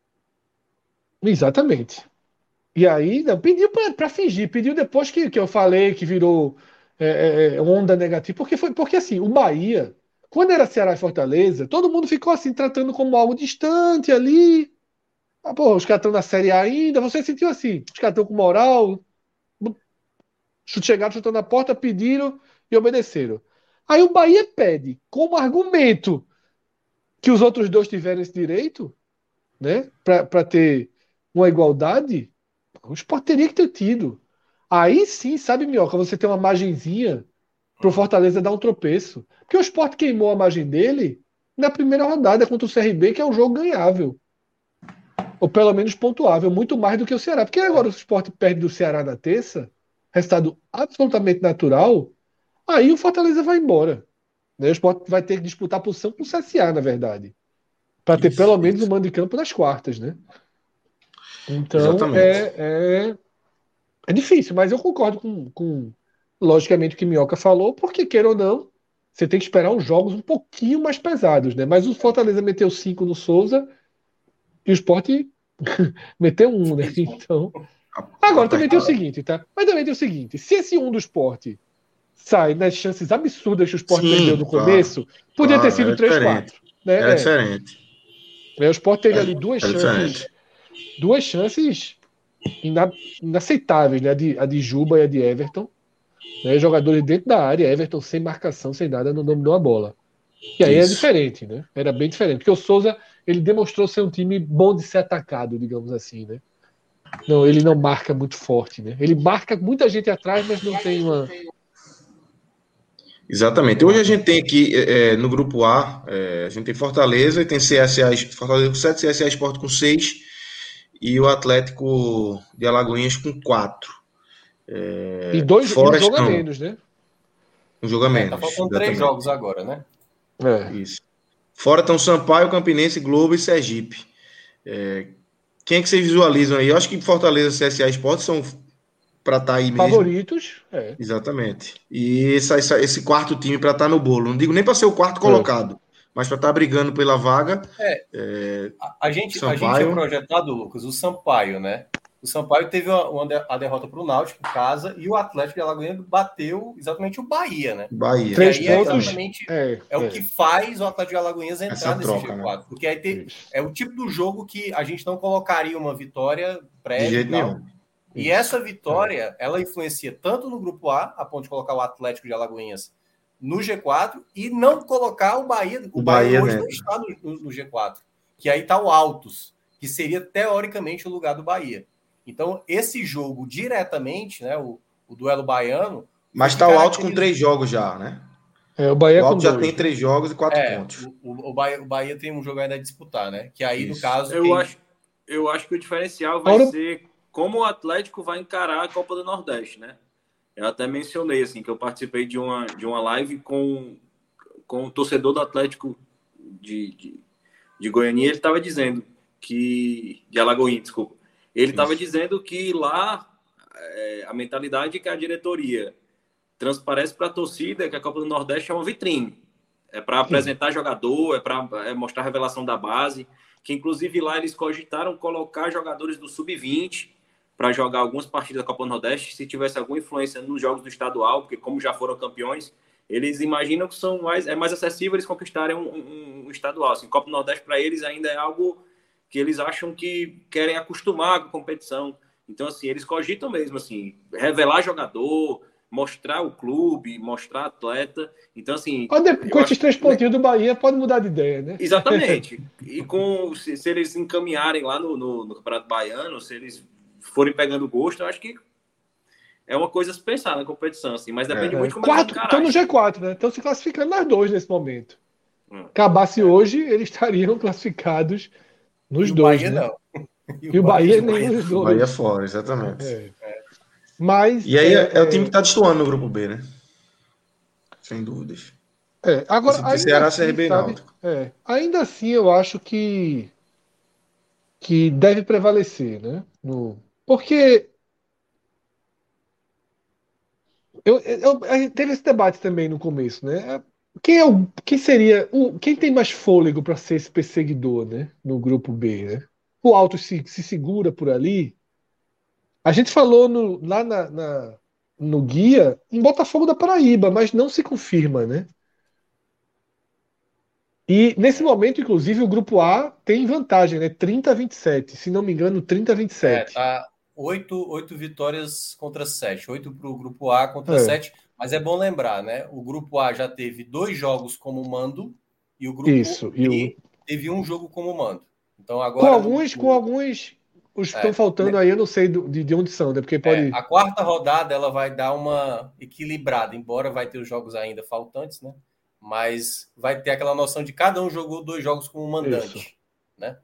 Exatamente. E aí, não, pediu para fingir, pediu depois que eu falei que virou onda negativa, porque assim, o Bahia, quando era Ceará e Fortaleza, todo mundo ficou assim, tratando como algo distante ali. Pô, os caras estão na Série A ainda, você sentiu assim, os caras estão com moral, chegaram, chutando na porta, pediram e obedeceram. Aí o Bahia pede, como argumento que os outros 2 tiveram esse direito, né, para ter uma igualdade, o Sport teria que ter tido. Aí sim, sabe, Minhoca, você tem uma margenzinha pro Fortaleza dar um tropeço. Porque o Sport queimou a margem dele na primeira rodada contra o CRB, que é um jogo ganhável. Ou pelo menos pontuável, muito mais do que o Ceará. Porque agora o Sport perde do Ceará na terça, resultado absolutamente natural, aí o Fortaleza vai embora. Né? O Sport vai ter que disputar a posição com o CSA, na verdade. Para ter pelo menos um mando de campo nas quartas, né? Então, é difícil, mas eu concordo com logicamente, o que Minhoca falou, porque, queira ou não, você tem que esperar uns jogos um pouquinho mais pesados, né? Mas o Fortaleza meteu 5 no Souza e o Sport meteu 1, né? Então. Agora também tem o seguinte, tá? Mas também tem o seguinte: se esse 1 do Sport sai nas chances absurdas que o Sport perdeu no começo, podia ter sido 3-4. Né? Era diferente. O Sport teve ali duas chances inaceitáveis, né? A de Juba e a de Everton. Né? Jogadores dentro da área, Everton sem marcação, sem nada, não dominou a bola. E aí é diferente, né? Era bem diferente. Porque o Souza, ele demonstrou ser um time bom de ser atacado, digamos assim, né? Não, ele não marca muito forte, né? Ele marca muita gente atrás, mas não tem uma... Exatamente. Hoje a gente tem aqui no grupo A, a gente tem Fortaleza e tem CSA, Fortaleza com 7, CSA Sport com 6 e o Atlético de Alagoinhas com 4. E um jogo a menos, né? Um jogo a menos. Tá faltando 3 jogos agora, né? Isso. Fora estão Sampaio, Campinense, Globo e Sergipe. Quem é que vocês visualizam aí? Eu acho que Fortaleza e CSA Sport são para estar aí mesmo. Favoritos. Exatamente. E esse quarto time para estar no bolo. Não digo nem para ser o quarto colocado, mas para estar brigando pela vaga. A gente tinha projetado, Lucas, o Sampaio, né? O Sampaio teve a derrota para o Náutico em casa e o Atlético de Alagoinhas bateu exatamente o Bahia, né? Bahia. 3 pontos. Exatamente O que faz o Atlético de Alagoinhas entrar nesse G4. Né? Porque aí é o tipo do jogo que a gente não colocaria uma vitória prévia. De jeito nenhum. E essa vitória, ela influencia tanto no grupo A ponto de colocar o Atlético de Alagoinhas no G4 e não colocar o Bahia. O Bahia hoje não está no G4, que aí está o Altos, que seria teoricamente o lugar do Bahia. Então, esse jogo diretamente, né, o duelo baiano... Mas está o Altos com 3 jogos já, né? O Bahia o Altos já tem 3 jogos e 4 pontos. O Bahia tem um jogo ainda a disputar, né? Que aí, no caso... Eu acho que o diferencial vai ser como o Atlético vai encarar a Copa do Nordeste, né? Eu até mencionei, assim, que eu participei de uma live com o torcedor do Atlético de Goiânia. Ele estava dizendo de Alagoinha, desculpa. Ele estava dizendo que lá a mentalidade que a diretoria transparece para a torcida que a Copa do Nordeste é uma vitrine. É para apresentar jogador, é para mostrar a revelação da base, que inclusive lá eles cogitaram colocar jogadores do Sub-20 para jogar algumas partidas da Copa do Nordeste, se tivesse alguma influência nos jogos do estadual, porque como já foram campeões, eles imaginam que é mais acessível eles conquistarem um estadual. Assim, Copa do Nordeste para eles ainda é algo que eles acham que querem acostumar com a competição. Então, assim, eles cogitam mesmo, assim, revelar jogador, mostrar o clube, mostrar atleta. Então, assim... Com esses 3 pontinhos do Bahia, pode mudar de ideia, né? Exatamente. E se eles encaminharem lá no Campeonato Baiano, se eles forem pegando gosto, eu acho que é uma coisa a se pensar na competição, assim, mas depende muito de como eles encararem. Estão no G4, né? Estão se classificando nas 2 nesse momento. Acabasse hoje, eles estariam classificados nos 2, Bahia, né? não. E o Bahia nenhum dos 2. Bahia fora, exatamente. Mas, e aí é o time que está destoando no grupo B, né? Sem dúvidas. Agora, ainda Ceará, assim, CRB, ainda assim, eu acho que deve prevalecer, né? Porque teve esse debate também no começo, né? Quem tem mais fôlego para ser esse perseguidor, né? No grupo B, né? O Altos se segura por ali. A gente falou lá no guia em Botafogo da Paraíba, mas não se confirma, né? E nesse momento, inclusive, o grupo A tem vantagem, né? 30-27. Se não me engano, 30-27. Tá 8 vitórias contra 7. 8 para o grupo A contra 7. Mas é bom lembrar, né? O grupo A já teve 2 jogos como mando e o grupo B teve 1 jogo como mando. Então agora com alguns os que estão faltando aí, eu não sei de onde são, né? Porque pode. A 4ª rodada ela vai dar uma equilibrada, embora vai ter os jogos ainda faltantes, né? Mas vai ter aquela noção de cada um jogou 2 jogos como mandante. Isso. Né?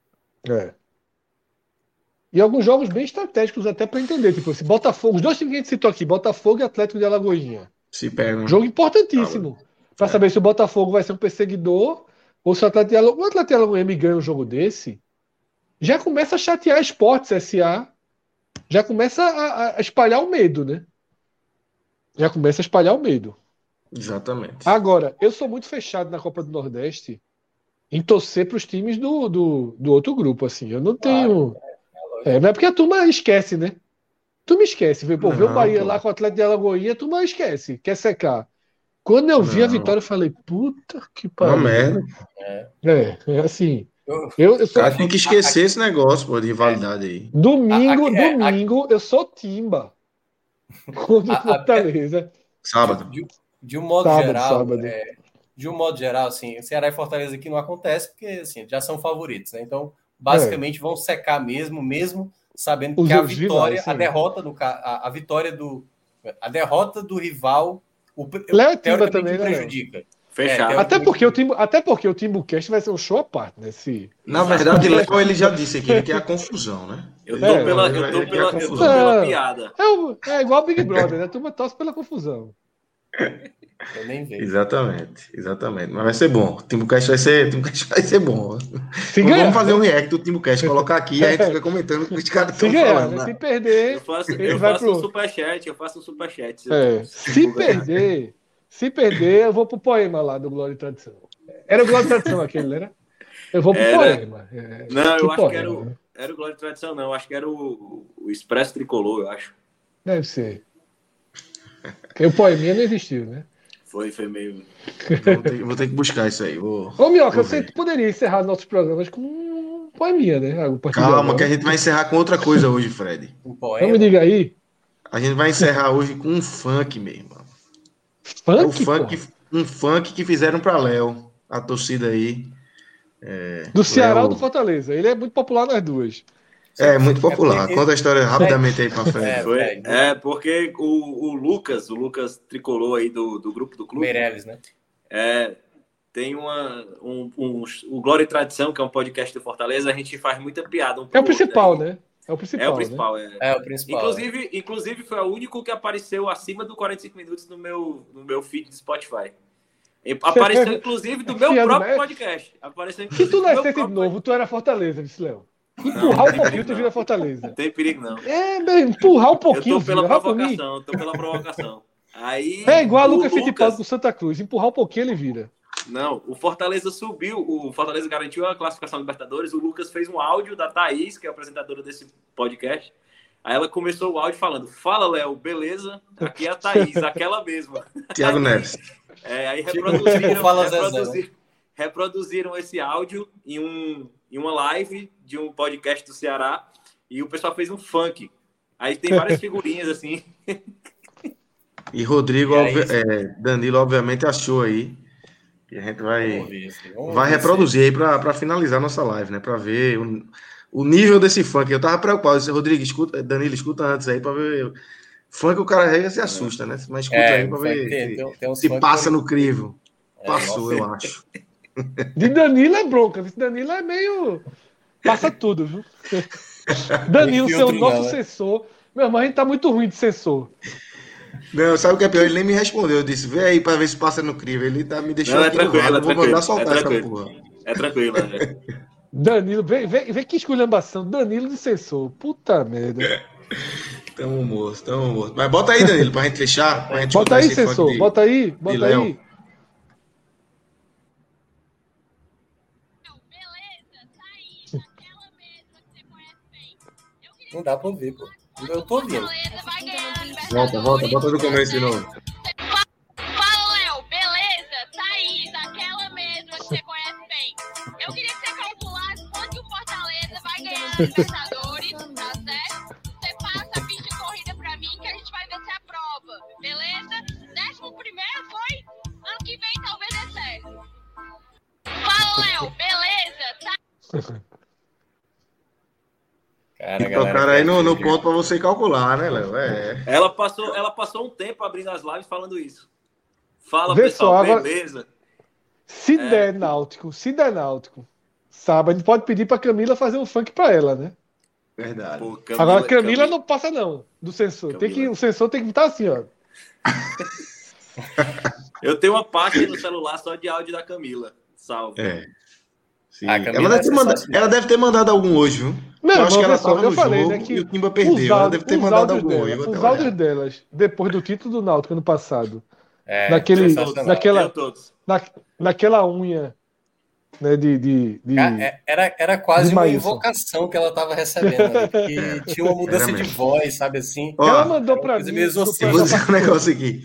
E alguns jogos bem estratégicos até para entender. Tipo, esse Botafogo, os 2 times que a gente citou aqui, Botafogo e Atlético de Alagoinha. Se pegam. Jogo importantíssimo. Para saber se o Botafogo vai ser um perseguidor ou se o Atlético de Alagoinha me ganha um jogo desse, já começa a chatear Esportes SA, já começa a espalhar o medo, né? Já começa a espalhar o medo. Exatamente. Agora, eu sou muito fechado na Copa do Nordeste em torcer para os times do outro grupo, assim. Eu não tenho... não é porque a turma esquece, né? Tu me esquece. Ver o Bahia lá com o Atlético de Alagoinha, a turma esquece. Quer secar. Quando eu vi a vitória, eu falei, puta que pariu. Uma merda. É assim... Eu sou... Cara, tem que esquecer esse negócio, pô, de rivalidade aí. Domingo, eu sou Timba. Contra o Fortaleza. Sábado. De um modo geral, de um modo geral, assim, Ceará e Fortaleza aqui não acontece, porque assim, já são favoritos, né? Então, basicamente, vão secar mesmo sabendo que a vitória, a derrota do rival, Léo e Timba também prejudica. Fechado. Até porque o Timbucast vai ser um show à parte, né? Na verdade, Léo, ele já disse aqui, ele quer a confusão, né? Eu tô pela piada. É igual o Big Brother, né? A turma torce pela confusão. Eu nem vejo. Exatamente. Mas vai ser bom. O Timbucast vai ser bom. Vamos fazer um react do Timbucast, colocar aqui e a gente fica comentando o que os caras estão falando. Né? Se perder. Eu faço um superchat. Se perder, eu vou pro poema lá do Glória e Tradição. Era o Glória e Tradição aquele, né? Eu vou pro poema. Não, eu acho que era o Glória e Tradição, não. Eu acho que era o Expresso Tricolor, eu acho. Deve ser. Porque o poeminha não existiu, né? Foi meio... Vou ter que buscar isso aí. Ô, Minhoca, você poderia encerrar nossos programas com poeminha, né? A partir de Calma, agora. que a gente vai encerrar com outra coisa hoje, Fred. Um Então poema. me diga aí. A gente vai encerrar hoje com um funk, meu irmão. Funk, É o funk, porra. um funk que fizeram pra Léo, a torcida aí. Do Ceará Léo- ou do Fortaleza? Ele é muito popular nas duas. É muito popular. porque- Conta a história rapidamente aí pra Fred. É. Foi, porque o Lucas tricolor aí do grupo do clube, Meirelles, né? tem o Glória e Tradição, que é um podcast do Fortaleza, a gente faz muita piada. É o principal, né? É o principal. É o principal, Né? É o principal. Inclusive, foi o único que apareceu acima do 45 minutos no meu feed do Spotify. Apareceu, inclusive, do meu Fiado, próprio né? podcast. Apareceu, Se inclusive, tu do meu nascesse de próprio novo, tu era Fortaleza, disse Léo. Empurrar um pouquinho, tu vira Fortaleza. Não tem perigo, não. Empurrar um Eu pouquinho, tô pela vira. Vai por mim. provocação, tô pela provocação. Aí, É igual a o Lucas Fittipaldi com Santa Cruz. Empurrar um pouquinho, ele vira. Não, o Fortaleza subiu, o Fortaleza garantiu a classificação da Libertadores, o Lucas fez um áudio da Thaís, que é a apresentadora desse podcast. Aí ela começou o áudio falando: "Fala, Léo, beleza? Aqui é a Thaís, aquela mesma." Thiago Neves. Aí reproduziram esse áudio em uma live de um podcast do Ceará e o pessoal fez um funk. Aí tem várias figurinhas assim. E Rodrigo, E Danilo, obviamente, achou aí. E a gente Vamos vai ver reproduzir aí para finalizar nossa live, né? Para ver o nível desse funk. Eu tava preocupado. Eu disse, Rodrigo, Danilo, escuta antes aí para ver. Funk o cara rega se assusta, né? Mas escuta aí para ver se passa no crivo. Passou, eu acho. De Danilo é bronca. Danilo é meio. Passa tudo, viu? Danilo, seu nosso censor. Meu irmão, a gente tá muito ruim de censor. Não, sabe o que é pior? Ele nem me respondeu. Eu disse, vê aí para ver se passa no crivo. Ele tá me deixando aqui no vácuo. Vou mandar soltar essa porra. É tranquilo, né? Danilo, vê que esculhambação. Danilo de censor. Puta merda. Tamo morto. Mas bota aí, Danilo, pra gente fechar. Pra gente Bota aí, censor. Bota aí. Léo. Não dá pra ouvir, pô. Eu tô ouvindo. Volta do começo de novo. Fala, Léo, beleza? Thaís, aquela mesma que você conhece bem. Eu queria que você calculasse quanto o Fortaleza vai ganhar na Libertadores, tá certo? Você passa a ficha de corrida pra mim que a gente vai ver se aprova, beleza? 11º foi? Ano que vem talvez dê certo. Fala, Léo, beleza? Tocaram aí no ponto pra você calcular, né, Léo? Ela passou um tempo abrindo as lives falando isso. Fala, Vê pessoal, só, agora, beleza? Se der Náutico, sabe, a gente pode pedir pra Camila fazer um funk pra ela, né? Verdade. Pô, Agora, Camila não passa, não, do censor. O censor tem que estar assim, ó. Eu tenho uma página no celular só de áudio da Camila. Salve. Ela deve ter mandado algum hoje, viu? Não, eu acho que ela só, tava no falei, jogo né, que e o Timba perdeu. Ela deve ter mandado algum dela, hoje. os áudios delas, depois do título do Náutico ano passado, naquela unha, né, era quase de uma Maílson. invocação que ela estava recebendo, né, que tinha uma mudança de voz, sabe assim? Ela mandou pra mim. Vou dizer um negócio aqui.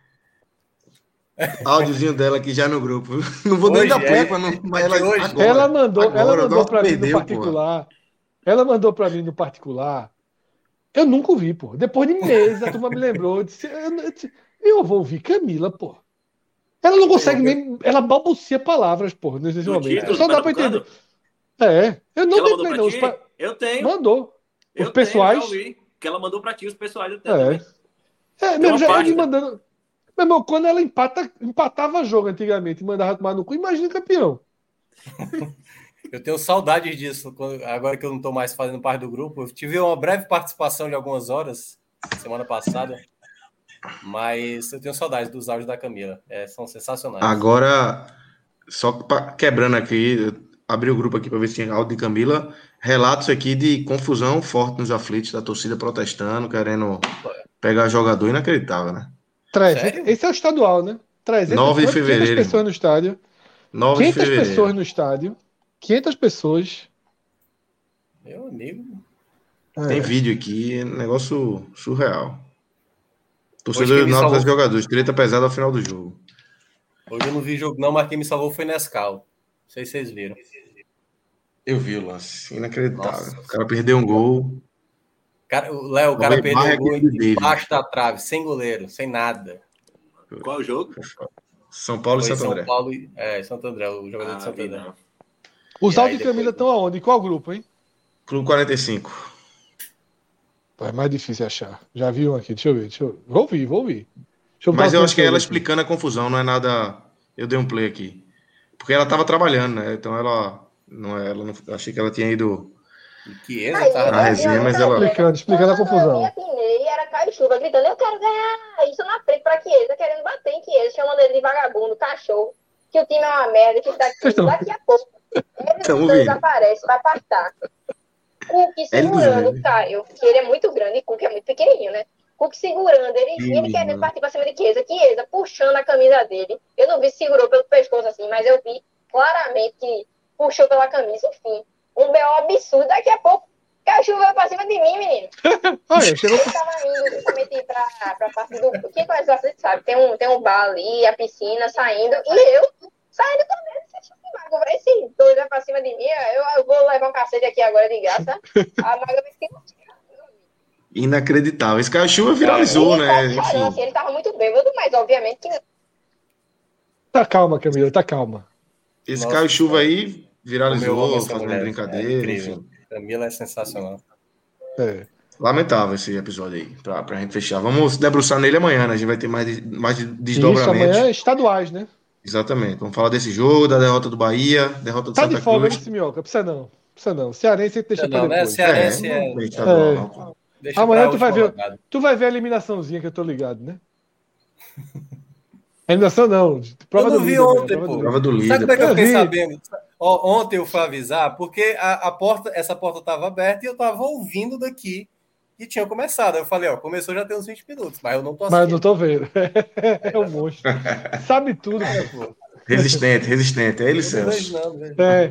Áudiozinho dela aqui já no grupo. Não vou nem dar play pra não. Mas ela mandou pra mim no particular. Ela mandou pra mim no particular. Eu nunca ouvi, pô. Depois de meses, a turma me lembrou. Eu vou ouvir Camila, pô. Ela não consegue nem. Ela balbucia palavras, pô, nesse momento. Só dá pra entender. Eu não dei não. Eu tenho. Mandou. Os pessoais. Que ela mandou pra ti, os pessoais eu tenho também. Mesmo já me mandando. Meu irmão, quando ela empatava jogo antigamente e mandava tomar no cu, imagina campeão. Eu tenho saudade disso, agora que eu não estou mais fazendo parte do grupo. Eu tive uma breve participação de algumas horas, semana passada, mas eu tenho saudade dos áudios da Camila. São sensacionais. Agora, só quebrando aqui, abri o grupo aqui para ver se tinha áudio de Camila. Relatos aqui de confusão forte nos aflitos, da torcida protestando, querendo pegar jogador, inacreditável, né? Esse é o estadual, né? 9 de fevereiro. 500 pessoas no estádio. 9 de 500 fevereiro. pessoas no estádio. 500 pessoas. Meu amigo. Tem vídeo aqui, negócio surreal. Torcedor do Náutico dos jogadores, treta pesada ao final do jogo. Hoje eu não vi jogo não, mas quem me salvou foi Nescau. Não sei se vocês viram. Eu vi o lance. Inacreditável. Nossa. O cara perdeu um gol. O cara perdeu o gol aquele David. embaixo da trave, sem goleiro, sem nada. Qual o jogo? São Paulo e Foi Santo André. São Paulo e Santo André, o jogador de Santo vi André. não. Os E aí, altos de camisa depois- estão aonde? Em qual grupo, hein? Clube 45. Pô, é mais difícil achar. Já vi um aqui, deixa eu ver. Vou ouvir. Deixa Mas botar eu um acho que é ela aqui. explicando a confusão, não é nada. Eu dei um play aqui. Porque ela tava trabalhando, né? Então ela. Eu achei que ela tinha ido. Que Chiesa tava Na resenha, mas ela. Explicando a confusão. Eu atinei, era Caio Chuva gritando, eu quero ganhar isso na frente pra Chiesa, querendo bater em Chiesa, chamando ele de vagabundo, cachorro, que o time é uma merda, que daqui a pouco ele desaparece, vai pastar. Cook segurando o Caio, que ele é muito grande e Cook é muito pequenininho, né? Cook segurando, ele querendo partir pra cima de Chiesa puxando a camisa dele. Eu não vi se segurou pelo pescoço assim, mas eu vi claramente que puxou pela camisa, enfim. Um B.O. absurdo, daqui a pouco Cachorro veio pra cima de mim, menino. Olha, chegou. Eu tava indo justamente pra parte do. Quem conhece você sabe, tem um bar ali, a piscina saindo, e eu saindo também. Esses dois vai pra cima de mim, eu vou levar um cacete aqui agora de graça. A Maga vai ficar. Inacreditável. Esse Caio-Chuva viralizou, né? Enfim. Assim, ele tava muito bêbado, mas obviamente que não. Tá calma, Camila, tá calma. Esse Caio-Chuva aí viralizou, fazendo brincadeira, enfim. Camila é sensacional. É. Lamentável esse episódio aí, pra gente fechar. Vamos se debruçar nele amanhã, né? A gente vai ter mais desdobramentos. Isso, amanhã é estaduais, né? Exatamente. Vamos falar desse jogo, da derrota do Bahia, derrota do Tá Santa de folga Cruz. esse Minhoca, precisa não. Cearense deixa pra depois. Né? Cearense Amanhã tu vai ver a eliminaçãozinha que eu tô ligado, né? Eliminação não. Prova do líder. Prova do líder. Sabe como é que eu fiquei sabendo? Ontem eu fui avisar, porque essa porta estava aberta e eu estava ouvindo daqui e tinha começado. Eu falei, começou já tem uns 20 minutos, mas eu não tô assistindo. Mas eu não tô vendo. É um monstro. Sabe tudo, pô. Resistente. É ele, Celso. É.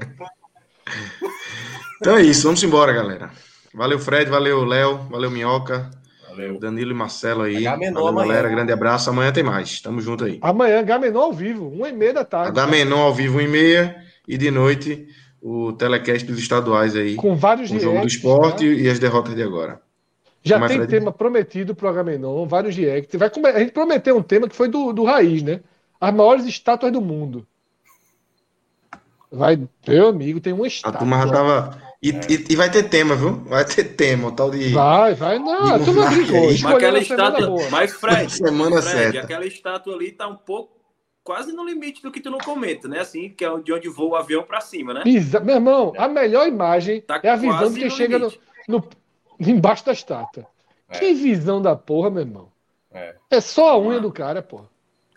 Então é isso, vamos embora, galera. Valeu, Fred, valeu, Léo, valeu, Minhoca. Valeu. Danilo e Marcelo aí. Agamenon valeu, galera. Amanhã. Grande abraço. Amanhã tem mais. Tamo junto aí. Amanhã, Agamenon ao vivo, 1h30 da tarde. Agamenon ao vivo, 1h30. E de noite, o telecast dos estaduais aí. Com vários o jogo do esporte e as derrotas de agora. Já tem tema prometido pro Agamenon, vários reacts. A gente prometeu um tema que foi do Raiz, né? As maiores estátuas do mundo. Meu amigo, tem uma estátua. A turma já tava... E vai ter tema, viu? Vai ter tema, o tal de... Vai. Não, a turma brincou. Mas aquela estátua... Mas, Fred, semana certa. Aquela estátua ali tá um pouco... Quase no limite do que tu não comenta, né? Assim, que é de onde voa o avião pra cima, né? Meu irmão, a melhor imagem é a visão de quem chega embaixo da estátua. Que visão da porra, meu irmão. É só a unha do cara, porra.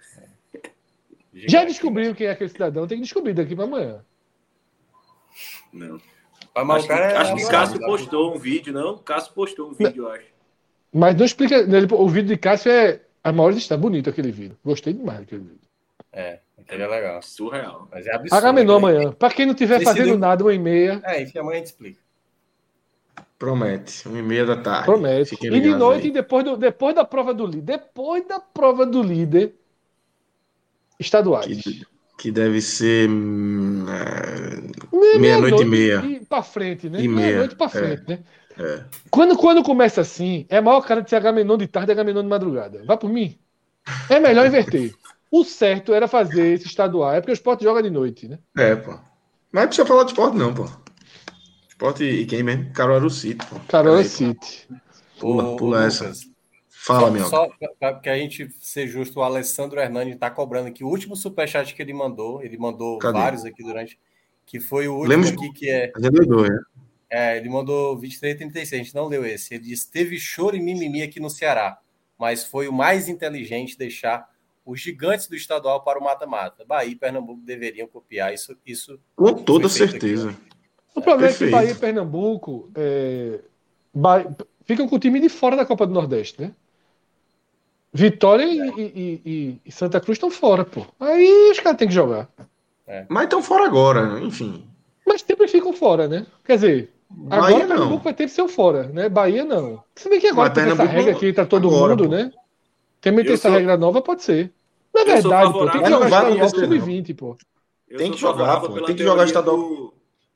Já descobriram quem é aquele cidadão? Tem que descobrir daqui pra amanhã. Não. Acho que Cássio postou um vídeo, não? Cássio postou um vídeo, eu acho. Mas não explica. O vídeo de Cássio é a maior estátua. Bonito aquele vídeo. Gostei demais daquele vídeo. Aquele é legal. Surreal. Mas é absurdo. Agamenon amanhã. Pra quem não estiver fazendo nada, 1h30. Enfim, amanhã a gente explica. Promete. 1h30 da tarde. Promete. E de noite, depois da prova do líder. Depois da prova do líder. Estaduais. Que deve ser meia-noite e meia. E pra frente, né? Meia-noite pra frente, né? Quando começa assim, é maior cara de ser Agamenon de tarde e Agamenon de madrugada. Vai por mim. É melhor inverter. O certo era fazer esse estadual. É porque o Sport joga de noite, né? Pô. Mas não precisa falar de Sport, não, pô. Sport e quem mesmo? Caruaru City, pô. Caruaru City. Pula essa. Fala, meu. Só para a gente ser justo, o Alessandro Hernani está cobrando aqui o último superchat que ele mandou vários aqui que foi o último aqui, que é... ele mandou 23h36, a gente não leu esse. Ele disse, teve choro e mimimi aqui no Ceará, mas foi o mais inteligente deixar os gigantes do estadual para o mata-mata. Bahia e Pernambuco deveriam copiar isso. Com toda certeza. O problema é que Bahia e Pernambuco ficam com o time de fora da Copa do Nordeste, né? Vitória e Santa Cruz estão fora, pô. Aí os caras têm que jogar. Mas estão fora agora, enfim. Mas sempre ficam fora, né? Quer dizer, Bahia agora Pernambuco vai ter que ser fora, né? Bahia não. Se bem que agora tem essa regra que entra todo mundo, né? Também tem essa regra nova, pode ser. Na verdade, pô, tem que jogar estadual sub-20, pô. Tem que jogar, pô. Tem que jogar estadual.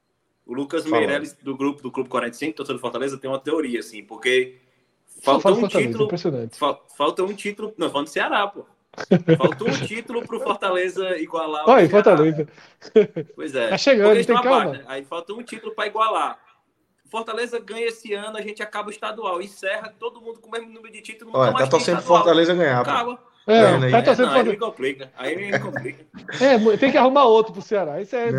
O Lucas Meirelles, do Clube 45, torcedor do Fortaleza, tem uma teoria, assim, porque falta um título... Falta um título... Não, falando do Ceará, pô. Faltou um título pro Fortaleza igualar o Olha, Ceará. Fortaleza. Pois é. Tá chegando, tem calma. Parte, né? Aí falta um título para igualar. Fortaleza ganha esse ano, a gente acaba o estadual. Encerra todo mundo com o mesmo número de títulos. Olha, tá torcendo pro Fortaleza ganhar. Acaba. Tá torcendo aí me complica. Aí me complica. Tem que arrumar outro pro Ceará. Isso é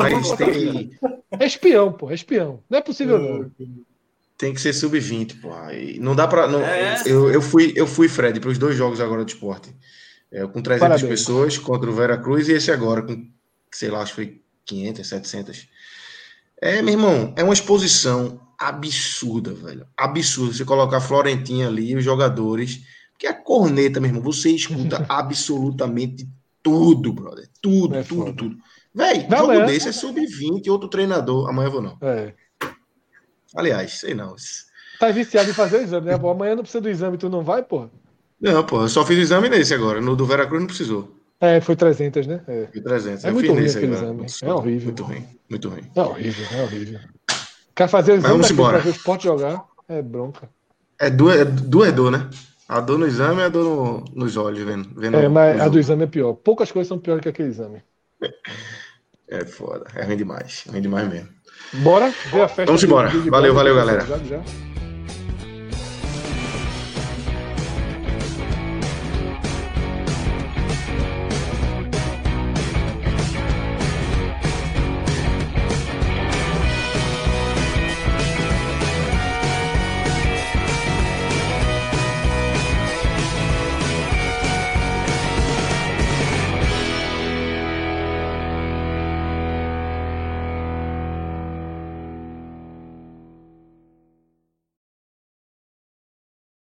É espião, pô. É espião. Não é possível, não. Tem que ser sub-20, pô. Não dá pra... Não, eu fui, Fred, para os 2 jogos agora do Sport. Com 300 pessoas contra o Veracruz e esse agora com, sei lá, acho que foi 500, 700. Meu irmão, é uma exposição absurda, velho. Absurda. Você colocar a Florentina ali, os jogadores, que é a corneta, meu irmão, você escuta absolutamente tudo, brother. Tudo. Velho, jogo desse é sub-20, outro treinador. Amanhã eu vou não. Aliás, sei não. Tá viciado em fazer o exame, né? Pô, amanhã não precisa do exame, tu não vai, porra? Não, pô, eu só fiz exame nesse agora. No do Veracruz não precisou. Foi 300, né? Foi 300. É muito ruim aquele exame. É horrível. Muito ruim. É horrível. Quer fazer o exame pra ver o Sport jogar? É bronca. Duas dor, né? A dor no exame e a dor nos olhos, vendo mas a do exame é pior. Poucas coisas são piores que aquele exame. É foda. É ruim demais. Ruim demais mesmo. Bora ver a festa. Vamos embora. Valeu, galera. Já.